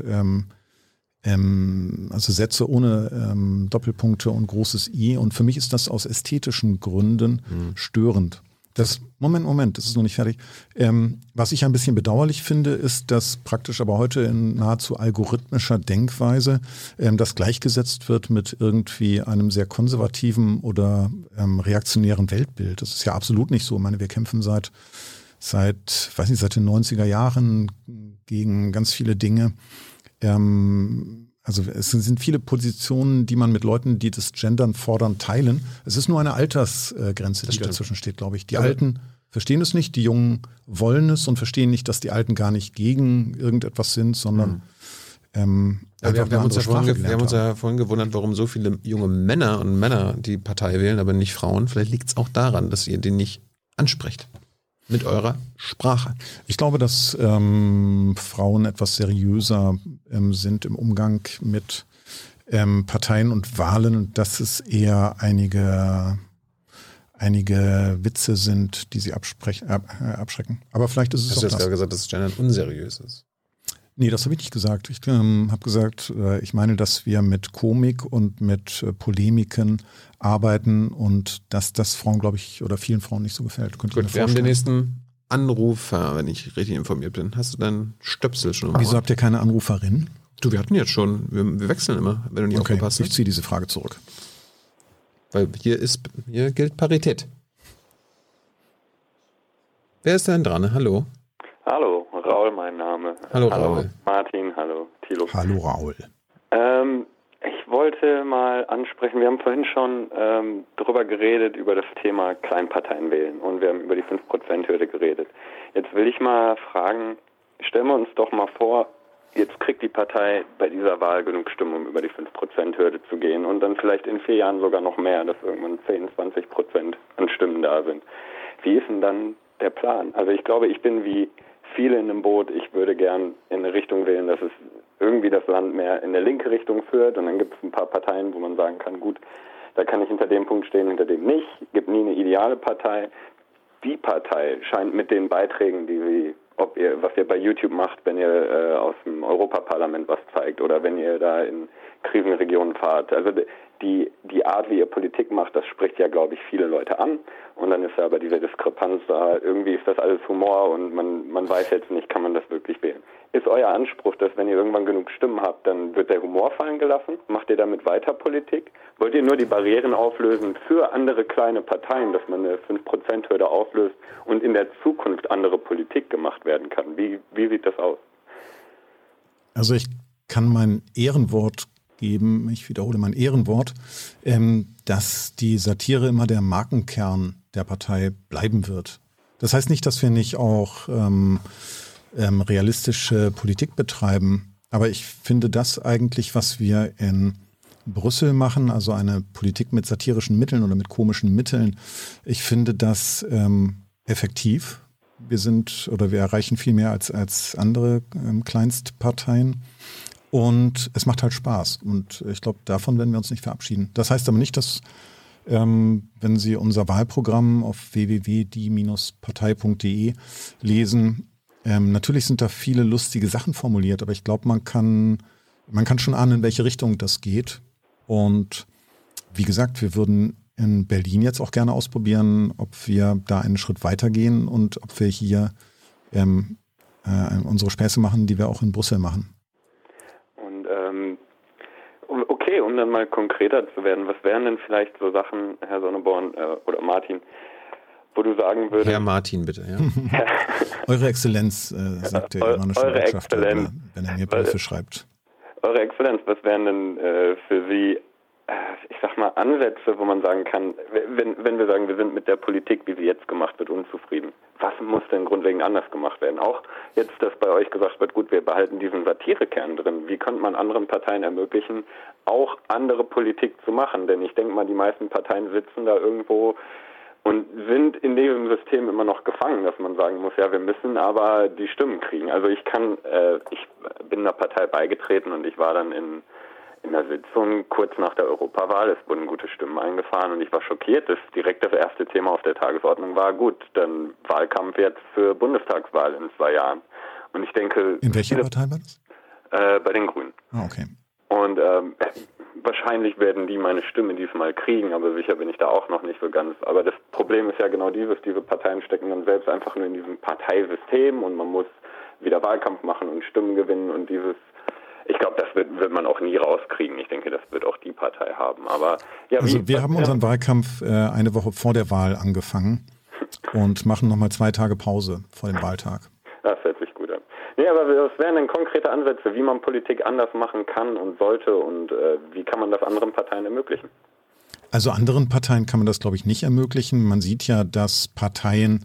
also Sätze ohne Doppelpunkte und großes I und für mich ist das aus ästhetischen Gründen störend. Moment, das ist noch nicht fertig. Was ich ein bisschen bedauerlich finde, ist, dass praktisch aber heute in nahezu algorithmischer Denkweise das gleichgesetzt wird mit irgendwie einem sehr konservativen oder reaktionären Weltbild. Das ist ja absolut nicht so. Ich meine, wir kämpfen seit den 90er Jahren gegen ganz viele Dinge. Also es sind viele Positionen, die man mit Leuten, die das Gendern fordern, teilen. Es ist nur eine Altersgrenze, die dazwischen steht, glaube ich. Die Alten verstehen es nicht, die Jungen wollen es und verstehen nicht, dass die Alten gar nicht gegen irgendetwas sind, sondern wir haben uns ja vorhin gewundert, warum so viele junge Männer die Partei wählen, aber nicht Frauen. Vielleicht liegt es auch daran, dass ihr den nicht ansprecht. Mit eurer Sprache. Ich glaube, dass Frauen etwas seriöser sind im Umgang mit Parteien und Wahlen und dass es eher einige Witze sind, die sie abschrecken. Aber vielleicht ist es Hast du jetzt gerade gesagt, dass Gendern unseriös ist? Nee, das habe ich nicht gesagt. Ich habe gesagt, ich meine, dass wir mit Komik und mit Polemiken arbeiten und dass das Frauen, glaube ich, oder vielen Frauen nicht so gefällt. Gut, wir haben den nächsten Anrufer, wenn ich richtig informiert bin. Hast du deinen Stöpsel schon? Wieso habt ihr keine Anruferin? Du, wir hatten jetzt schon. Wir wechseln immer, wenn du nicht aufgepasst hast. Ich ziehe diese Frage zurück. Weil hier gilt Parität. Wer ist denn dran? Hallo. Hallo, Raul mein Name. Hallo Raul. Martin, hallo Thilo. Hallo Raul. Ich wollte mal ansprechen, wir haben vorhin schon drüber geredet, über das Thema Kleinparteien wählen und wir haben über die 5%-Hürde geredet. Jetzt will ich mal fragen, stellen wir uns doch mal vor, jetzt kriegt die Partei bei dieser Wahl genug Stimmen, um über die 5%-Hürde zu gehen und dann vielleicht in 4 Jahren sogar noch mehr, dass irgendwann 10-20% an Stimmen da sind. Wie ist denn dann der Plan? Also ich glaube, ich bin wie viele in einem Boot. Ich würde gern in eine Richtung wählen, dass es irgendwie das Land mehr in der linke Richtung führt und dann gibt es ein paar Parteien, wo man sagen kann, gut, da kann ich hinter dem Punkt stehen, hinter dem nicht. Gibt nie eine ideale Partei. Die Partei scheint mit den Beiträgen, was ihr bei YouTube macht, wenn ihr aus dem Europaparlament was zeigt oder wenn ihr da in Krisenregionen fahrt. Also die Art, wie ihr Politik macht, das spricht ja, glaube ich, viele Leute an. Und dann ist ja aber diese Diskrepanz da. Irgendwie ist das alles Humor und man weiß jetzt nicht, kann man das wirklich wählen. Ist euer Anspruch, dass wenn ihr irgendwann genug Stimmen habt, dann wird der Humor fallen gelassen? Macht ihr damit weiter Politik? Wollt ihr nur die Barrieren auflösen für andere kleine Parteien, dass man eine 5%-Hürde auflöst und in der Zukunft andere Politik gemacht werden kann? Wie sieht das aus? Also ich kann mein Ehrenwort geben, ich wiederhole mein Ehrenwort, dass die Satire immer der Markenkern der Partei bleiben wird. Das heißt nicht, dass wir nicht auch realistische Politik betreiben, aber ich finde das eigentlich, was wir in Brüssel machen, also eine Politik mit satirischen Mitteln oder mit komischen Mitteln, ich finde das effektiv. Wir erreichen viel mehr als andere Kleinstparteien. Und es macht halt Spaß. Und ich glaube, davon werden wir uns nicht verabschieden. Das heißt aber nicht, dass, wenn Sie unser Wahlprogramm auf www.die-partei.de lesen, natürlich sind da viele lustige Sachen formuliert, aber ich glaube, man kann schon ahnen, in welche Richtung das geht. Und wie gesagt, wir würden in Berlin jetzt auch gerne ausprobieren, ob wir da einen Schritt weitergehen und ob wir hier unsere Späße machen, die wir auch in Brüssel machen. Okay, um dann mal konkreter zu werden, was wären denn vielleicht so Sachen, Herr Sonneborn oder Martin, wo du sagen würdest... Herr Martin, bitte, ja. Eure Exzellenz, sagt der iranische Botschafter, wenn er mir Briefe schreibt. Florenz, was wären denn für Sie, ich sag mal, Ansätze, wo man sagen kann, wenn wir sagen, wir sind mit der Politik, wie sie jetzt gemacht wird, unzufrieden, was muss denn grundlegend anders gemacht werden? Auch jetzt, dass bei euch gesagt wird, gut, wir behalten diesen Satirekern drin. Wie könnte man anderen Parteien ermöglichen, auch andere Politik zu machen? Denn ich denke mal, die meisten Parteien sitzen da irgendwo und sind in dem System immer noch gefangen, dass man sagen muss, ja, wir müssen aber die Stimmen kriegen. Also ich bin einer Partei beigetreten und ich war dann in der Sitzung kurz nach der Europawahl. Es wurden gute Stimmen eingefahren und ich war schockiert, dass direkt das erste Thema auf der Tagesordnung war, gut, dann Wahlkampf jetzt für Bundestagswahl in 2 Jahren. Und ich denke... In welcher Partei war das? Bei den Grünen. Ah, okay. Und wahrscheinlich werden die meine Stimme diesmal kriegen, aber sicher bin ich da auch noch nicht so ganz. Aber das Problem ist ja genau dieses, diese Parteien stecken dann selbst einfach nur in diesem Parteisystem und man muss wieder Wahlkampf machen und Stimmen gewinnen und ich glaube, das wird man auch nie rauskriegen. Ich denke, das wird auch die Partei haben. Aber ja, also wir haben unseren Wahlkampf eine Woche vor der Wahl angefangen und machen nochmal 2 Tage Pause vor dem Wahltag. Das hört sich gut an. Nee, aber was wären denn konkrete Ansätze, wie man Politik anders machen kann und sollte und wie kann man das anderen Parteien ermöglichen? Also anderen Parteien kann man das, glaube ich, nicht ermöglichen. Man sieht ja, dass Parteien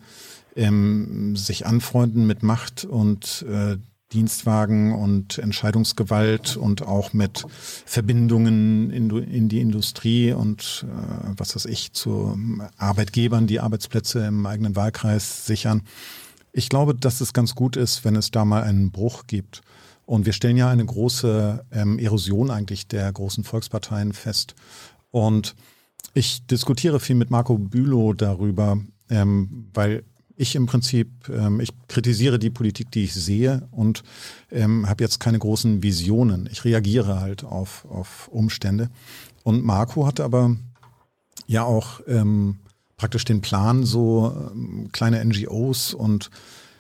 sich anfreunden mit Macht und Dienstwagen und Entscheidungsgewalt und auch mit Verbindungen in die Industrie und was weiß ich, zu Arbeitgebern, die Arbeitsplätze im eigenen Wahlkreis sichern. Ich glaube, dass es ganz gut ist, wenn es da mal einen Bruch gibt. Und wir stellen ja eine große Erosion eigentlich der großen Volksparteien fest. Und ich diskutiere viel mit Marco Bülow darüber, weil ich im Prinzip, ich kritisiere die Politik, die ich sehe und habe jetzt keine großen Visionen. Ich reagiere halt auf Umstände. Und Marco hatte aber ja auch praktisch den Plan, so kleine NGOs und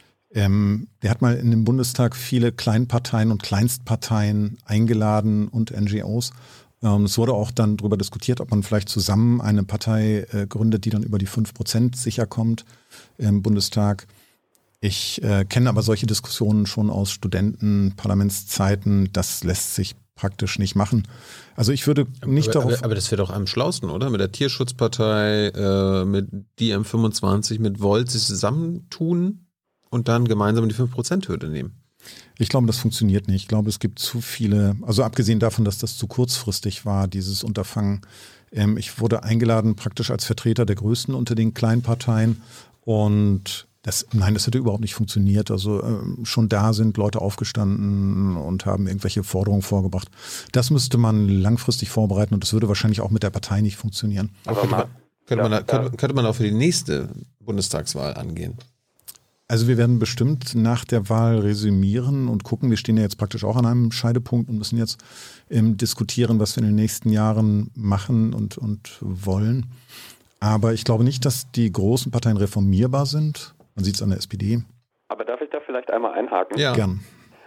der hat mal in den Bundestag viele Kleinparteien und Kleinstparteien eingeladen und NGOs. Es wurde auch dann darüber diskutiert, ob man vielleicht zusammen eine Partei gründet, die dann über die 5% sicher kommt im Bundestag. Ich kenne aber solche Diskussionen schon aus Studentenparlamentszeiten. Das lässt sich praktisch nicht machen. Also ich würde nicht darauf... Aber das wäre doch am schlausten, oder? Mit der Tierschutzpartei, mit die M25, mit Volt sich zusammentun und dann gemeinsam die 5%-Hürde nehmen. Ich glaube, das funktioniert nicht. Ich glaube, es gibt zu viele, also abgesehen davon, dass das zu kurzfristig war, dieses Unterfangen. Ich wurde eingeladen praktisch als Vertreter der Größten unter den kleinen Parteien und das hätte überhaupt nicht funktioniert. Also schon da sind Leute aufgestanden und haben irgendwelche Forderungen vorgebracht. Das müsste man langfristig vorbereiten und das würde wahrscheinlich auch mit der Partei nicht funktionieren. Aber könnte man auch für die nächste Bundestagswahl angehen? Also wir werden bestimmt nach der Wahl resümieren und gucken. Wir stehen ja jetzt praktisch auch an einem Scheidepunkt und müssen jetzt diskutieren, was wir in den nächsten Jahren machen und wollen. Aber ich glaube nicht, dass die großen Parteien reformierbar sind. Man sieht es an der SPD. Aber darf ich da vielleicht einmal einhaken? Ja. Gern.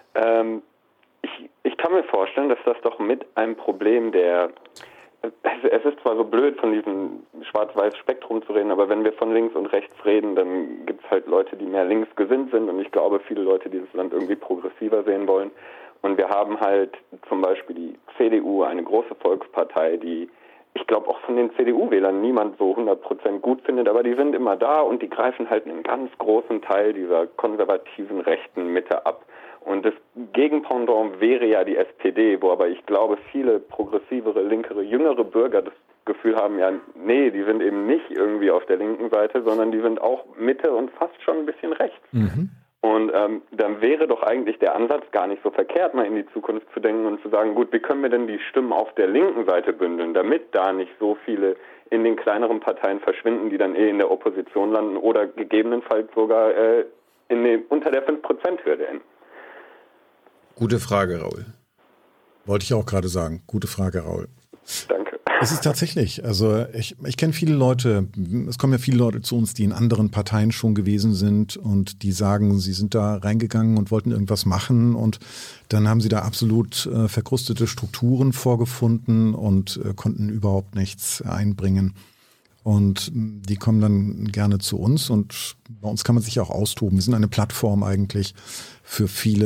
Ich kann mir vorstellen, dass das doch mit einem Problem es ist zwar so blöd, von diesem Schwarz-Weiß-Spektrum zu reden, aber wenn wir von links und rechts reden, dann gibt es halt Leute, die mehr links gesinnt sind und ich glaube, viele Leute, die das Land irgendwie progressiver sehen wollen. Und wir haben halt zum Beispiel die CDU, eine große Volkspartei, die ich glaube auch von den CDU-Wählern niemand so 100% gut findet, aber die sind immer da und die greifen halt einen ganz großen Teil dieser konservativen rechten Mitte ab. Und das Gegenpendant wäre ja die SPD, wo aber ich glaube, viele progressivere, linkere, jüngere Bürger das Gefühl haben, ja, nee, die sind eben nicht irgendwie auf der linken Seite, sondern die sind auch Mitte und fast schon ein bisschen rechts. Mhm. Und dann wäre doch eigentlich der Ansatz gar nicht so verkehrt, mal in die Zukunft zu denken und zu sagen, gut, wie können wir denn die Stimmen auf der linken Seite bündeln, damit da nicht so viele in den kleineren Parteien verschwinden, die dann in der Opposition landen oder gegebenenfalls sogar unter der 5%-Hürde enden. Gute Frage, Raul. Wollte ich auch gerade sagen. Gute Frage, Raul. Danke. Es ist tatsächlich, also ich kenne viele Leute, es kommen ja viele Leute zu uns, die in anderen Parteien schon gewesen sind und die sagen, sie sind da reingegangen und wollten irgendwas machen und dann haben sie da absolut verkrustete Strukturen vorgefunden und konnten überhaupt nichts einbringen. Und die kommen dann gerne zu uns und bei uns kann man sich auch austoben. Wir sind eine Plattform eigentlich für viele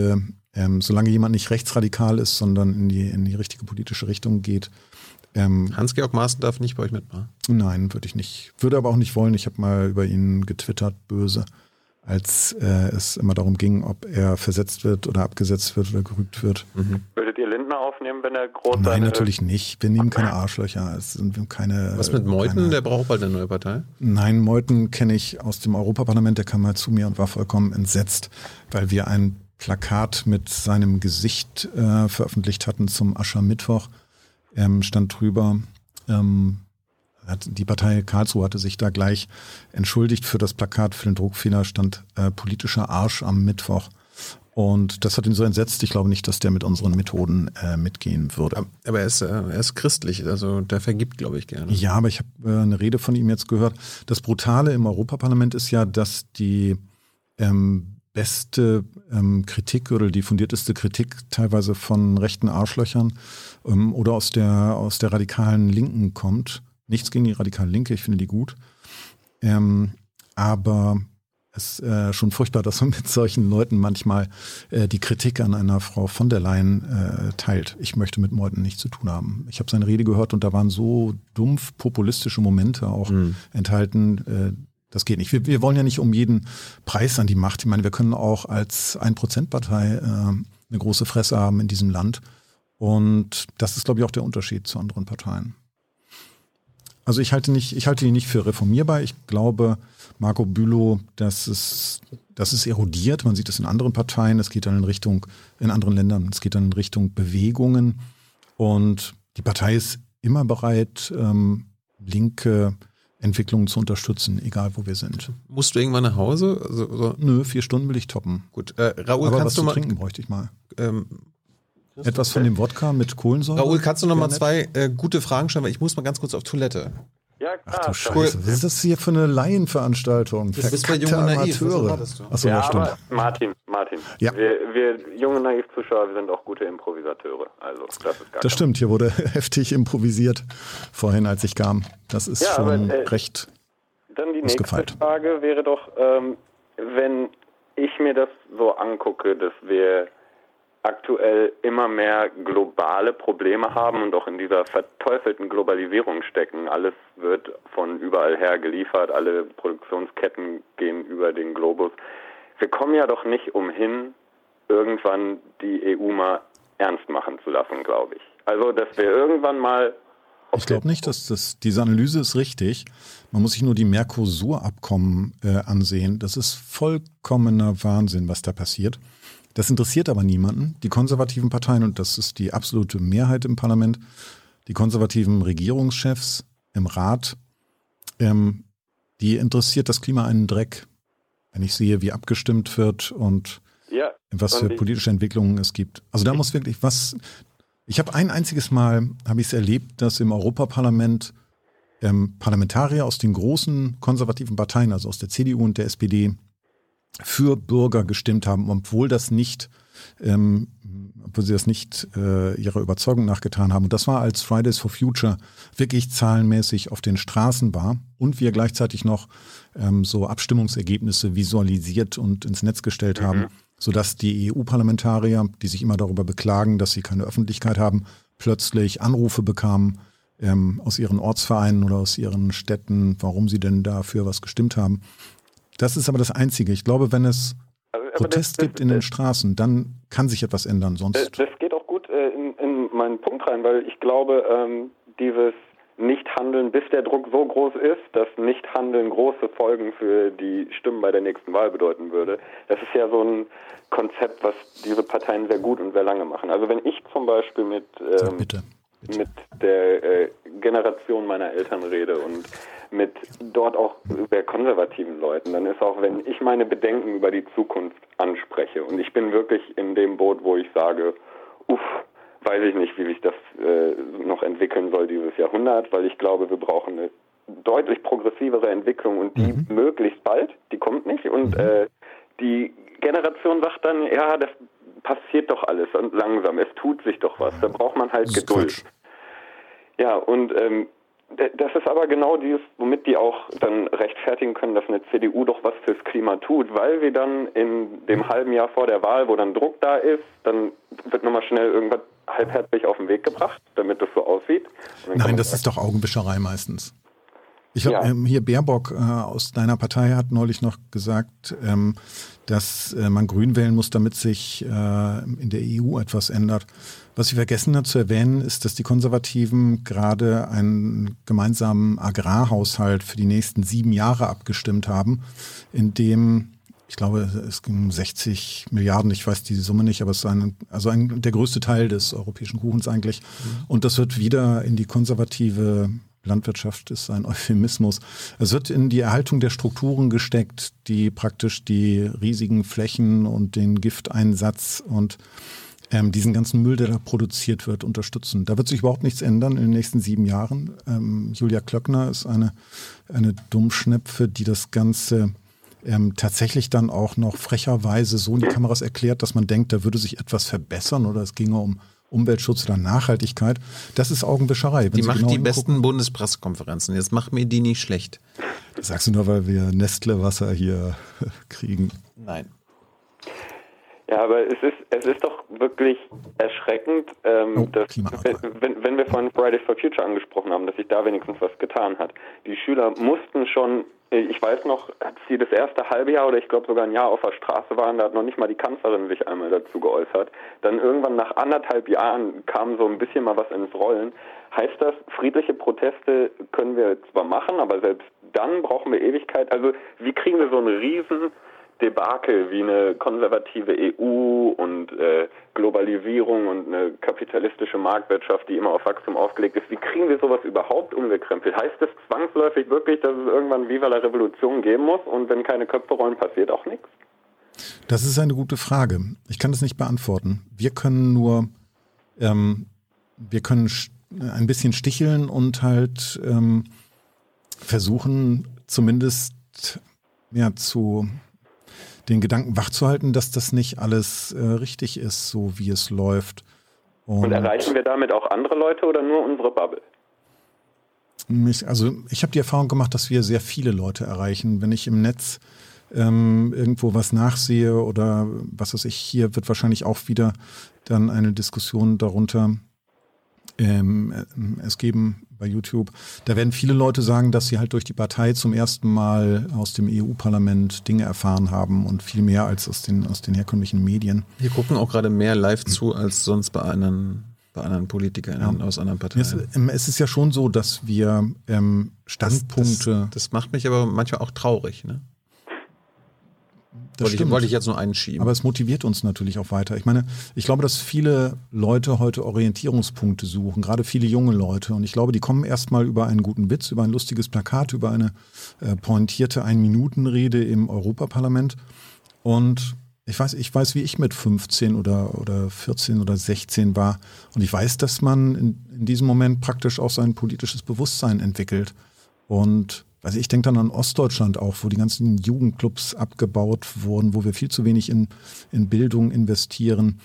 solange jemand nicht rechtsradikal ist, sondern in die richtige politische Richtung geht. Hans-Georg Maaßen darf nicht bei euch mitmachen? Nein, würde ich nicht. Würde aber auch nicht wollen. Ich habe mal über ihn getwittert, böse, als es immer darum ging, ob er versetzt wird oder abgesetzt wird oder gerügt wird. Würdet ihr Lindner aufnehmen, wenn er groß Nein, natürlich nicht. Wir nehmen keine Arschlöcher. Es sind keine. Was mit Meuthen? Der braucht bald eine neue Partei? Nein, Meuthen kenne ich aus dem Europaparlament. Der kam mal zu mir und war vollkommen entsetzt, weil wir ein Plakat mit seinem Gesicht veröffentlicht hatten zum Aschermittwoch. Stand drüber, die Partei Karlsruhe hatte sich da gleich entschuldigt für das Plakat, für den Druckfehler, stand politischer Arsch am Mittwoch. Und das hat ihn so entsetzt. Ich glaube nicht, dass der mit unseren Methoden mitgehen würde. Aber er ist christlich, also der vergibt, glaube ich, gerne. Ja, aber ich habe eine Rede von ihm jetzt gehört. Das Brutale im Europaparlament ist ja, dass die beste Kritik oder die fundierteste Kritik teilweise von rechten Arschlöchern oder aus der radikalen Linken kommt. Nichts gegen die radikale Linke, ich finde die gut. Aber es ist schon furchtbar, dass man mit solchen Leuten manchmal die Kritik an einer Frau von der Leyen teilt. Ich möchte mit Meuthen nichts zu tun haben. Ich habe seine Rede gehört und da waren so dumpf populistische Momente auch enthalten. Das geht nicht. Wir wollen ja nicht um jeden Preis an die Macht. Ich meine, wir können auch als 1%-Partei eine große Fresse haben in diesem Land. Und das ist, glaube ich, auch der Unterschied zu anderen Parteien. Also ich halte ihn nicht für reformierbar. Ich glaube, Marco Bülow, das ist erodiert. Man sieht es in anderen Parteien. Es geht dann in anderen Ländern. Es geht dann in Richtung Bewegungen. Und die Partei ist immer bereit, linke Entwicklungen zu unterstützen, egal wo wir sind. Musst du irgendwann nach Hause? Also, Nö, 4 Stunden will ich toppen. Gut, Raoul, aber kannst was du zu mal trinken bräuchte ich mal. Etwas von dem Wodka mit Kohlensäure? Raoul, kannst du noch mal 2 gute Fragen stellen, weil ich muss mal ganz kurz auf Toilette. Ja, klar. Ach du Scheiße, was ist das hier für eine Laienveranstaltung? Du bist bei Jung und Naiv, was erwartest du? Achso, ja, stimmt. Aber Martin, ja. wir junge Naiv-Zuschauer, wir sind auch gute Improvisateure. Also das ist Das stimmt, hier wurde heftig improvisiert vorhin, als ich kam. Das ist schon recht dann die ausgefeilt. Nächste Frage wäre doch, wenn ich mir das so angucke, dass wir aktuell immer mehr globale Probleme haben und auch in dieser verteufelten Globalisierung stecken. Alles wird von überall her geliefert, alle Produktionsketten gehen über den Globus. Wir kommen ja doch nicht umhin, irgendwann die EU mal ernst machen zu lassen, glaube ich. Also, dass wir irgendwann mal... Ich glaube nicht, dass diese Analyse ist richtig. Man muss sich nur die Mercosur-Abkommen ansehen. Das ist vollkommener Wahnsinn, was da passiert. Das interessiert aber niemanden. Die konservativen Parteien, und das ist die absolute Mehrheit im Parlament, die konservativen Regierungschefs im Rat, die interessiert das Klima einen Dreck. Wenn ich sehe, wie abgestimmt wird und was für politische Entwicklungen es gibt. Also da muss wirklich was... Ich habe ein einziges Mal, habe ich es erlebt, dass im Europaparlament Parlamentarier aus den großen konservativen Parteien, also aus der CDU und der SPD, für Bürger gestimmt haben, obwohl sie das nicht ihrer Überzeugung nachgetan haben. Und das war, als Fridays for Future wirklich zahlenmäßig auf den Straßen war und wir gleichzeitig noch so Abstimmungsergebnisse visualisiert und ins Netz gestellt haben, sodass die EU-Parlamentarier, die sich immer darüber beklagen, dass sie keine Öffentlichkeit haben, plötzlich Anrufe bekamen aus ihren Ortsvereinen oder aus ihren Städten, warum sie denn dafür was gestimmt haben. Das ist aber das Einzige. Ich glaube, wenn es Protest gibt in den Straßen, dann kann sich etwas ändern. Sonst das geht auch gut in meinen Punkt rein, weil ich glaube, dieses Nichthandeln, bis der Druck so groß ist, dass Nichthandeln große Folgen für die Stimmen bei der nächsten Wahl bedeuten würde. Das ist ja so ein Konzept, was diese Parteien sehr gut und sehr lange machen. Also wenn ich zum Beispiel mit der Generation meiner Eltern rede und mit dort auch sehr konservativen Leuten, dann ist auch, wenn ich meine Bedenken über die Zukunft anspreche und ich bin wirklich in dem Boot, wo ich sage, weiß ich nicht, wie sich das noch entwickeln soll dieses Jahrhundert, weil ich glaube, wir brauchen eine deutlich progressivere Entwicklung und die möglichst bald, die kommt nicht und die Generation sagt dann, ja, das passiert doch alles und langsam, es tut sich doch was, da braucht man halt Geduld. Ja, und Das ist aber genau dieses, womit die auch dann rechtfertigen können, dass eine CDU doch was fürs Klima tut, weil wir dann in dem halben Jahr vor der Wahl, wo dann Druck da ist, dann wird nochmal schnell irgendwas halbherzig auf den Weg gebracht, damit das so aussieht. Nein, das ist doch Augenwischerei meistens. Ich glaube, hier Baerbock aus deiner Partei hat neulich noch gesagt, dass man Grün wählen muss, damit sich in der EU etwas ändert. Was ich vergessen habe zu erwähnen, ist, dass die Konservativen gerade einen gemeinsamen Agrarhaushalt für die nächsten 7 Jahre abgestimmt haben, in dem, ich glaube, es ging um 60 Milliarden, ich weiß die Summe nicht, aber es ist der größte Teil des europäischen Kuchens eigentlich. Und das wird wieder in die konservative Landwirtschaft, ist ein Euphemismus. Es wird in die Erhaltung der Strukturen gesteckt, die praktisch die riesigen Flächen und den Gifteinsatz und diesen ganzen Müll, der da produziert wird, unterstützen. Da wird sich überhaupt nichts ändern in den nächsten 7 Jahren. Julia Klöckner ist eine Dummschnepfe, die das Ganze tatsächlich dann auch noch frecherweise so in die Kameras erklärt, dass man denkt, da würde sich etwas verbessern oder es ginge um Umweltschutz oder Nachhaltigkeit. Das ist Augenwischerei. Die macht die besten Bundespressekonferenzen. Jetzt macht mir die nicht schlecht. Das sagst du nur, weil wir Nestle-Wasser hier kriegen. Nein. Ja, aber es ist doch wirklich erschreckend, dass, wenn wir vorhin Fridays for Future angesprochen haben, dass sich da wenigstens was getan hat. Die Schüler mussten schon, ich weiß noch, als sie das erste halbe Jahr oder ich glaube sogar ein Jahr auf der Straße waren, da hat noch nicht mal die Kanzlerin sich einmal dazu geäußert. Dann irgendwann nach 1,5 Jahren kam so ein bisschen mal was ins Rollen. Heißt das, friedliche Proteste können wir zwar machen, aber selbst dann brauchen wir Ewigkeit. Also wie kriegen wir so einen riesen Debakel wie eine konservative EU und Globalisierung und eine kapitalistische Marktwirtschaft, die immer auf Wachstum ausgelegt ist. Wie kriegen wir sowas überhaupt umgekrempelt? Heißt das zwangsläufig wirklich, dass es irgendwann Viva la Revolution geben muss und wenn keine Köpfe rollen, passiert auch nichts? Das ist eine gute Frage. Ich kann das nicht beantworten. Wir können nur ein bisschen sticheln und halt versuchen, zumindest den Gedanken wachzuhalten, dass das nicht alles richtig ist, so wie es läuft. Und erreichen wir damit auch andere Leute oder nur unsere Bubble? Ich habe die Erfahrung gemacht, dass wir sehr viele Leute erreichen. Wenn ich im Netz irgendwo was nachsehe oder was weiß ich, hier wird wahrscheinlich auch wieder dann eine Diskussion darunter es geben bei YouTube. Da werden viele Leute sagen, dass sie halt durch die Partei zum ersten Mal aus dem EU-Parlament Dinge erfahren haben und viel mehr als aus den herkömmlichen Medien. Wir gucken auch gerade mehr live zu als sonst bei anderen Politikern aus anderen Parteien. Es ist ja schon so, dass wir Standpunkte... Das macht mich aber manchmal auch traurig, ne? Wollte ich jetzt nur einschieben. Aber es motiviert uns natürlich auch weiter. Ich meine, ich glaube, dass viele Leute heute Orientierungspunkte suchen, gerade viele junge Leute. Und ich glaube, die kommen erstmal über einen guten Witz, über ein lustiges Plakat, über eine pointierte 1-Minuten-Rede im Europaparlament. Und ich weiß, wie ich mit 15 oder 14 oder 16 war. Und ich weiß, dass man in diesem Moment praktisch auch sein politisches Bewusstsein entwickelt. Und ich denke dann an Ostdeutschland auch, wo die ganzen Jugendclubs abgebaut wurden, wo wir viel zu wenig in Bildung investieren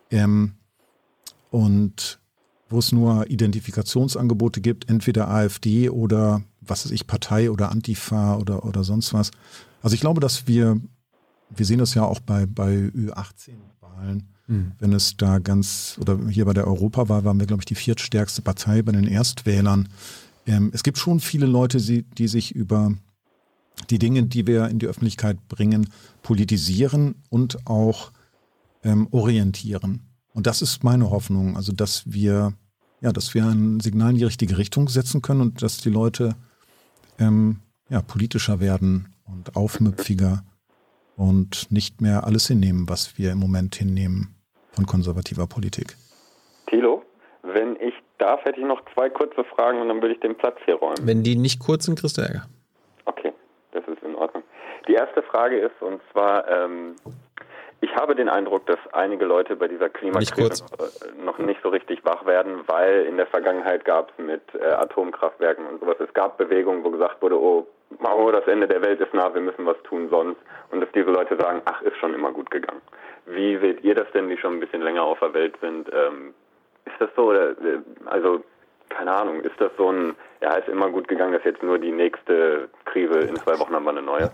und wo es nur Identifikationsangebote gibt, entweder AfD oder Partei oder Antifa oder sonst was. Also ich glaube, dass wir sehen das ja auch bei Ü18-Wahlen, wenn es da oder hier bei der Europawahl waren wir, glaube ich, die 4. stärkste Partei bei den Erstwählern. Es gibt schon viele Leute, die sich über die Dinge, die wir in die Öffentlichkeit bringen, politisieren und auch orientieren. Und das ist meine Hoffnung, also dass wir ein Signal in die richtige Richtung setzen können und dass die Leute politischer werden und aufmüpfiger und nicht mehr alles hinnehmen, was wir im Moment hinnehmen von konservativer Politik. Thilo, wenn ich darf, hätte ich noch 2 kurze Fragen und dann würde ich den Platz hier räumen. Wenn die nicht kurz sind, kriegst du Ärger. Okay, das ist in Ordnung. Die erste Frage ist, und zwar, ich habe den Eindruck, dass einige Leute bei dieser Klimakrise noch nicht so richtig wach werden, weil in der Vergangenheit gab es mit Atomkraftwerken und sowas, es gab Bewegungen, wo gesagt wurde, oh, das Ende der Welt ist nah, wir müssen was tun sonst. Und dass diese Leute sagen, ach, ist schon immer gut gegangen. Wie seht ihr das denn, die schon ein bisschen länger auf der Welt sind? Ist das so, oder, also, keine Ahnung, ist das so ein Ja, ist immer gut gegangen, das ist jetzt nur die nächste Krise, in 2 Wochen haben wir eine neue.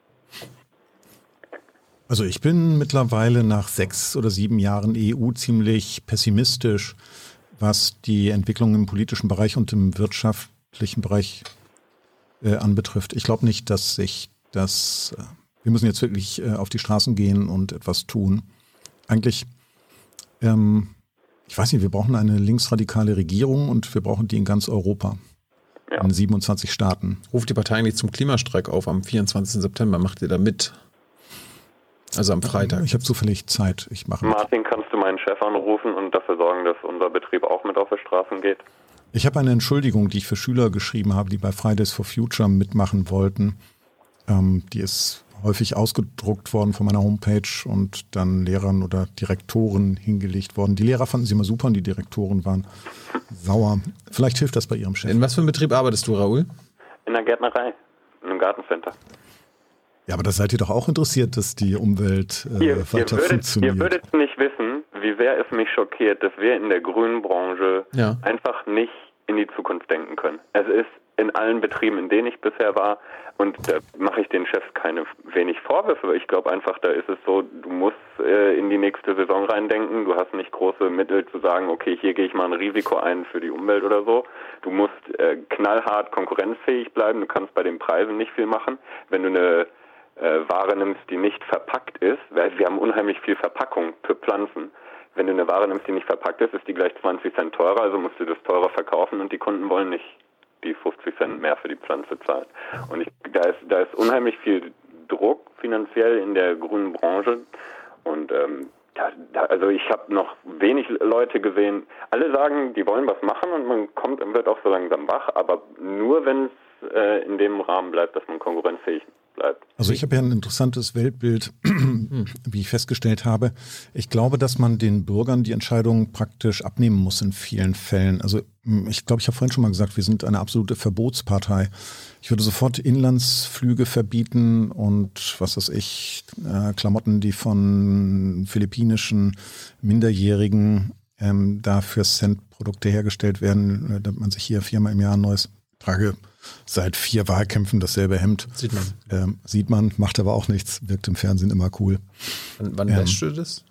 Also ich bin mittlerweile nach 6 oder 7 Jahren EU ziemlich pessimistisch, was die Entwicklung im politischen Bereich und im wirtschaftlichen Bereich anbetrifft. Ich glaube nicht, dass sich das, wir müssen jetzt wirklich auf die Straßen gehen und etwas tun. Eigentlich, ich weiß nicht, wir brauchen eine linksradikale Regierung und wir brauchen die in ganz Europa. Ja. In 27 Staaten. Ruft die Partei eigentlich zum Klimastreik auf am 24. September? Macht ihr da mit? Also am Freitag. Ich habe zufällig Zeit. Ich mache mit. Martin, kannst du meinen Chef anrufen und dafür sorgen, dass unser Betrieb auch mit auf die Straßen geht? Ich habe eine Entschuldigung, die ich für Schüler geschrieben habe, die bei Fridays for Future mitmachen wollten. Die ist häufig ausgedruckt worden von meiner Homepage und dann Lehrern oder Direktoren hingelegt worden. Die Lehrer fanden sie immer super und die Direktoren waren sauer. Vielleicht hilft das bei ihrem Chef. In was für einem Betrieb arbeitest du, Raoul? In der Gärtnerei, in einem Gartencenter. Ja, aber da seid ihr doch auch interessiert, dass die Umwelt weiter funktioniert. Ihr würdet nicht wissen, wie sehr es mich schockiert, dass wir in der grünen Branche einfach nicht in die Zukunft denken können. Es ist in allen Betrieben, in denen ich bisher war, und da mache ich den Chefs wenig Vorwürfe. Ich glaube einfach, da ist es so, du musst in die nächste Saison reindenken. Du hast nicht große Mittel zu sagen, okay, hier gehe ich mal ein Risiko ein für die Umwelt oder so. Du musst knallhart konkurrenzfähig bleiben. Du kannst bei den Preisen nicht viel machen. Wenn du eine Ware nimmst, die nicht verpackt ist, weil wir haben unheimlich viel Verpackung für Pflanzen. Wenn du eine Ware nimmst, die nicht verpackt ist, ist die gleich 20 Cent teurer, also musst du das teurer verkaufen und die Kunden wollen nicht die 50 Cent mehr für die Pflanze zahlen. Und da ist unheimlich viel Druck finanziell in der grünen Branche und also ich habe noch wenig Leute gesehen. Alle sagen, die wollen was machen und man wird auch so langsam wach, aber nur wenn es in dem Rahmen bleibt, dass man konkurrenzfähig bleibt. Also ich habe ja ein interessantes Weltbild, wie ich festgestellt habe. Ich glaube, dass man den Bürgern die Entscheidung praktisch abnehmen muss in vielen Fällen. Also ich glaube, ich habe vorhin schon mal gesagt, wir sind eine absolute Verbotspartei. Ich würde sofort Inlandsflüge verbieten und was weiß ich, Klamotten, die von philippinischen Minderjährigen da für Cent-Produkte hergestellt werden, damit man sich hier 4-mal im Jahr ein neues trage. Seit 4 Wahlkämpfen dasselbe Hemd. Sieht man, macht aber auch nichts, wirkt im Fernsehen immer cool. Wann wäschst du das?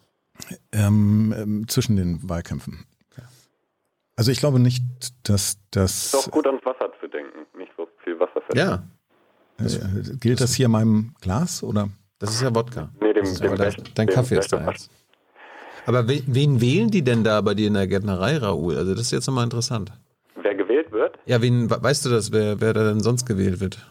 Zwischen den Wahlkämpfen. Okay. Also ich glaube nicht, dass das... Es ist auch gut ans Wasser zu denken, nicht so viel Wasser verlieren. Ja. Gilt das hier in meinem Glas, oder? Das ist ja Wodka. Nee, dein Kaffee ist da jetzt. Aber wen wählen die denn da bei dir in der Gärtnerei, Raoul? Also das ist jetzt nochmal interessant. Wer gewählt wird? Ja, weißt du das, wer da denn sonst gewählt wird?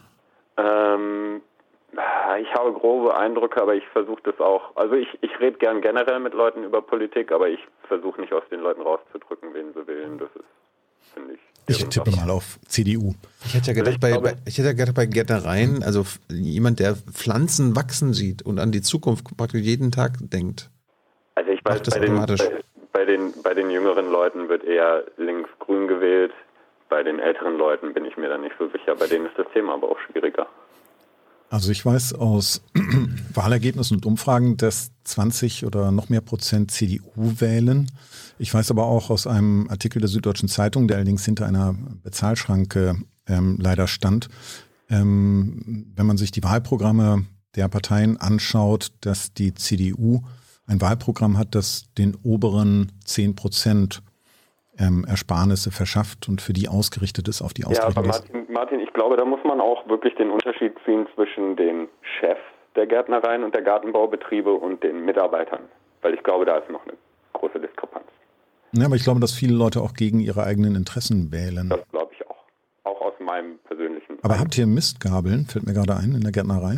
Ich habe grobe Eindrücke, aber ich versuche das auch. Also ich rede gern generell mit Leuten über Politik, aber ich versuche nicht aus den Leuten rauszudrücken, wen sie wählen. Das ist, finde ich. Ich tippe mal auf CDU. Ich hätte ja gedacht, bei Gärtnereien, also jemand, der Pflanzen wachsen sieht und an die Zukunft praktisch jeden Tag denkt. Also ich weiß, bei den jüngeren Leuten wird eher links-grün gewählt. Bei den älteren Leuten bin ich mir da nicht so sicher. Bei denen ist das Thema aber auch schwieriger. Also ich weiß aus Wahlergebnissen und Umfragen, dass 20 oder noch mehr Prozent CDU wählen. Ich weiß aber auch aus einem Artikel der Süddeutschen Zeitung, der allerdings hinter einer Bezahlschranke leider stand, wenn man sich die Wahlprogramme der Parteien anschaut, dass die CDU ein Wahlprogramm hat, das den oberen 10% Ersparnisse verschafft und für die ausgerichtet ist, auf die ausgerichtet ist. Ja, aber Martin, ich glaube, da muss man auch wirklich den Unterschied ziehen zwischen den Chefs der Gärtnereien und der Gartenbaubetriebe und den Mitarbeitern. Weil ich glaube, da ist noch eine große Diskrepanz. Ja, aber ich glaube, dass viele Leute auch gegen ihre eigenen Interessen wählen. Das glaube ich auch. Auch aus meinem persönlichen... Aber habt ihr Mistgabeln? Fällt mir gerade ein, in der Gärtnerei?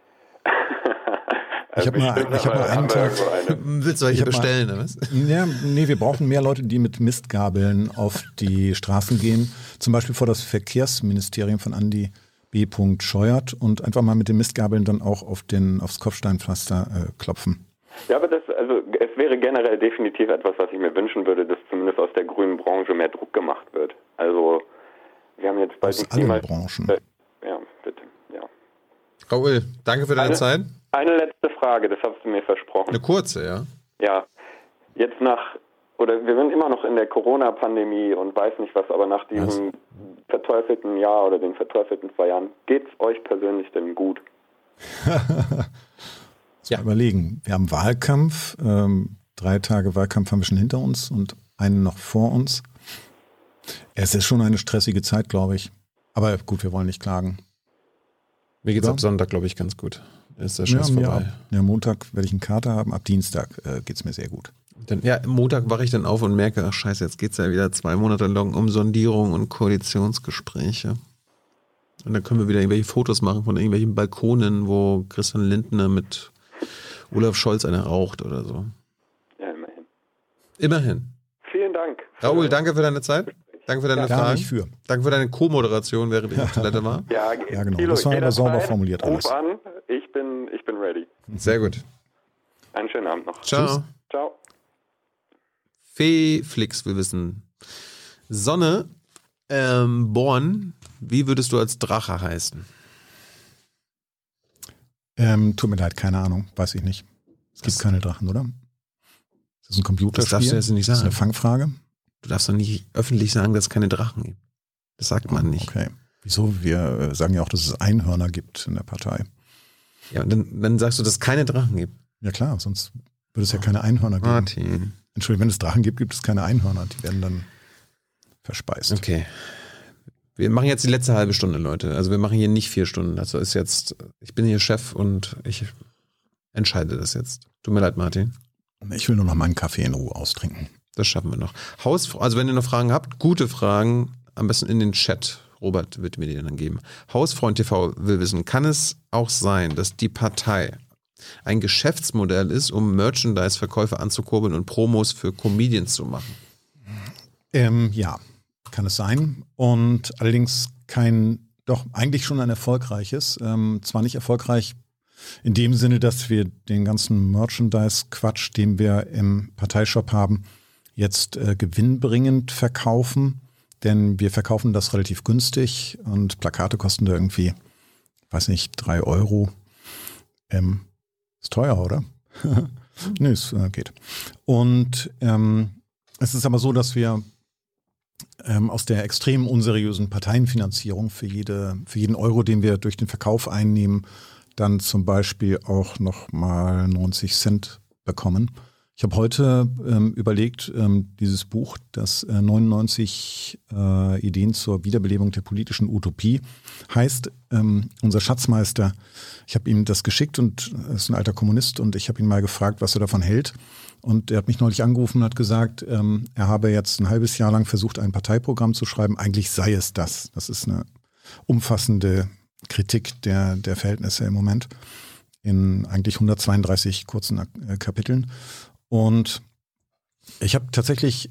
Ich habe mal einen Tag. Willst du welche bestellen, oder was? Ja, nee, wir brauchen mehr Leute, die mit Mistgabeln auf die Straßen gehen. Zum Beispiel vor das Verkehrsministerium von Andi B. Scheuert und einfach mal mit den Mistgabeln dann auch aufs Kopfsteinpflaster klopfen. Ja, aber es wäre generell definitiv etwas, was ich mir wünschen würde, dass zumindest aus der grünen Branche mehr Druck gemacht wird. Also wir haben jetzt bald aus allen Branchen. Ja, bitte, ja. Raoul, danke für deine Zeit. Eine letzte Frage, das hast du mir versprochen. Eine kurze, ja? Ja, jetzt nach oder wir sind immer noch in der Corona-Pandemie und weiß nicht was, aber nach diesem verteufelten Jahr oder den verteufelten 2 Jahren, geht's euch persönlich denn gut? Überlegen. Wir haben Wahlkampf, 3 Tage Wahlkampf haben wir schon hinter uns und einen noch vor uns. Es ist schon eine stressige Zeit, glaube ich. Aber gut, wir wollen nicht klagen. Mir geht's ab Sonntag, glaube ich, ganz gut. Da ist der Stress vorbei. Ja, Montag werde ich einen Kater haben, ab Dienstag geht's mir sehr gut. Montag wache ich dann auf und merke, ach scheiße, jetzt geht's ja wieder 2 Monate lang um Sondierung und Koalitionsgespräche. Und dann können wir wieder irgendwelche Fotos machen von irgendwelchen Balkonen, wo Christian Lindner mit Olaf Scholz eine raucht oder so. Ja, immerhin. Immerhin. Vielen Dank. Raoul, danke für deine Zeit. Danke für deine Fragen. Nicht für. Danke für deine Co-Moderation, während ich auf Toilette war. Ja, genau. Thilo, Das war aber sauber formuliert alles. Ruf an, ich bin ready. Sehr gut. Einen schönen Abend noch. Ciao. Tschüss. Ciao. Feeflix will wissen. Sonne, Born, wie würdest du als Drache heißen? Tut mir leid, keine Ahnung, weiß ich nicht. Es gibt keine Drachen, oder? Ist das ein Computerspiel? Das darfst du jetzt nicht sagen. Das ist eine Fangfrage? Du darfst doch nicht öffentlich sagen, dass es keine Drachen gibt. Das sagt man nicht. Okay. Wieso? Wir sagen ja auch, dass es Einhörner gibt in der Partei. Ja, und dann sagst du, dass es keine Drachen gibt. Ja klar, sonst würde es ja keine Einhörner geben. Martin. Entschuldigung, wenn es Drachen gibt, gibt es keine Einhörner. Die werden dann verspeist. Okay. Wir machen jetzt die letzte halbe Stunde, Leute. Also wir machen hier nicht 4 Stunden. Also ist jetzt, ich bin hier Chef und ich entscheide das jetzt. Tut mir leid, Martin. Ich will nur noch meinen Kaffee in Ruhe austrinken. Das schaffen wir noch. Also wenn ihr noch Fragen habt, gute Fragen, am besten in den Chat. Robert wird mir die dann geben. Hausfreund TV will wissen, kann es auch sein, dass die Partei ein Geschäftsmodell ist, um Merchandise-Verkäufe anzukurbeln und Promos für Comedians zu machen? Ja, kann es sein. Und allerdings eigentlich schon ein erfolgreiches. Zwar nicht erfolgreich in dem Sinne, dass wir den ganzen Merchandise-Quatsch, den wir im Parteishop haben, jetzt gewinnbringend verkaufen. Denn wir verkaufen das relativ günstig und Plakate kosten da irgendwie, weiß nicht, 3 €. Ist teuer, oder? Nö, es geht. Und es ist aber so, dass wir aus der extrem unseriösen Parteienfinanzierung für jeden Euro, den wir durch den Verkauf einnehmen, dann zum Beispiel auch nochmal 90 Cent bekommen. Ich habe heute überlegt, dieses Buch, das 99 Ideen zur Wiederbelebung der politischen Utopie heißt, unser Schatzmeister, ich habe ihm das geschickt und er ist ein alter Kommunist und ich habe ihn mal gefragt, was er davon hält. Und er hat mich neulich angerufen und hat gesagt, er habe jetzt ein halbes Jahr lang versucht, ein Parteiprogramm zu schreiben. Eigentlich sei es das. Das ist eine umfassende Kritik der Verhältnisse im Moment in eigentlich 132 kurzen Kapiteln. Und ich habe tatsächlich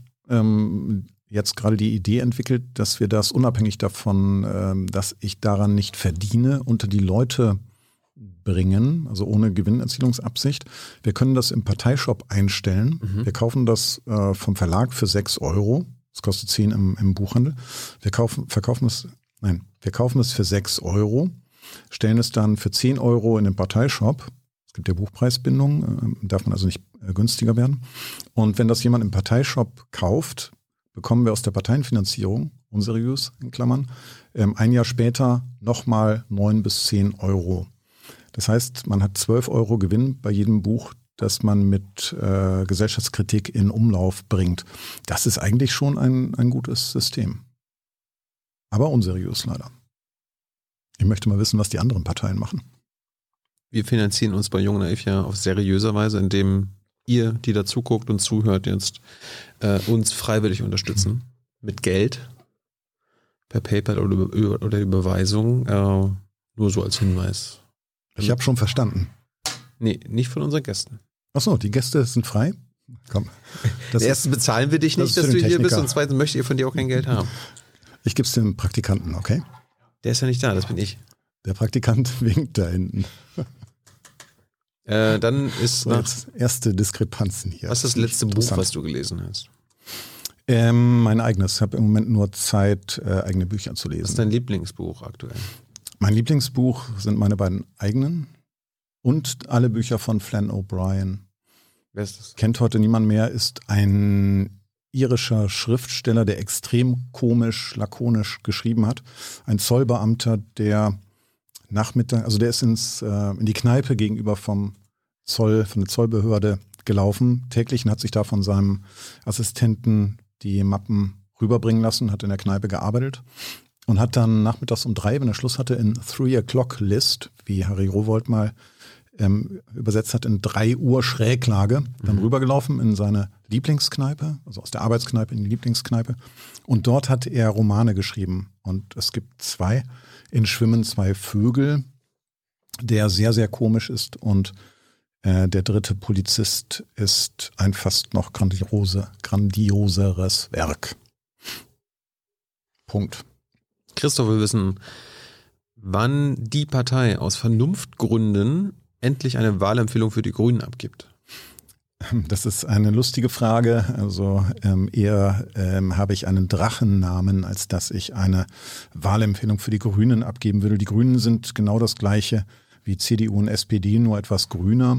jetzt gerade die Idee entwickelt, dass wir das unabhängig davon, dass ich daran nicht verdiene, unter die Leute bringen, also ohne Gewinnerzielungsabsicht. Wir können das im Parteishop einstellen. Wir kaufen das vom Verlag für 6 €. Das kostet 10 im Buchhandel. Wir kaufen es für 6 €, stellen es dann für 10 € in den Parteishop. Es gibt ja Buchpreisbindung, darf man also nicht günstiger werden. Und wenn das jemand im Parteishop kauft, bekommen wir aus der Parteienfinanzierung, unseriös in Klammern, ein Jahr später nochmal 9 bis 10 €. Das heißt, man hat 12 € Gewinn bei jedem Buch, das man mit Gesellschaftskritik in Umlauf bringt. Das ist eigentlich schon ein gutes System. Aber unseriös leider. Ich möchte mal wissen, was die anderen Parteien machen. Wir finanzieren uns bei Jung Naiv ja auf seriöser Weise, indem ihr, die da zuguckt und zuhört, jetzt uns freiwillig unterstützen. Mit Geld, per PayPal oder Überweisung. Nur so als Hinweis. Ich habe schon verstanden. Nee, nicht von unseren Gästen. Achso, die Gäste sind frei? Komm. Erstens bezahlen wir dich nicht, dass du hier bist und zweitens möchte ihr von dir auch kein Geld haben. Ich gebe es dem Praktikanten, okay? Der ist ja nicht da, das bin ich. Der Praktikant winkt da hinten. Dann ist so, jetzt erste Diskrepanzen hier. Was ist das letzte Buch, was du gelesen hast? Mein eigenes. Ich habe im Moment nur Zeit, eigene Bücher zu lesen. Was ist dein Lieblingsbuch aktuell? Mein Lieblingsbuch sind meine beiden eigenen und alle Bücher von Flann O'Brien. Wer ist das? Kennt heute niemand mehr, ist ein irischer Schriftsteller, der extrem komisch, lakonisch geschrieben hat. Ein Zollbeamter, der Nachmittag, also der ist in die Kneipe gegenüber von der Zollbehörde gelaufen täglich und hat sich da von seinem Assistenten die Mappen rüberbringen lassen, hat in der Kneipe gearbeitet und hat dann nachmittags um 3, wenn er Schluss hatte, in 3 o'clock List, wie Harry Rowohlt mal übersetzt hat, in 3 Uhr Schräglage, dann rübergelaufen in seine Lieblingskneipe, also aus der Arbeitskneipe in die Lieblingskneipe. Und dort hat er Romane geschrieben. Und es gibt 2, in Schwimmen 2 Vögel, der sehr, sehr komisch ist. Und der 3. Polizist ist ein fast noch grandioseres Werk. Punkt. Christoph will wissen, wann die Partei aus Vernunftgründen endlich eine Wahlempfehlung für die Grünen abgibt. Das ist eine lustige Frage. Also eher habe ich einen Drachennamen, als dass ich eine Wahlempfehlung für die Grünen abgeben würde. Die Grünen sind genau das Gleiche wie CDU und SPD, nur etwas grüner.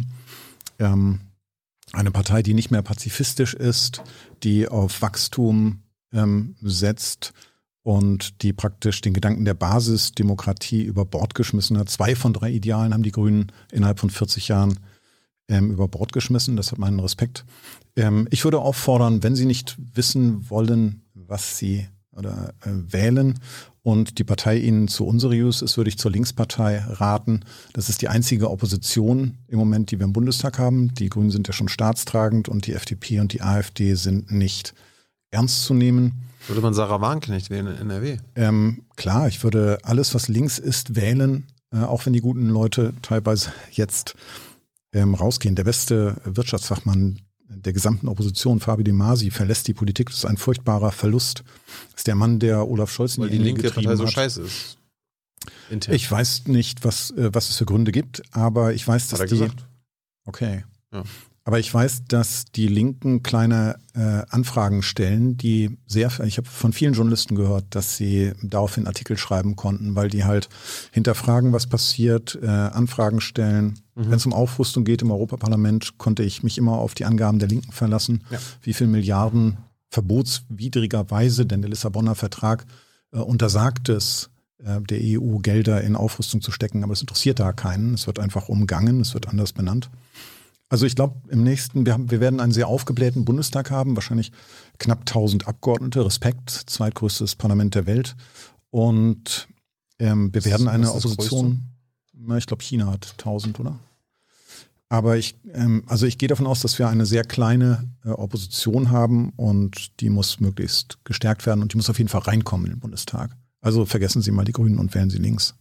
Eine Partei, die nicht mehr pazifistisch ist, die auf Wachstum setzt und die praktisch den Gedanken der Basisdemokratie über Bord geschmissen hat. 2 von 3 Idealen haben die Grünen innerhalb von 40 Jahren über Bord geschmissen. Das hat meinen Respekt. Ich würde auffordern, wenn Sie nicht wissen wollen, was Sie wählen und die Partei Ihnen zu unseriös ist, würde ich zur Linkspartei raten. Das ist die einzige Opposition im Moment, die wir im Bundestag haben. Die Grünen sind ja schon staatstragend und die FDP und die AfD sind nicht ernst zu nehmen. Würde man Sarah Wagenknecht wählen in NRW? Klar, ich würde alles, was links ist, wählen, auch wenn die guten Leute teilweise jetzt rausgehen. Der beste Wirtschaftsfachmann der gesamten Opposition, Fabi de Masi, verlässt die Politik. Das ist ein furchtbarer Verlust. Das ist der Mann, der Olaf Scholz in Weil die die Enge linke getrieben Partei so hat. scheiße ist. Intern. Ich weiß nicht, was es für Gründe gibt, aber ich weiß, dass Hat er gesagt. Okay. Ja. Aber ich weiß, dass die Linken kleine Anfragen stellen, die ich habe von vielen Journalisten gehört, dass sie daraufhin Artikel schreiben konnten, weil die halt hinterfragen, was passiert, Anfragen stellen. Wenn es um Aufrüstung geht im Europaparlament, konnte ich mich immer auf die Angaben der Linken verlassen, wie viel Milliarden verbotswidrigerweise, denn der Lissabonner Vertrag untersagt es, der EU Gelder in Aufrüstung zu stecken, aber es interessiert da keinen. Es wird einfach umgangen, es wird anders benannt. Also ich glaube, wir werden einen sehr aufgeblähten Bundestag haben, wahrscheinlich knapp 1000 Abgeordnete, Respekt, zweitgrößtes Parlament der Welt. Und wir werden eine Opposition, ich glaube China hat 1000, oder? Aber ich gehe davon aus, dass wir eine sehr kleine Opposition haben und die muss möglichst gestärkt werden und die muss auf jeden Fall reinkommen in den Bundestag. Also vergessen Sie mal die Grünen und wählen Sie links.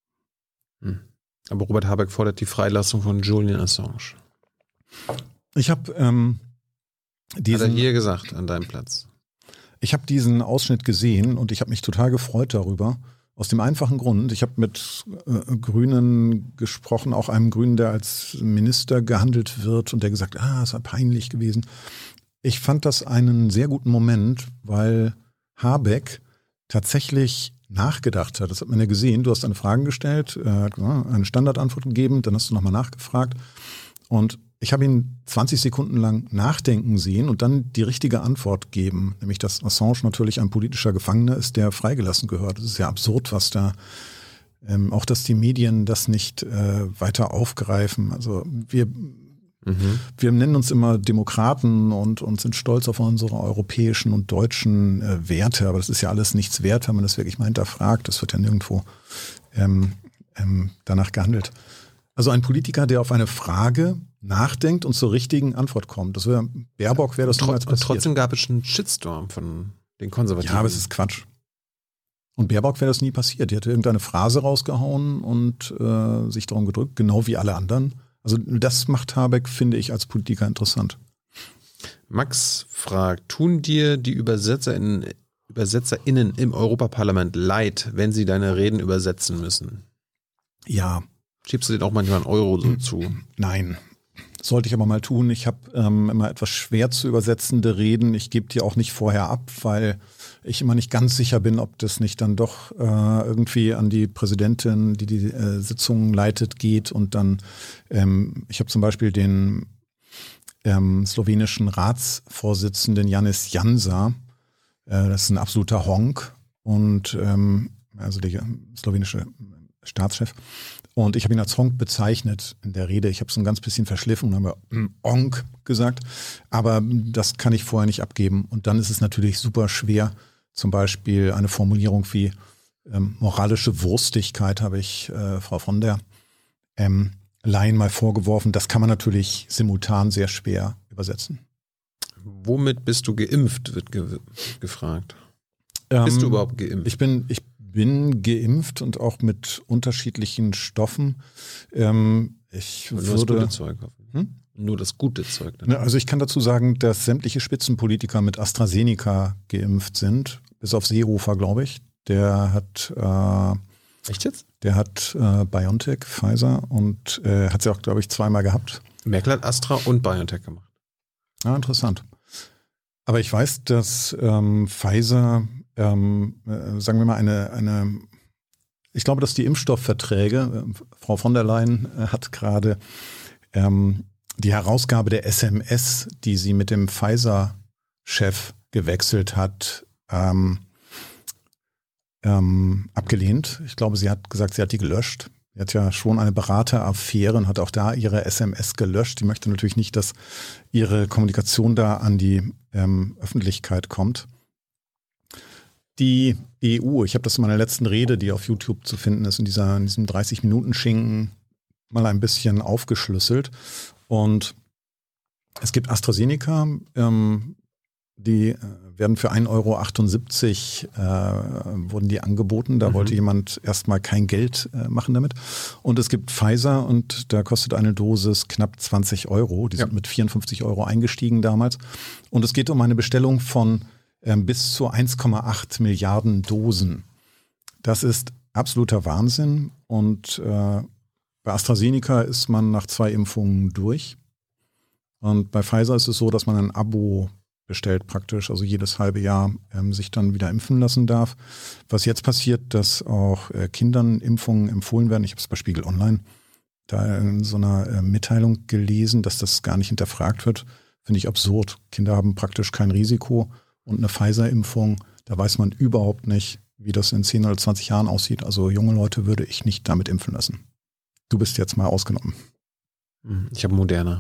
Aber Robert Habeck fordert die Freilassung von Julian Assange. Ich habe hat er hier gesagt, an deinem Platz. Ich habe diesen Ausschnitt gesehen und ich habe mich total gefreut darüber. Aus dem einfachen Grund, ich habe mit Grünen gesprochen, auch einem Grünen, der als Minister gehandelt wird und der gesagt, es sei peinlich gewesen. Ich fand das einen sehr guten Moment, weil Habeck tatsächlich nachgedacht hat. Das hat man ja gesehen. Du hast eine Frage gestellt, eine Standardantwort gegeben, dann hast du nochmal nachgefragt. Und ich habe ihn 20 Sekunden lang nachdenken sehen und dann die richtige Antwort geben, nämlich dass Assange natürlich ein politischer Gefangener ist, der freigelassen gehört. Das ist ja absurd, was da, auch dass die Medien das nicht weiter aufgreifen. Also wir nennen uns immer Demokraten und sind stolz auf unsere europäischen und deutschen Werte, aber das ist ja alles nichts wert, wenn man das wirklich mal hinterfragt. Das wird ja nirgendwo danach gehandelt. Also ein Politiker, der auf eine Frage nachdenkt und zur richtigen Antwort kommt. Das wäre Baerbock, wäre das niemals passiert. Trotzdem gab es einen Shitstorm von den Konservativen. Ja, aber es ist Quatsch. Und Baerbock wäre das nie passiert. Die hätte irgendeine Phrase rausgehauen und sich darum gedrückt, genau wie alle anderen. Also das macht Habeck, finde ich, als Politiker interessant. Max fragt, tun dir die UbersetzerInnen im Europaparlament leid, wenn sie deine Reden übersetzen müssen? Ja. Schiebst du denen auch manchmal einen Euro so zu? Nein. Sollte ich aber mal tun. Ich habe immer etwas schwer zu übersetzende Reden. Ich gebe die auch nicht vorher ab, weil ich immer nicht ganz sicher bin, ob das nicht dann doch irgendwie an die Präsidentin, die Sitzungen leitet, geht. Und dann, ich habe zum Beispiel den slowenischen Ratsvorsitzenden Janez Janša. Das ist ein absoluter Honk und also der slowenische Staatschef. Und ich habe ihn als Honk bezeichnet in der Rede. Ich habe es ein ganz bisschen verschliffen und habe Honk gesagt. Aber das kann ich vorher nicht abgeben. Und dann ist es natürlich super schwer, zum Beispiel eine Formulierung wie moralische Wurstigkeit habe ich Frau von der Leyen mal vorgeworfen. Das kann man natürlich simultan sehr schwer übersetzen. Womit bist du geimpft, wird gefragt. Bist du überhaupt geimpft? Ich bin geimpft und auch mit unterschiedlichen Stoffen. Nur das gute Zeug. Nur das gute Zeug. Also ich kann dazu sagen, dass sämtliche Spitzenpolitiker mit AstraZeneca geimpft sind, bis auf Seehofer, glaube ich. Der hat echt jetzt? Der hat BioNTech, Pfizer und hat sie auch, glaube ich, zweimal gehabt. Merkel hat Astra und BioNTech gemacht. Ah, interessant. Aber ich weiß, dass Pfizer, sagen wir mal, ich glaube, dass die Impfstoffverträge, Frau von der Leyen hat gerade die Herausgabe der SMS, die sie mit dem Pfizer-Chef gewechselt hat, abgelehnt. Ich glaube, sie hat gesagt, sie hat die gelöscht. Sie hat ja schon eine Berateraffäre und hat auch da ihre SMS gelöscht. Die möchte natürlich nicht, dass ihre Kommunikation da an die Öffentlichkeit kommt. Die EU, ich habe das in meiner letzten Rede, die auf YouTube zu finden ist, in diesem 30-Minuten-Schinken mal ein bisschen aufgeschlüsselt. Und es gibt AstraZeneca, die werden für 1,78 € wurden die angeboten. Da wollte jemand erstmal kein Geld machen damit. Und es gibt Pfizer und da kostet eine Dosis knapp 20 €. Die sind mit 54 € eingestiegen damals. Und es geht um eine Bestellung von bis zu 1,8 Milliarden Dosen. Das ist absoluter Wahnsinn. Und bei AstraZeneca ist man nach 2 Impfungen durch. Und bei Pfizer ist es so, dass man ein Abo bestellt praktisch, also jedes halbe Jahr sich dann wieder impfen lassen darf. Was jetzt passiert, dass auch Kindern Impfungen empfohlen werden. Ich habe es bei Spiegel Online da in so einer Mitteilung gelesen, dass das gar nicht hinterfragt wird. Finde ich absurd. Kinder haben praktisch kein Risiko und eine Pfizer-Impfung, da weiß man überhaupt nicht, wie das in 10 oder 20 Jahren aussieht. Also junge Leute würde ich nicht damit impfen lassen. Du bist jetzt mal ausgenommen. Ich habe Moderna.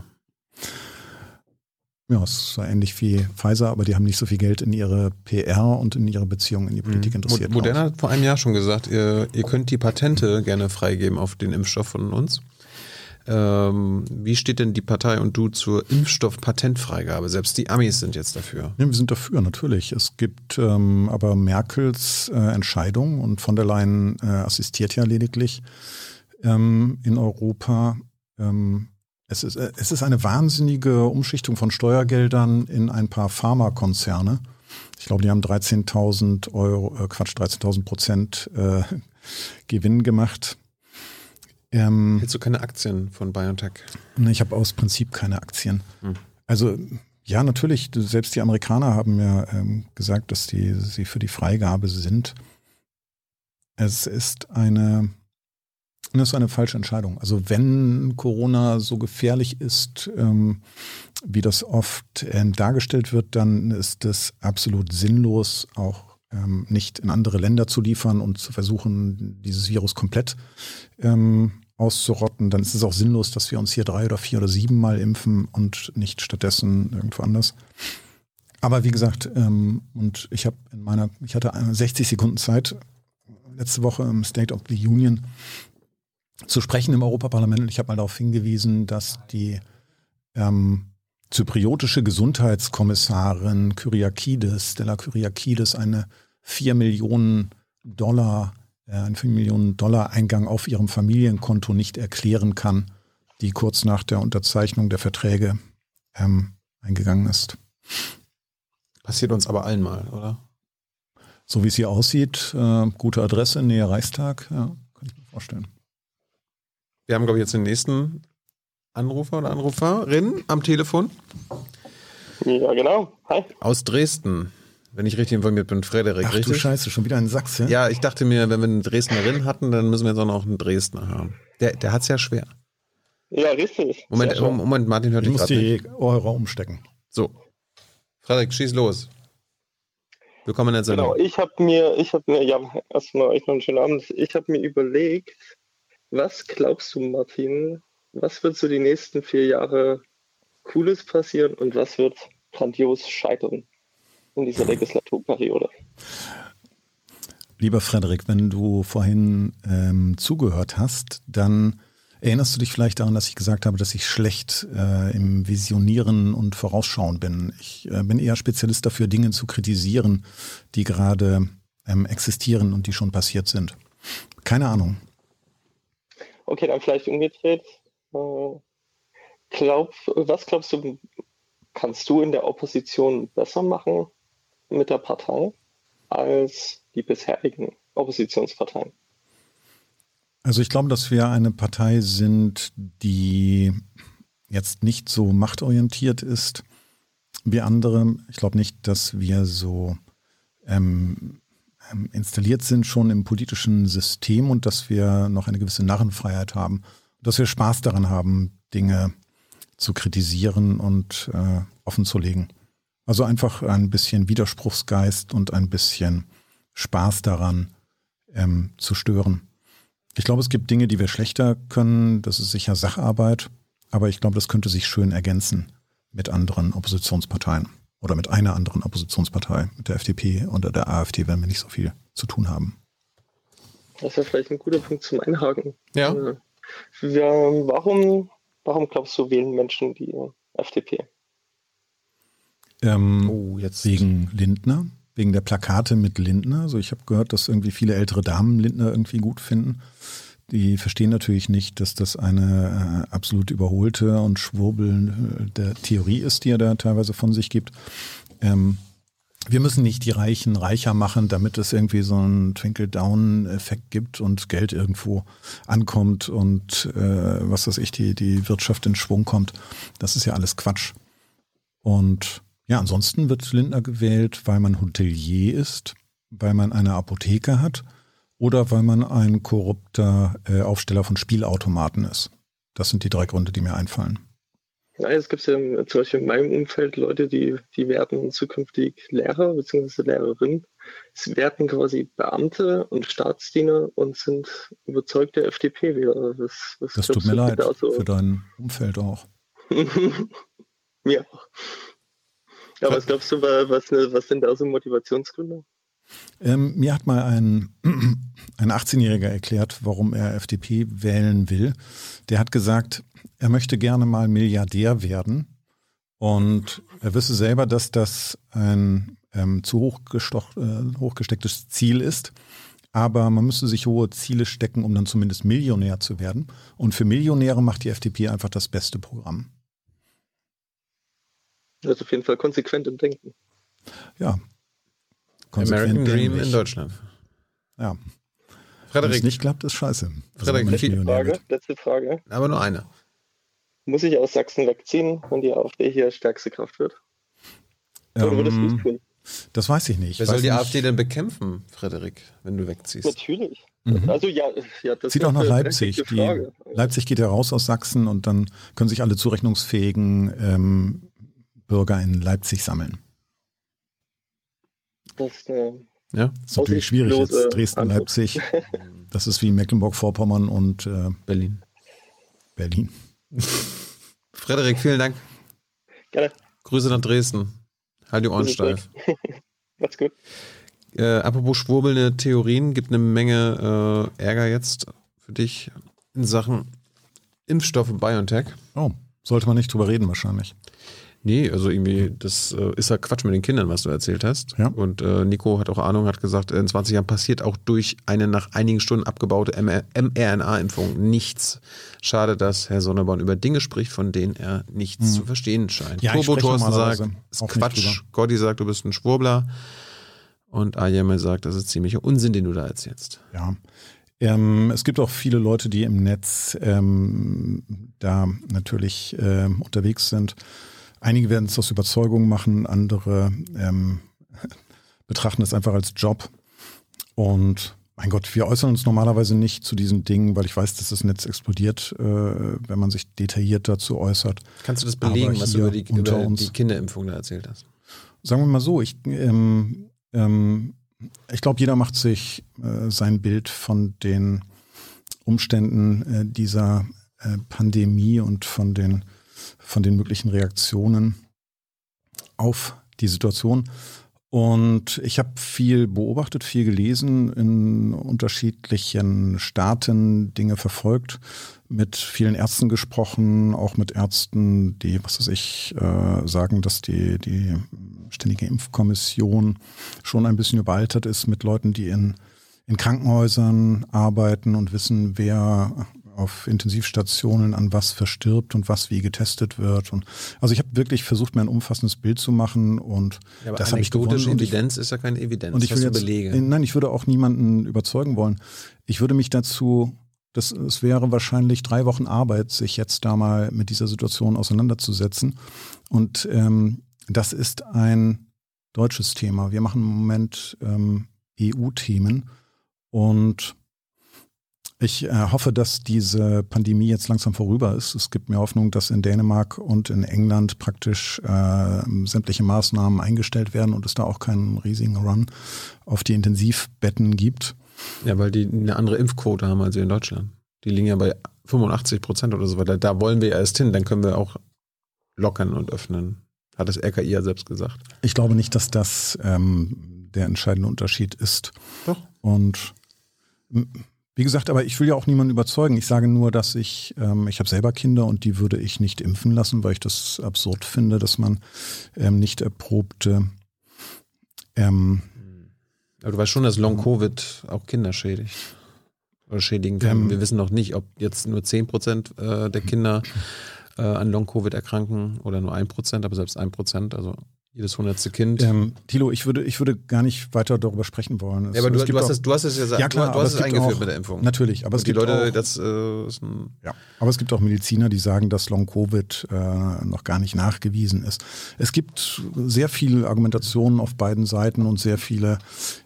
Ja, es ist so ähnlich wie Pfizer, aber die haben nicht so viel Geld in ihre PR und in ihre Beziehung in die Politik interessiert. Moderna hat vor einem Jahr schon gesagt, ihr könnt die Patente gerne freigeben auf den Impfstoff von uns. Wie steht denn die Partei und du zur Impfstoff-Patentfreigabe? Selbst die Amis sind jetzt dafür. Ja, wir sind dafür, natürlich. Es gibt aber Merkels Entscheidung und von der Leyen assistiert ja lediglich in Europa. Es ist eine wahnsinnige Umschichtung von Steuergeldern in ein paar Pharmakonzerne. Ich glaube, die haben 13.000% Gewinn gemacht. Hältst du keine Aktien von BioNTech? Ich habe aus Prinzip keine Aktien. Also ja, natürlich, selbst die Amerikaner haben ja gesagt, dass sie für die Freigabe sind. Es ist eine falsche Entscheidung. Also wenn Corona so gefährlich ist, wie das oft dargestellt wird, dann ist es absolut sinnlos, auch nicht in andere Länder zu liefern und zu versuchen, dieses Virus komplett auszurotten. Dann ist es auch sinnlos, dass wir uns hier 3 oder 4 oder 7 Mal impfen und nicht stattdessen irgendwo anders. Aber wie gesagt, und ich hatte 60 Sekunden Zeit, letzte Woche im State of the Union zu sprechen im Europaparlament. Und ich habe mal darauf hingewiesen, dass die zypriotische Gesundheitskommissarin Stella Kyriakides einen 4 Millionen Dollar Eingang auf ihrem Familienkonto nicht erklären kann, die kurz nach der Unterzeichnung der Verträge eingegangen ist. Passiert uns aber allen mal, oder? So wie es hier aussieht, gute Adresse, Nähe Reichstag, ja, kann ich mir vorstellen. Wir haben, glaube ich, jetzt den nächsten Anrufer oder Anruferin am Telefon. Ja, genau. Hi. Aus Dresden. Wenn ich richtig informiert bin, Frederik, Ach, richtig? du Scheiße, schon wieder ein Sachse? Ja, ich dachte mir, wenn wir eine Dresdnerin hatten, dann müssen wir jetzt auch noch einen Dresdner haben. Der hat es ja schwer. Ja, richtig. Moment, Martin hört Ich dich muss gerade nicht. die Ohrhörer umstecken. So. Frederik, schieß los. Willkommen in der Sendung. Genau, ich habe mir, ja, erstmal euch noch einen schönen Abend. Ich habe mir überlegt, was glaubst du, Martin, was wird so die nächsten 4 Jahre Cooles passieren und was wird grandios scheitern in dieser Legislaturperiode? Lieber Frederik, wenn du vorhin zugehört hast, dann erinnerst du dich vielleicht daran, dass ich gesagt habe, dass ich schlecht im Visionieren und Vorausschauen bin. Ich bin eher Spezialist dafür, Dinge zu kritisieren, die gerade existieren und die schon passiert sind. Keine Ahnung. Okay, dann vielleicht umgedreht. Was glaubst du, kannst du in der Opposition besser machen mit der Partei als die bisherigen Oppositionsparteien? Also ich glaube, dass wir eine Partei sind, die jetzt nicht so machtorientiert ist wie andere. Ich glaube nicht, dass wir so installiert sind schon im politischen System und dass wir noch eine gewisse Narrenfreiheit haben. Dass wir Spaß daran haben, Dinge zu kritisieren und offen zu legen. Also einfach ein bisschen Widerspruchsgeist und ein bisschen Spaß daran zu stören. Ich glaube, es gibt Dinge, die wir schlechter können. Das ist sicher Sacharbeit. Aber ich glaube, das könnte sich schön ergänzen mit anderen Oppositionsparteien oder mit einer anderen Oppositionspartei, mit der FDP oder der AfD, wenn wir nicht so viel zu tun haben. Das wäre vielleicht ein guter Punkt zum Einhaken. Ja. Warum glaubst du, wählen Menschen die FDP? Wegen Lindner, wegen der Plakate mit Lindner. Also ich habe gehört, dass irgendwie viele ältere Damen Lindner irgendwie gut finden. Die verstehen natürlich nicht, dass das eine absolut überholte und schwurbelnde Theorie ist, die er da teilweise von sich gibt. Wir müssen nicht die Reichen reicher machen, damit es irgendwie so einen Trickle-Down-Effekt gibt und Geld irgendwo ankommt und was weiß ich, die Wirtschaft in Schwung kommt. Das ist ja alles Quatsch. Und ja, ansonsten wird Lindner gewählt, weil man Hotelier ist, weil man eine Apotheke hat oder weil man ein korrupter Aufsteller von Spielautomaten ist. Das sind die 3 Gründe, die mir einfallen. Ja, es gibt ja zum Beispiel in meinem Umfeld Leute, die werden zukünftig Lehrer bzw. Lehrerin. Sie werden quasi Beamte und Staatsdiener und sind überzeugte FDP-Wähler. Das tut mir leid, für dein Umfeld auch. Ja. Aber was glaubst du, was sind da so Motivationsgründe? Mir hat mal ein 18-Jähriger erklärt, warum er FDP wählen will. Der hat gesagt, er möchte gerne mal Milliardär werden und er wisse selber, dass das ein zu hochgestecktes Ziel ist. Aber man müsste sich hohe Ziele stecken, um dann zumindest Millionär zu werden. Und für Millionäre macht die FDP einfach das beste Programm. Das ist auf jeden Fall konsequent im Denken. Ja. American Dream in Deutschland. Ja. Frederik. Wenn es nicht klappt, ist scheiße. Frederik, letzte Frage. Aber nur eine. Muss ich aus Sachsen wegziehen, wenn die AfD hier stärkste Kraft wird? Oder würdest du es tun? Das weiß ich nicht. Wer soll die AfD denn bekämpfen, Frederik, wenn du wegziehst? Natürlich. Also das zieht auch nach Leipzig. Leipzig geht ja raus aus Sachsen und dann können sich alle zurechnungsfähigen Bürger in Leipzig sammeln. Das ist natürlich schwierig jetzt. Dresden, Leipzig. Das ist wie Mecklenburg-Vorpommern und Berlin. Frederik, vielen Dank. Gerne. Grüße nach Dresden. Halt die Ohren steif. Macht's gut. Apropos schwurbelnde Theorien, gibt eine Menge Ärger jetzt für dich in Sachen Impfstoffe BioNTech. Oh, sollte man nicht drüber reden wahrscheinlich. Nee, also irgendwie, das ist ja Quatsch mit den Kindern, was du erzählt hast. Ja. Und Nico hat auch Ahnung, hat gesagt, in 20 Jahren passiert auch durch eine nach einigen Stunden abgebaute mRNA-Impfung nichts. Schade, dass Herr Sonneborn über Dinge spricht, von denen er nichts zu verstehen scheint. Ja, Turbo Thorsten sagt, ist Quatsch. Gotti sagt, du bist ein Schwurbler. Und Ayeme sagt, das ist ziemlicher Unsinn, den du da erzählst. Ja. Es gibt auch viele Leute, die im Netz da natürlich unterwegs sind. Einige werden es aus Überzeugung machen, andere betrachten es einfach als Job. Und Mein Gott, wir äußern uns normalerweise nicht zu diesen Dingen, weil ich weiß, dass das Netz explodiert, wenn man sich detailliert dazu äußert. Kannst du das belegen, was du über die Kinderimpfung da erzählt hast? Sagen wir mal so, ich glaube, jeder macht sich sein Bild von den Umständen dieser Pandemie und von den möglichen Reaktionen auf die Situation. Und ich habe viel beobachtet, viel gelesen, in unterschiedlichen Staaten Dinge verfolgt, mit vielen Ärzten gesprochen, auch mit Ärzten, die, sagen, dass die Ständige Impfkommission schon ein bisschen überaltert ist, mit Leuten, die in Krankenhäusern arbeiten und wissen, wer auf Intensivstationen an was verstirbt und was wie getestet wird. Also ich habe wirklich versucht, mir ein umfassendes Bild zu machen und aber das habe ich gewonnen. Evidenz ist ja keine Evidenz. Und ich will jetzt Belege. Nein, ich würde auch niemanden überzeugen wollen. Ich würde mich dazu, es wäre wahrscheinlich 3 Wochen Arbeit, sich jetzt da mal mit dieser Situation auseinanderzusetzen. Und das ist ein deutsches Thema. Wir machen im Moment EU-Themen und ich hoffe, dass diese Pandemie jetzt langsam vorüber ist. Es gibt mir Hoffnung, dass in Dänemark und in England praktisch sämtliche Maßnahmen eingestellt werden und es da auch keinen riesigen Run auf die Intensivbetten gibt. Ja, weil die eine andere Impfquote haben als wir in Deutschland. Die liegen ja bei 85% oder so weiter. Da wollen wir ja erst hin, dann können wir auch lockern und öffnen. Hat das RKI ja selbst gesagt. Ich glaube nicht, dass das der entscheidende Unterschied ist. Doch. Und wie gesagt, aber ich will ja auch niemanden überzeugen. Ich sage nur, dass ich habe selber Kinder und die würde ich nicht impfen lassen, weil ich das absurd finde, dass man nicht erprobte. Aber du weißt schon, dass Long-Covid auch Kinder schädigt oder schädigen kann. Wir wissen noch nicht, ob jetzt nur 10% der Kinder an Long-Covid erkranken oder nur 1%, aber selbst 1%, also jedes 100. Kind. Thilo, ich würde gar nicht weiter darüber sprechen wollen. Ja, aber du hast es ja ja, klar, du hast es eingeführt auch, mit der Impfung. Natürlich, aber es gibt Leute, auch, das ist aber es gibt auch Mediziner, die sagen, dass Long-Covid noch gar nicht nachgewiesen ist. Es gibt sehr viele Argumentationen auf beiden Seiten und sehr viele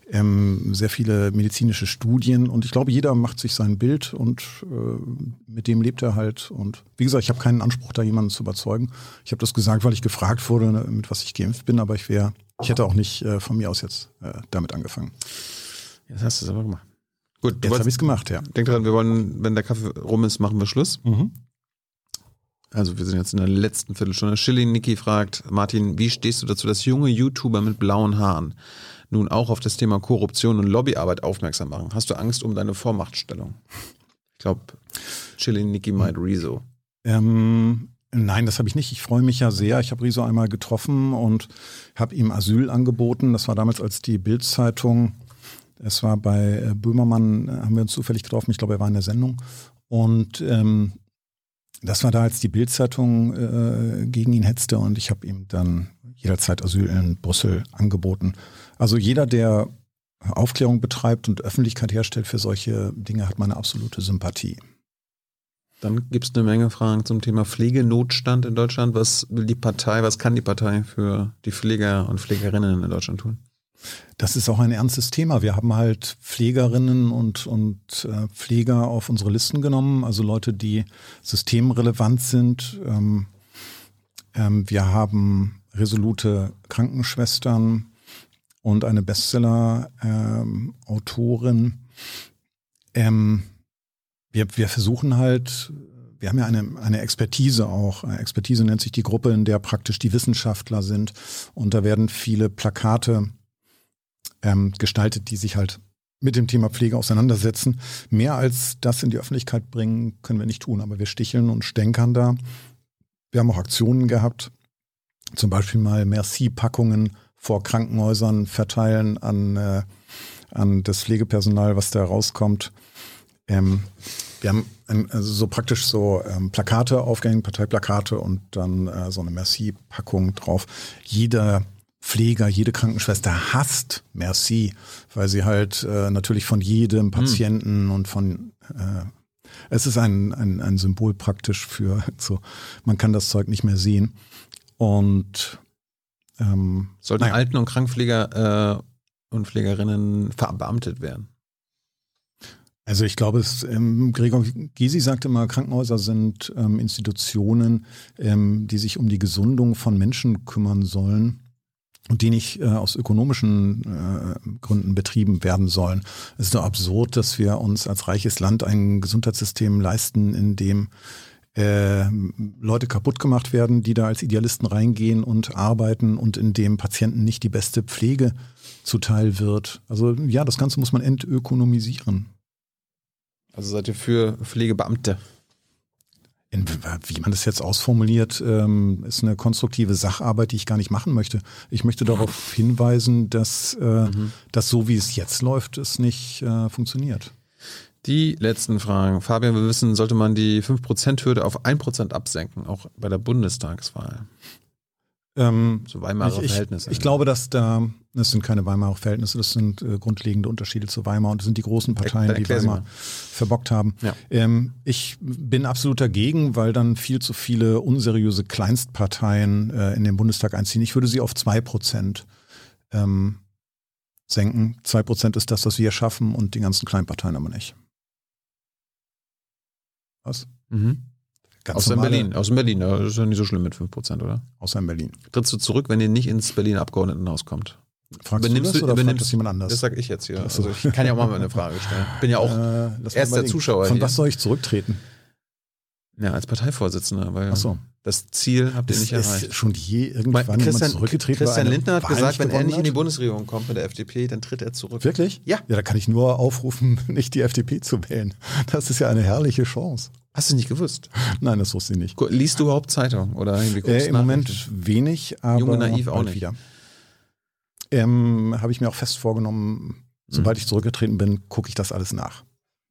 medizinische Studien und ich glaube, jeder macht sich sein Bild und mit dem lebt er halt. Und wie gesagt, ich habe keinen Anspruch, da jemanden zu überzeugen. Ich habe das gesagt, weil ich gefragt wurde, mit was ich geimpft bin, aber ich hätte auch nicht von mir aus jetzt damit angefangen. Jetzt hast du es aber gemacht. Gut, jetzt habe ich es gemacht, ja. Denk dran, wir wollen, wenn der Kaffee rum ist, machen wir Schluss. Mhm. Also wir sind jetzt in der letzten Viertelstunde. Schilling Niki fragt, Martin, wie stehst du dazu, dass junge YouTuber mit blauen Haaren nun auch auf das Thema Korruption und Lobbyarbeit aufmerksam machen? Hast du Angst um deine Vormachtstellung? Ich glaube, Schilling Niki meint Rezo. Nein, das habe ich nicht. Ich freue mich ja sehr. Ich habe Rezo einmal getroffen und habe ihm Asyl angeboten. Das war damals, als die Bild-Zeitung, es war bei Böhmermann, haben wir uns zufällig getroffen. Ich glaube, er war in der Sendung. Und das war da, als die Bild-Zeitung gegen ihn hetzte und ich habe ihm dann jederzeit Asyl in Brüssel angeboten. Also jeder, der Aufklärung betreibt und Öffentlichkeit herstellt für solche Dinge, hat meine absolute Sympathie. Dann gibt es eine Menge Fragen zum Thema Pflegenotstand in Deutschland. Was kann die Partei für die Pfleger und Pflegerinnen in Deutschland tun? Das ist auch ein ernstes Thema. Wir haben halt Pflegerinnen und Pfleger auf unsere Listen genommen, also Leute, die systemrelevant sind. Wir haben resolute Krankenschwestern und eine Bestseller-Autorin. Wir versuchen halt, wir haben ja eine Expertise auch. Expertise nennt sich die Gruppe, in der praktisch die Wissenschaftler sind. Und da werden viele Plakate gestaltet, die sich halt mit dem Thema Pflege auseinandersetzen. Mehr als das in die Öffentlichkeit bringen, können wir nicht tun. Aber wir sticheln und stänkern da. Wir haben auch Aktionen gehabt. Zum Beispiel mal Merci-Packungen vor Krankenhäusern verteilen an das Pflegepersonal, was da rauskommt. Wir haben also so praktisch so Plakate aufgehängt, Parteiplakate und dann so eine Merci-Packung drauf. Jeder Pfleger, jede Krankenschwester hasst Merci, weil sie halt natürlich von jedem Patienten und von es ist ein Symbol praktisch für so, man kann das Zeug nicht mehr sehen. Und sollten Alten- und Krankenpfleger und Pflegerinnen verbeamtet werden? Also ich glaube, Gregor Gysi sagte immer, Krankenhäuser sind Institutionen, die sich um die Gesundung von Menschen kümmern sollen und die nicht aus ökonomischen Gründen betrieben werden sollen. Es ist doch absurd, dass wir uns als reiches Land ein Gesundheitssystem leisten, in dem Leute kaputt gemacht werden, die da als Idealisten reingehen und arbeiten und in dem Patienten nicht die beste Pflege zuteil wird. Also ja, das Ganze muss man entökonomisieren. Also seid ihr für Pflegebeamte? Wie man das jetzt ausformuliert, ist eine konstruktive Sacharbeit, die ich gar nicht machen möchte. Ich möchte darauf hinweisen, dass das so, wie es jetzt läuft, es nicht funktioniert. Die letzten Fragen. Fabian, wir wissen, sollte man die 5%-Hürde auf 1% absenken, auch bei der Bundestagswahl? So Weimarer Verhältnisse. Ich glaube, dass das sind keine Weimarer Verhältnisse, das sind grundlegende Unterschiede zu Weimar und das sind die großen Parteien, die Weimar verbockt haben. Ja. Ich bin absolut dagegen, weil dann viel zu viele unseriöse Kleinstparteien in den Bundestag einziehen. Ich würde sie auf 2% senken. 2% ist das, was wir schaffen und die ganzen Kleinparteien aber nicht. Was? Mhm. Außer in Berlin. Aus Berlin, das ist ja nicht so schlimm mit 5%, oder? Außer in Berlin. Trittst du zurück, wenn ihr nicht ins Berliner Abgeordnetenhaus kommt? Fragst du das oder fragt das jemand anders? Das sage ich jetzt hier. Also ich kann ja auch mal eine Frage stellen. Bin ja auch erster Zuschauer hier. Von was soll ich zurücktreten? Ja, als Parteivorsitzender, weil das Ziel habt ihr nicht erreicht. Ist schon irgendwann jemand zurückgetreten? Christian Lindner hat gesagt, wenn er nicht in die Bundesregierung kommt mit der FDP, dann tritt er zurück. Wirklich? Ja. Ja, da kann ich nur aufrufen, nicht die FDP zu wählen. Das ist ja eine herrliche Chance. Hast du nicht gewusst? Nein, das wusste ich nicht. Liest du überhaupt Zeitung? Oder im Moment wenig, aber Junge Naiv auch nicht. Wieder. Habe ich mir auch fest vorgenommen, sobald ich zurückgetreten bin, gucke ich das alles nach.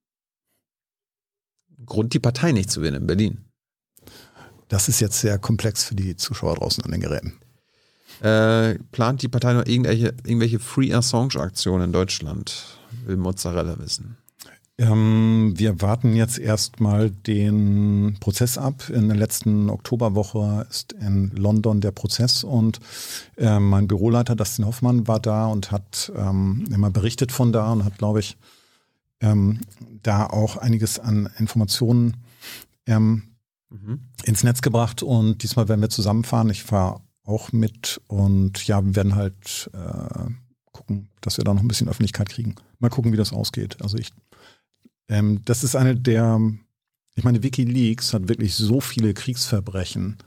Grund, die Partei nicht zu wählen in Berlin. Das ist jetzt sehr komplex für die Zuschauer draußen an den Geräten. Plant die Partei noch irgendwelche Free Assange-Aktionen in Deutschland? Will Mozzarella wissen. Wir warten jetzt erstmal den Prozess ab. In der letzten Oktoberwoche ist in London der Prozess und mein Büroleiter Dustin Hoffmann war da und hat immer berichtet von da und hat, glaube ich, da auch einiges an Informationen ins Netz gebracht und diesmal werden wir zusammenfahren. Ich fahre auch mit und ja, wir werden halt gucken, dass wir da noch ein bisschen Öffentlichkeit kriegen. Mal gucken, wie das ausgeht. Also das ist ich meine, WikiLeaks hat wirklich so viele Kriegsverbrechen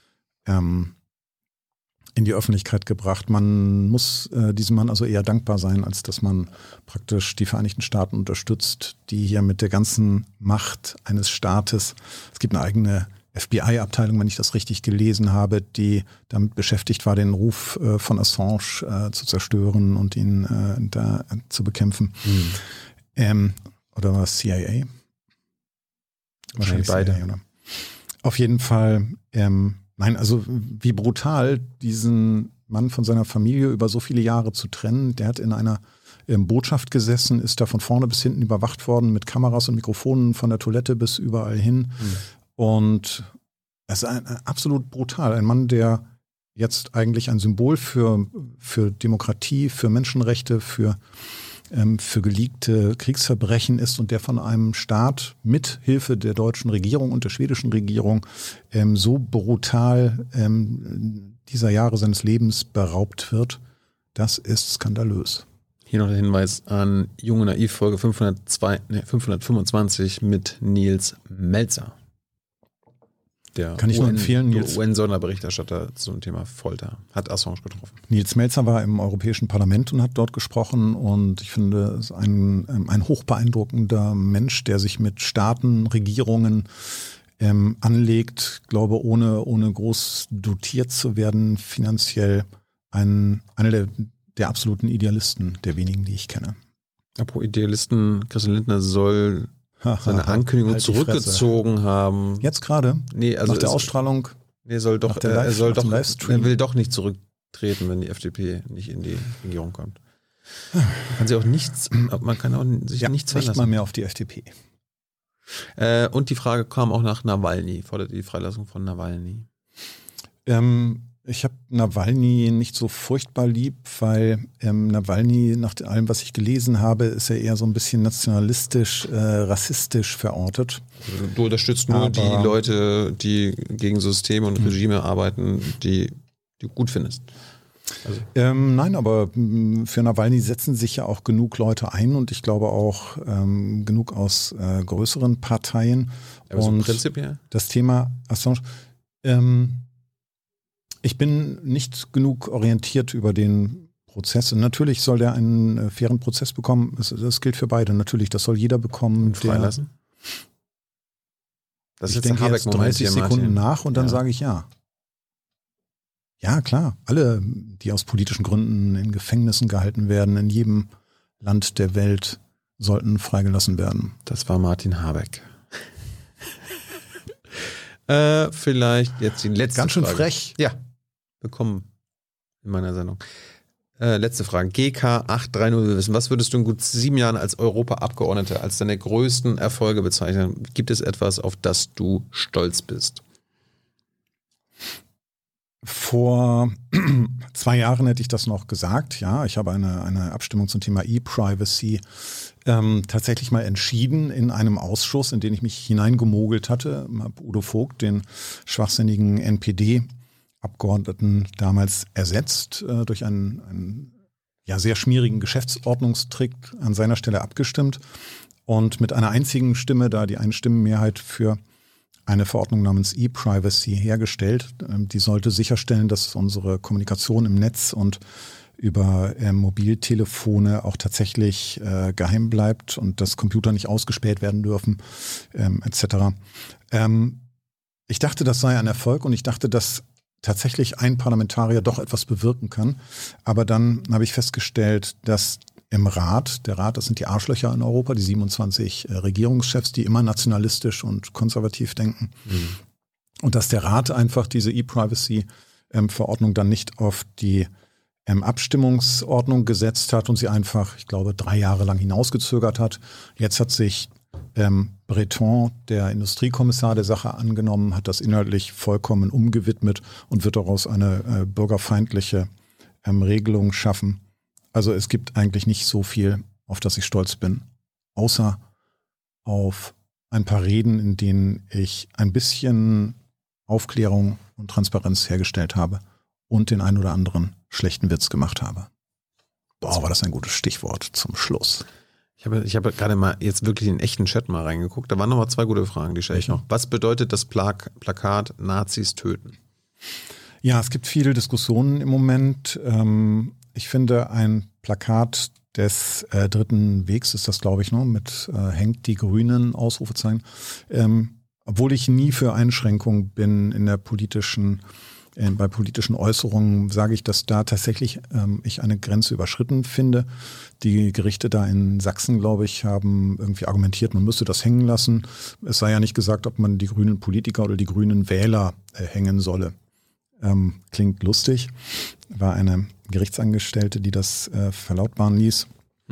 in die Öffentlichkeit gebracht. Man muss diesem Mann also eher dankbar sein, als dass man praktisch die Vereinigten Staaten unterstützt, die hier mit der ganzen Macht eines Staates, es gibt eine eigene FBI-Abteilung, wenn ich das richtig gelesen habe, die damit beschäftigt war, den Ruf von Assange zu zerstören und ihn da zu bekämpfen. Oder war es CIA? Wahrscheinlich beide. CIA, oder? Auf jeden Fall, nein, also wie brutal diesen Mann von seiner Familie über so viele Jahre zu trennen. Der hat in einer Botschaft gesessen, ist da von vorne bis hinten überwacht worden mit Kameras und Mikrofonen von der Toilette bis überall hin. Und es ist absolut brutal. Ein Mann, der jetzt eigentlich ein Symbol für Demokratie, für Menschenrechte, für geleakte Kriegsverbrechen ist und der von einem Staat mit Hilfe der deutschen Regierung und der schwedischen Regierung so brutal dieser Jahre seines Lebens beraubt wird, das ist skandalös. Hier noch der Hinweis an Junge Naiv Folge 525 mit Nils Melzer. Der Kann ich nur empfehlen, UN-Sonderberichterstatter zum Thema Folter. Hat Assange getroffen. Nils Melzer war im Europäischen Parlament und hat dort gesprochen und ich finde, es ist ein hochbeeindruckender Mensch, der sich mit Staaten, Regierungen anlegt, glaube ohne groß dotiert zu werden, finanziell einer der absoluten Idealisten, der wenigen, die ich kenne. Apropos Idealisten, Christian Lindner soll seine Ankündigung halt zurückgezogen haben. Jetzt gerade? Nee, also nach der Ausstrahlung? Nee, er will doch nicht zurücktreten, wenn die FDP nicht in die Regierung kommt. Man kann auch sich nichts verlassen. Nicht mal mehr auf die FDP. Und die Frage kam auch nach Nawalny, fordert die Freilassung von Nawalny. Ich habe Nawalny nicht so furchtbar lieb, weil Nawalny, nach allem, was ich gelesen habe, ist er eher so ein bisschen nationalistisch, rassistisch verortet. Also du unterstützt nur die Leute, die gegen Systeme und Regime arbeiten, die du gut findest. Also. Nein, aber für Nawalny setzen sich ja auch genug Leute ein und ich glaube auch genug aus größeren Parteien. Aber und so prinzipiell? Das Thema Assange, ich bin nicht genug orientiert über den Prozess. Und natürlich soll der einen fairen Prozess bekommen. Das gilt für beide. Natürlich, das soll jeder bekommen. Und freilassen? Das ist ich denke jetzt 30 Sekunden nach und dann sage ich ja. Ja, klar. Alle, die aus politischen Gründen in Gefängnissen gehalten werden, in jedem Land der Welt, sollten freigelassen werden. Das war Martin Habeck. Vielleicht jetzt die letzte Ganz schön Frage. Frech. Ja, bekommen in meiner Sendung. Letzte Frage. GK830 will wissen, was würdest du in gut 7 Jahren als Europaabgeordneter als deine größten Erfolge bezeichnen? Gibt es etwas, auf das du stolz bist? Vor 2 Jahren hätte ich das noch gesagt. Ja, ich habe eine Abstimmung zum Thema E-Privacy tatsächlich mal entschieden in einem Ausschuss, in den ich mich hineingemogelt hatte. Habe Udo Vogt, den schwachsinnigen NPD-Abgeordneten, damals ersetzt, durch einen sehr schmierigen Geschäftsordnungstrick an seiner Stelle abgestimmt und mit einer einzigen Stimme, da die Einstimmenmehrheit für eine Verordnung namens E-Privacy hergestellt. Die sollte sicherstellen, dass unsere Kommunikation im Netz und über Mobiltelefone auch tatsächlich geheim bleibt und dass Computer nicht ausgespäht werden dürfen, etc. Ich dachte, das sei ein Erfolg und ich dachte, dass tatsächlich ein Parlamentarier doch etwas bewirken kann. Aber dann habe ich festgestellt, dass im Rat, der Rat, das sind die Arschlöcher in Europa, die 27 Regierungschefs, die immer nationalistisch und konservativ denken. Und dass der Rat einfach diese E-Privacy-Verordnung dann nicht auf die Abstimmungsordnung gesetzt hat und sie einfach, ich glaube, 3 Jahre lang hinausgezögert hat. Jetzt hat sich Breton, der Industriekommissar, der Sache angenommen, hat das inhaltlich vollkommen umgewidmet und wird daraus eine bürgerfeindliche Regelung schaffen. Also es gibt eigentlich nicht so viel, auf das ich stolz bin, außer auf ein paar Reden, in denen ich ein bisschen Aufklärung und Transparenz hergestellt habe und den ein oder anderen schlechten Witz gemacht habe. Boah, war das ein gutes Stichwort zum Schluss. Ich habe gerade mal jetzt wirklich in den echten Chat mal reingeguckt. Da waren nochmal 2 gute Fragen, die stelle ich noch. Was bedeutet das Plakat Nazis töten? Ja, es gibt viele Diskussionen im Moment. Ich finde, ein Plakat des dritten Wegs ist das, glaube ich, ne, mit hängt die Grünen, Ausrufezeichen. Obwohl ich nie für Einschränkungen bin in der bei politischen Äußerungen, sage ich, dass da tatsächlich ich eine Grenze überschritten finde. Die Gerichte da in Sachsen, glaube ich, haben irgendwie argumentiert, man müsste das hängen lassen. Es sei ja nicht gesagt, ob man die grünen Politiker oder die grünen Wähler hängen solle. Klingt lustig. War eine Gerichtsangestellte, die das verlautbaren ließ.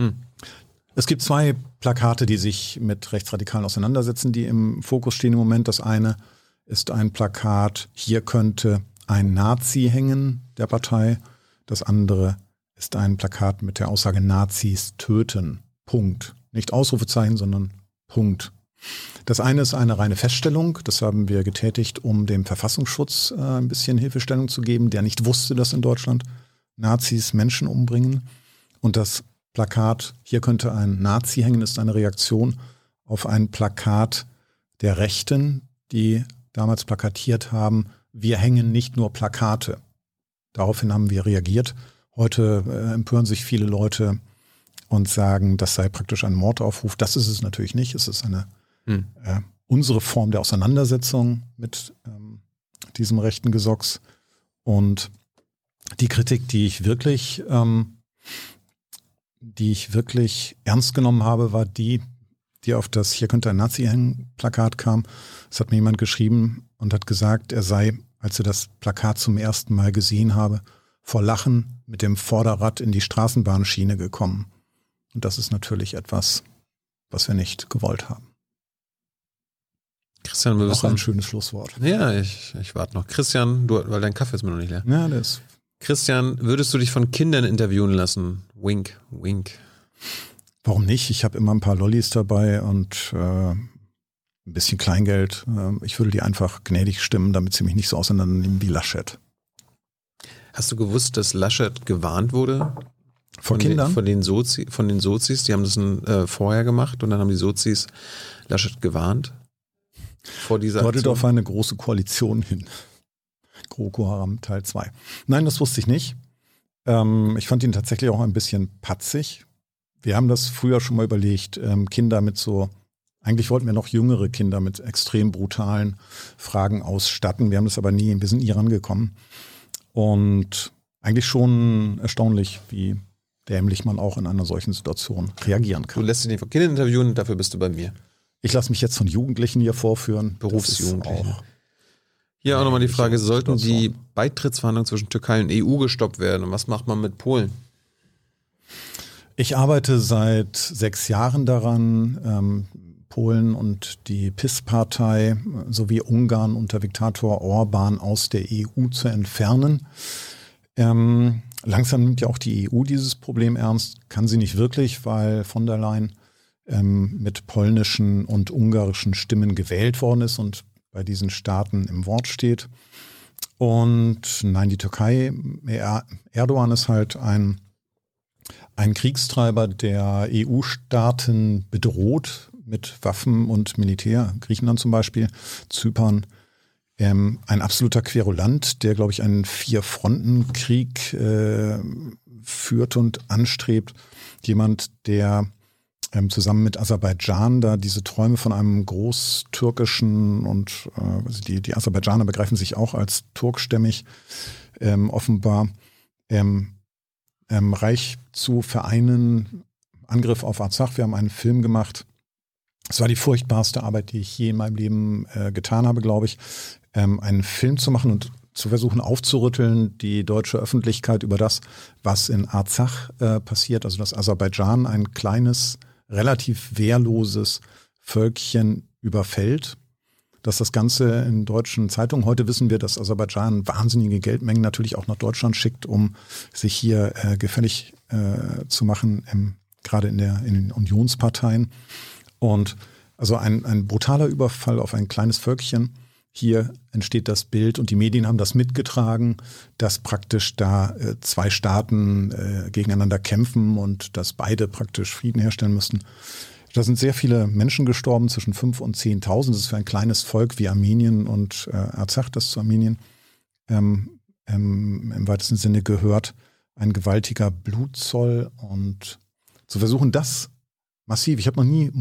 Es gibt 2 Plakate, die sich mit Rechtsradikalen auseinandersetzen, die im Fokus stehen im Moment. Das eine ist ein Plakat, hier könnte ein Nazi hängen, der Partei. Das andere ist ein Plakat mit der Aussage Nazis töten. Punkt. Nicht Ausrufezeichen, sondern Punkt. Das eine ist eine reine Feststellung, das haben wir getätigt, um dem Verfassungsschutz ein bisschen Hilfestellung zu geben, der nicht wusste, dass in Deutschland Nazis Menschen umbringen. Und das Plakat, hier könnte ein Nazi hängen, ist eine Reaktion auf ein Plakat der Rechten, die damals plakatiert haben, wir hängen nicht nur Plakate. Daraufhin haben wir reagiert. Heute empören sich viele Leute und sagen, das sei praktisch ein Mordaufruf. Das ist es natürlich nicht. Es ist unsere Form der Auseinandersetzung mit diesem rechten Gesocks. Und die Kritik, die ich wirklich ernst genommen habe, war die auf das hier könnte ein Nazi hängen Plakat kam. Es hat mir jemand geschrieben und hat gesagt, er sei, als er das Plakat zum ersten Mal gesehen habe, vor Lachen mit dem Vorderrad in die Straßenbahnschiene gekommen. Und das ist natürlich etwas, was wir nicht gewollt haben. Christian, wir Auch ein wissen. schönes Schlusswort. Ja, ich warte noch. Christian, weil dein Kaffee ist mir noch nicht leer. Ja, das. Christian, würdest du dich von Kindern interviewen lassen? Wink, wink. Warum nicht? Ich habe immer ein paar Lollis dabei und ein bisschen Kleingeld. Ich würde die einfach gnädig stimmen, damit sie mich nicht so auseinandernehmen wie Laschet. Hast du gewusst, dass Laschet gewarnt wurde? Von Kindern? Von den Sozis. Die haben das vorher gemacht und dann haben die Sozis Laschet gewarnt. Vor dieser Deutet Aktion. auf eine große Koalition hin. GroKo Haram Teil 2. Nein, das wusste ich nicht. Ich fand ihn tatsächlich auch ein bisschen patzig. Wir haben das früher schon mal überlegt, Kinder mit so, eigentlich wollten wir noch jüngere Kinder mit extrem brutalen Fragen ausstatten. Wir haben das aber wir sind nie rangekommen. Und eigentlich schon erstaunlich, wie dämlich man auch in einer solchen Situation reagieren Du kann. lässt dich nicht von Kindern interviewen, dafür bist du bei mir. Ich lasse mich jetzt von Jugendlichen hier vorführen. Berufsjugendlichen. Das ist auch Hier auch nochmal die Frage, ähnliche sollten die Situation. Beitrittsverhandlungen zwischen Türkei und EU gestoppt werden? Und was macht man mit Polen? Ich arbeite seit 6 Jahren daran, Polen und die PiS-Partei sowie Ungarn unter Diktator Orban aus der EU zu entfernen. Langsam nimmt ja auch die EU dieses Problem ernst, kann sie nicht wirklich, weil von der Leyen mit polnischen und ungarischen Stimmen gewählt worden ist und bei diesen Staaten im Wort steht. Und nein, die Türkei, Erdogan ist halt ein Kriegstreiber, der EU-Staaten bedroht mit Waffen und Militär. Griechenland zum Beispiel, Zypern. Ein absoluter Querulant, der, glaube ich, einen 4-Fronten-Krieg führt und anstrebt. Jemand, der zusammen mit Aserbaidschan da diese Träume von einem großtürkischen und die Aserbaidschaner begreifen sich auch als turkstämmig offenbar Reich zu vereinen. Angriff auf Arzach. Wir haben einen Film gemacht. Es war die furchtbarste Arbeit, die ich je in meinem Leben getan habe, glaube ich. Einen Film zu machen und zu versuchen aufzurütteln, die deutsche Öffentlichkeit über das, was in Arzach passiert. Also dass Aserbaidschan ein kleines, relativ wehrloses Völkchen überfällt. Dass das Ganze in deutschen Zeitungen, heute wissen wir, dass Aserbaidschan wahnsinnige Geldmengen natürlich auch nach Deutschland schickt, um sich hier gefällig zu machen, gerade in den Unionsparteien. Und also ein brutaler Überfall auf ein kleines Völkchen. Hier entsteht das Bild und die Medien haben das mitgetragen, dass praktisch da 2 Staaten gegeneinander kämpfen und dass beide praktisch Frieden herstellen müssten. Da sind sehr viele Menschen gestorben, zwischen 5.000 und 10.000. Das ist für ein kleines Volk wie Armenien und Arzach, das zu Armenien im weitesten Sinne gehört, ein gewaltiger Blutzoll. Und zu versuchen, das massiv, ich habe noch nie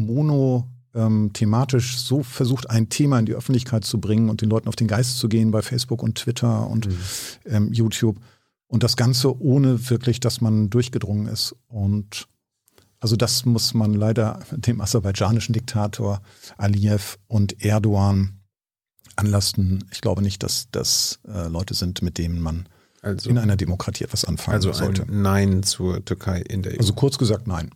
thematisch so versucht, ein Thema in die Öffentlichkeit zu bringen und den Leuten auf den Geist zu gehen bei Facebook und Twitter und YouTube. Und das Ganze ohne wirklich, dass man durchgedrungen ist. Und also das muss man leider dem aserbaidschanischen Diktator Aliyev und Erdogan anlasten. Ich glaube nicht, dass das Leute sind, mit denen man in einer Demokratie etwas anfangen sollte. Ein Nein zur Türkei in der EU. Also kurz gesagt, nein.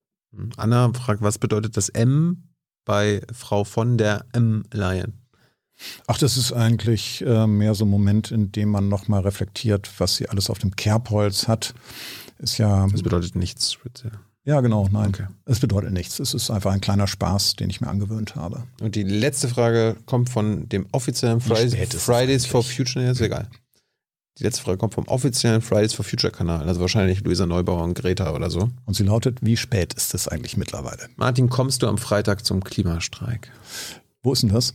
Anna fragt, was bedeutet das M bei Frau von der Leyen? Ach, das ist eigentlich mehr so ein Moment, in dem man nochmal reflektiert, was sie alles auf dem Kerbholz hat. Ist ja. Das bedeutet nichts, bitte. Ja, genau, nein. Okay. Es bedeutet nichts. Es ist einfach ein kleiner Spaß, den ich mir angewöhnt habe. Und die letzte Frage kommt von dem offiziellen Fridays for Future. Ja, ist egal. Die letzte Frage kommt vom offiziellen Fridays for Future Kanal. Also wahrscheinlich Luisa Neubauer und Greta oder so. Und sie lautet, wie spät ist es eigentlich mittlerweile? Martin, kommst du am Freitag zum Klimastreik? Wo ist denn das?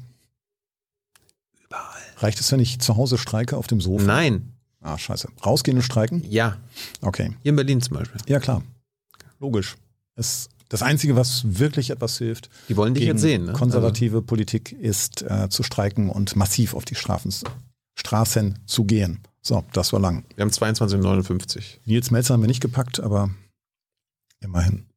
Überall. Reicht es, wenn ich zu Hause streike auf dem Sofa? Nein. Ah, scheiße. Rausgehen und streiken? Ja. Okay. Hier in Berlin zum Beispiel. Ja, klar. Logisch. Das Einzige, was wirklich etwas hilft, die wollen dich gegen jetzt sehen, ne? konservative Politik ist zu streiken und massiv auf die Straßen zu gehen. So, das war lang. Wir haben 22,59. Nils Melzer haben wir nicht gepackt, aber immerhin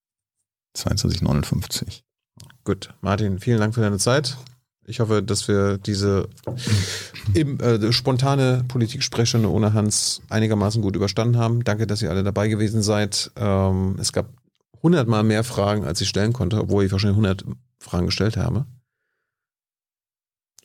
22,59. Gut, Martin, vielen Dank für deine Zeit. Ich hoffe, dass wir diese spontane Politik-Sprechstunde ohne Hans einigermaßen gut überstanden haben. Danke, dass ihr alle dabei gewesen seid. Es gab 100-mal mehr Fragen, als ich stellen konnte, obwohl ich wahrscheinlich 100 Fragen gestellt habe.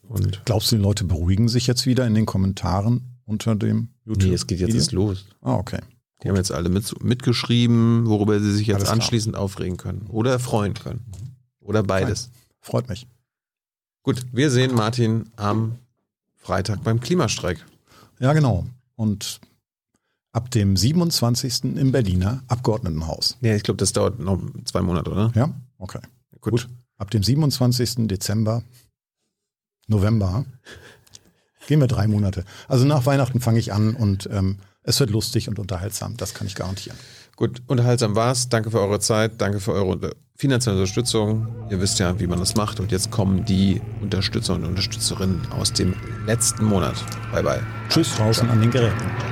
Und Glaubst du, die Leute beruhigen sich jetzt wieder in den Kommentaren unter dem YouTube? nee, es geht jetzt erst los. Okay. Die haben jetzt alle mitgeschrieben, worüber sie sich jetzt Alles klar. anschließend aufregen können. Oder freuen können. Oder beides. Freut mich. Gut, wir sehen Martin am Freitag beim Klimastreik. Ja, genau. Und ab dem 27. im Berliner Abgeordnetenhaus. Ja, ich glaube, das dauert noch 2 Monate, oder? Ja? Okay. Gut. Ab dem 27. November gehen wir 3 Monate. Also nach Weihnachten fange ich an und es wird lustig und unterhaltsam. Das kann ich garantieren. Gut, unterhaltsam war's. Danke für eure Zeit. Danke für eure finanzielle Unterstützung. Ihr wisst ja, wie man das macht. Und jetzt kommen die Unterstützer und Unterstützerinnen aus dem letzten Monat. Bye, bye. Tschüss draußen an den Geräten.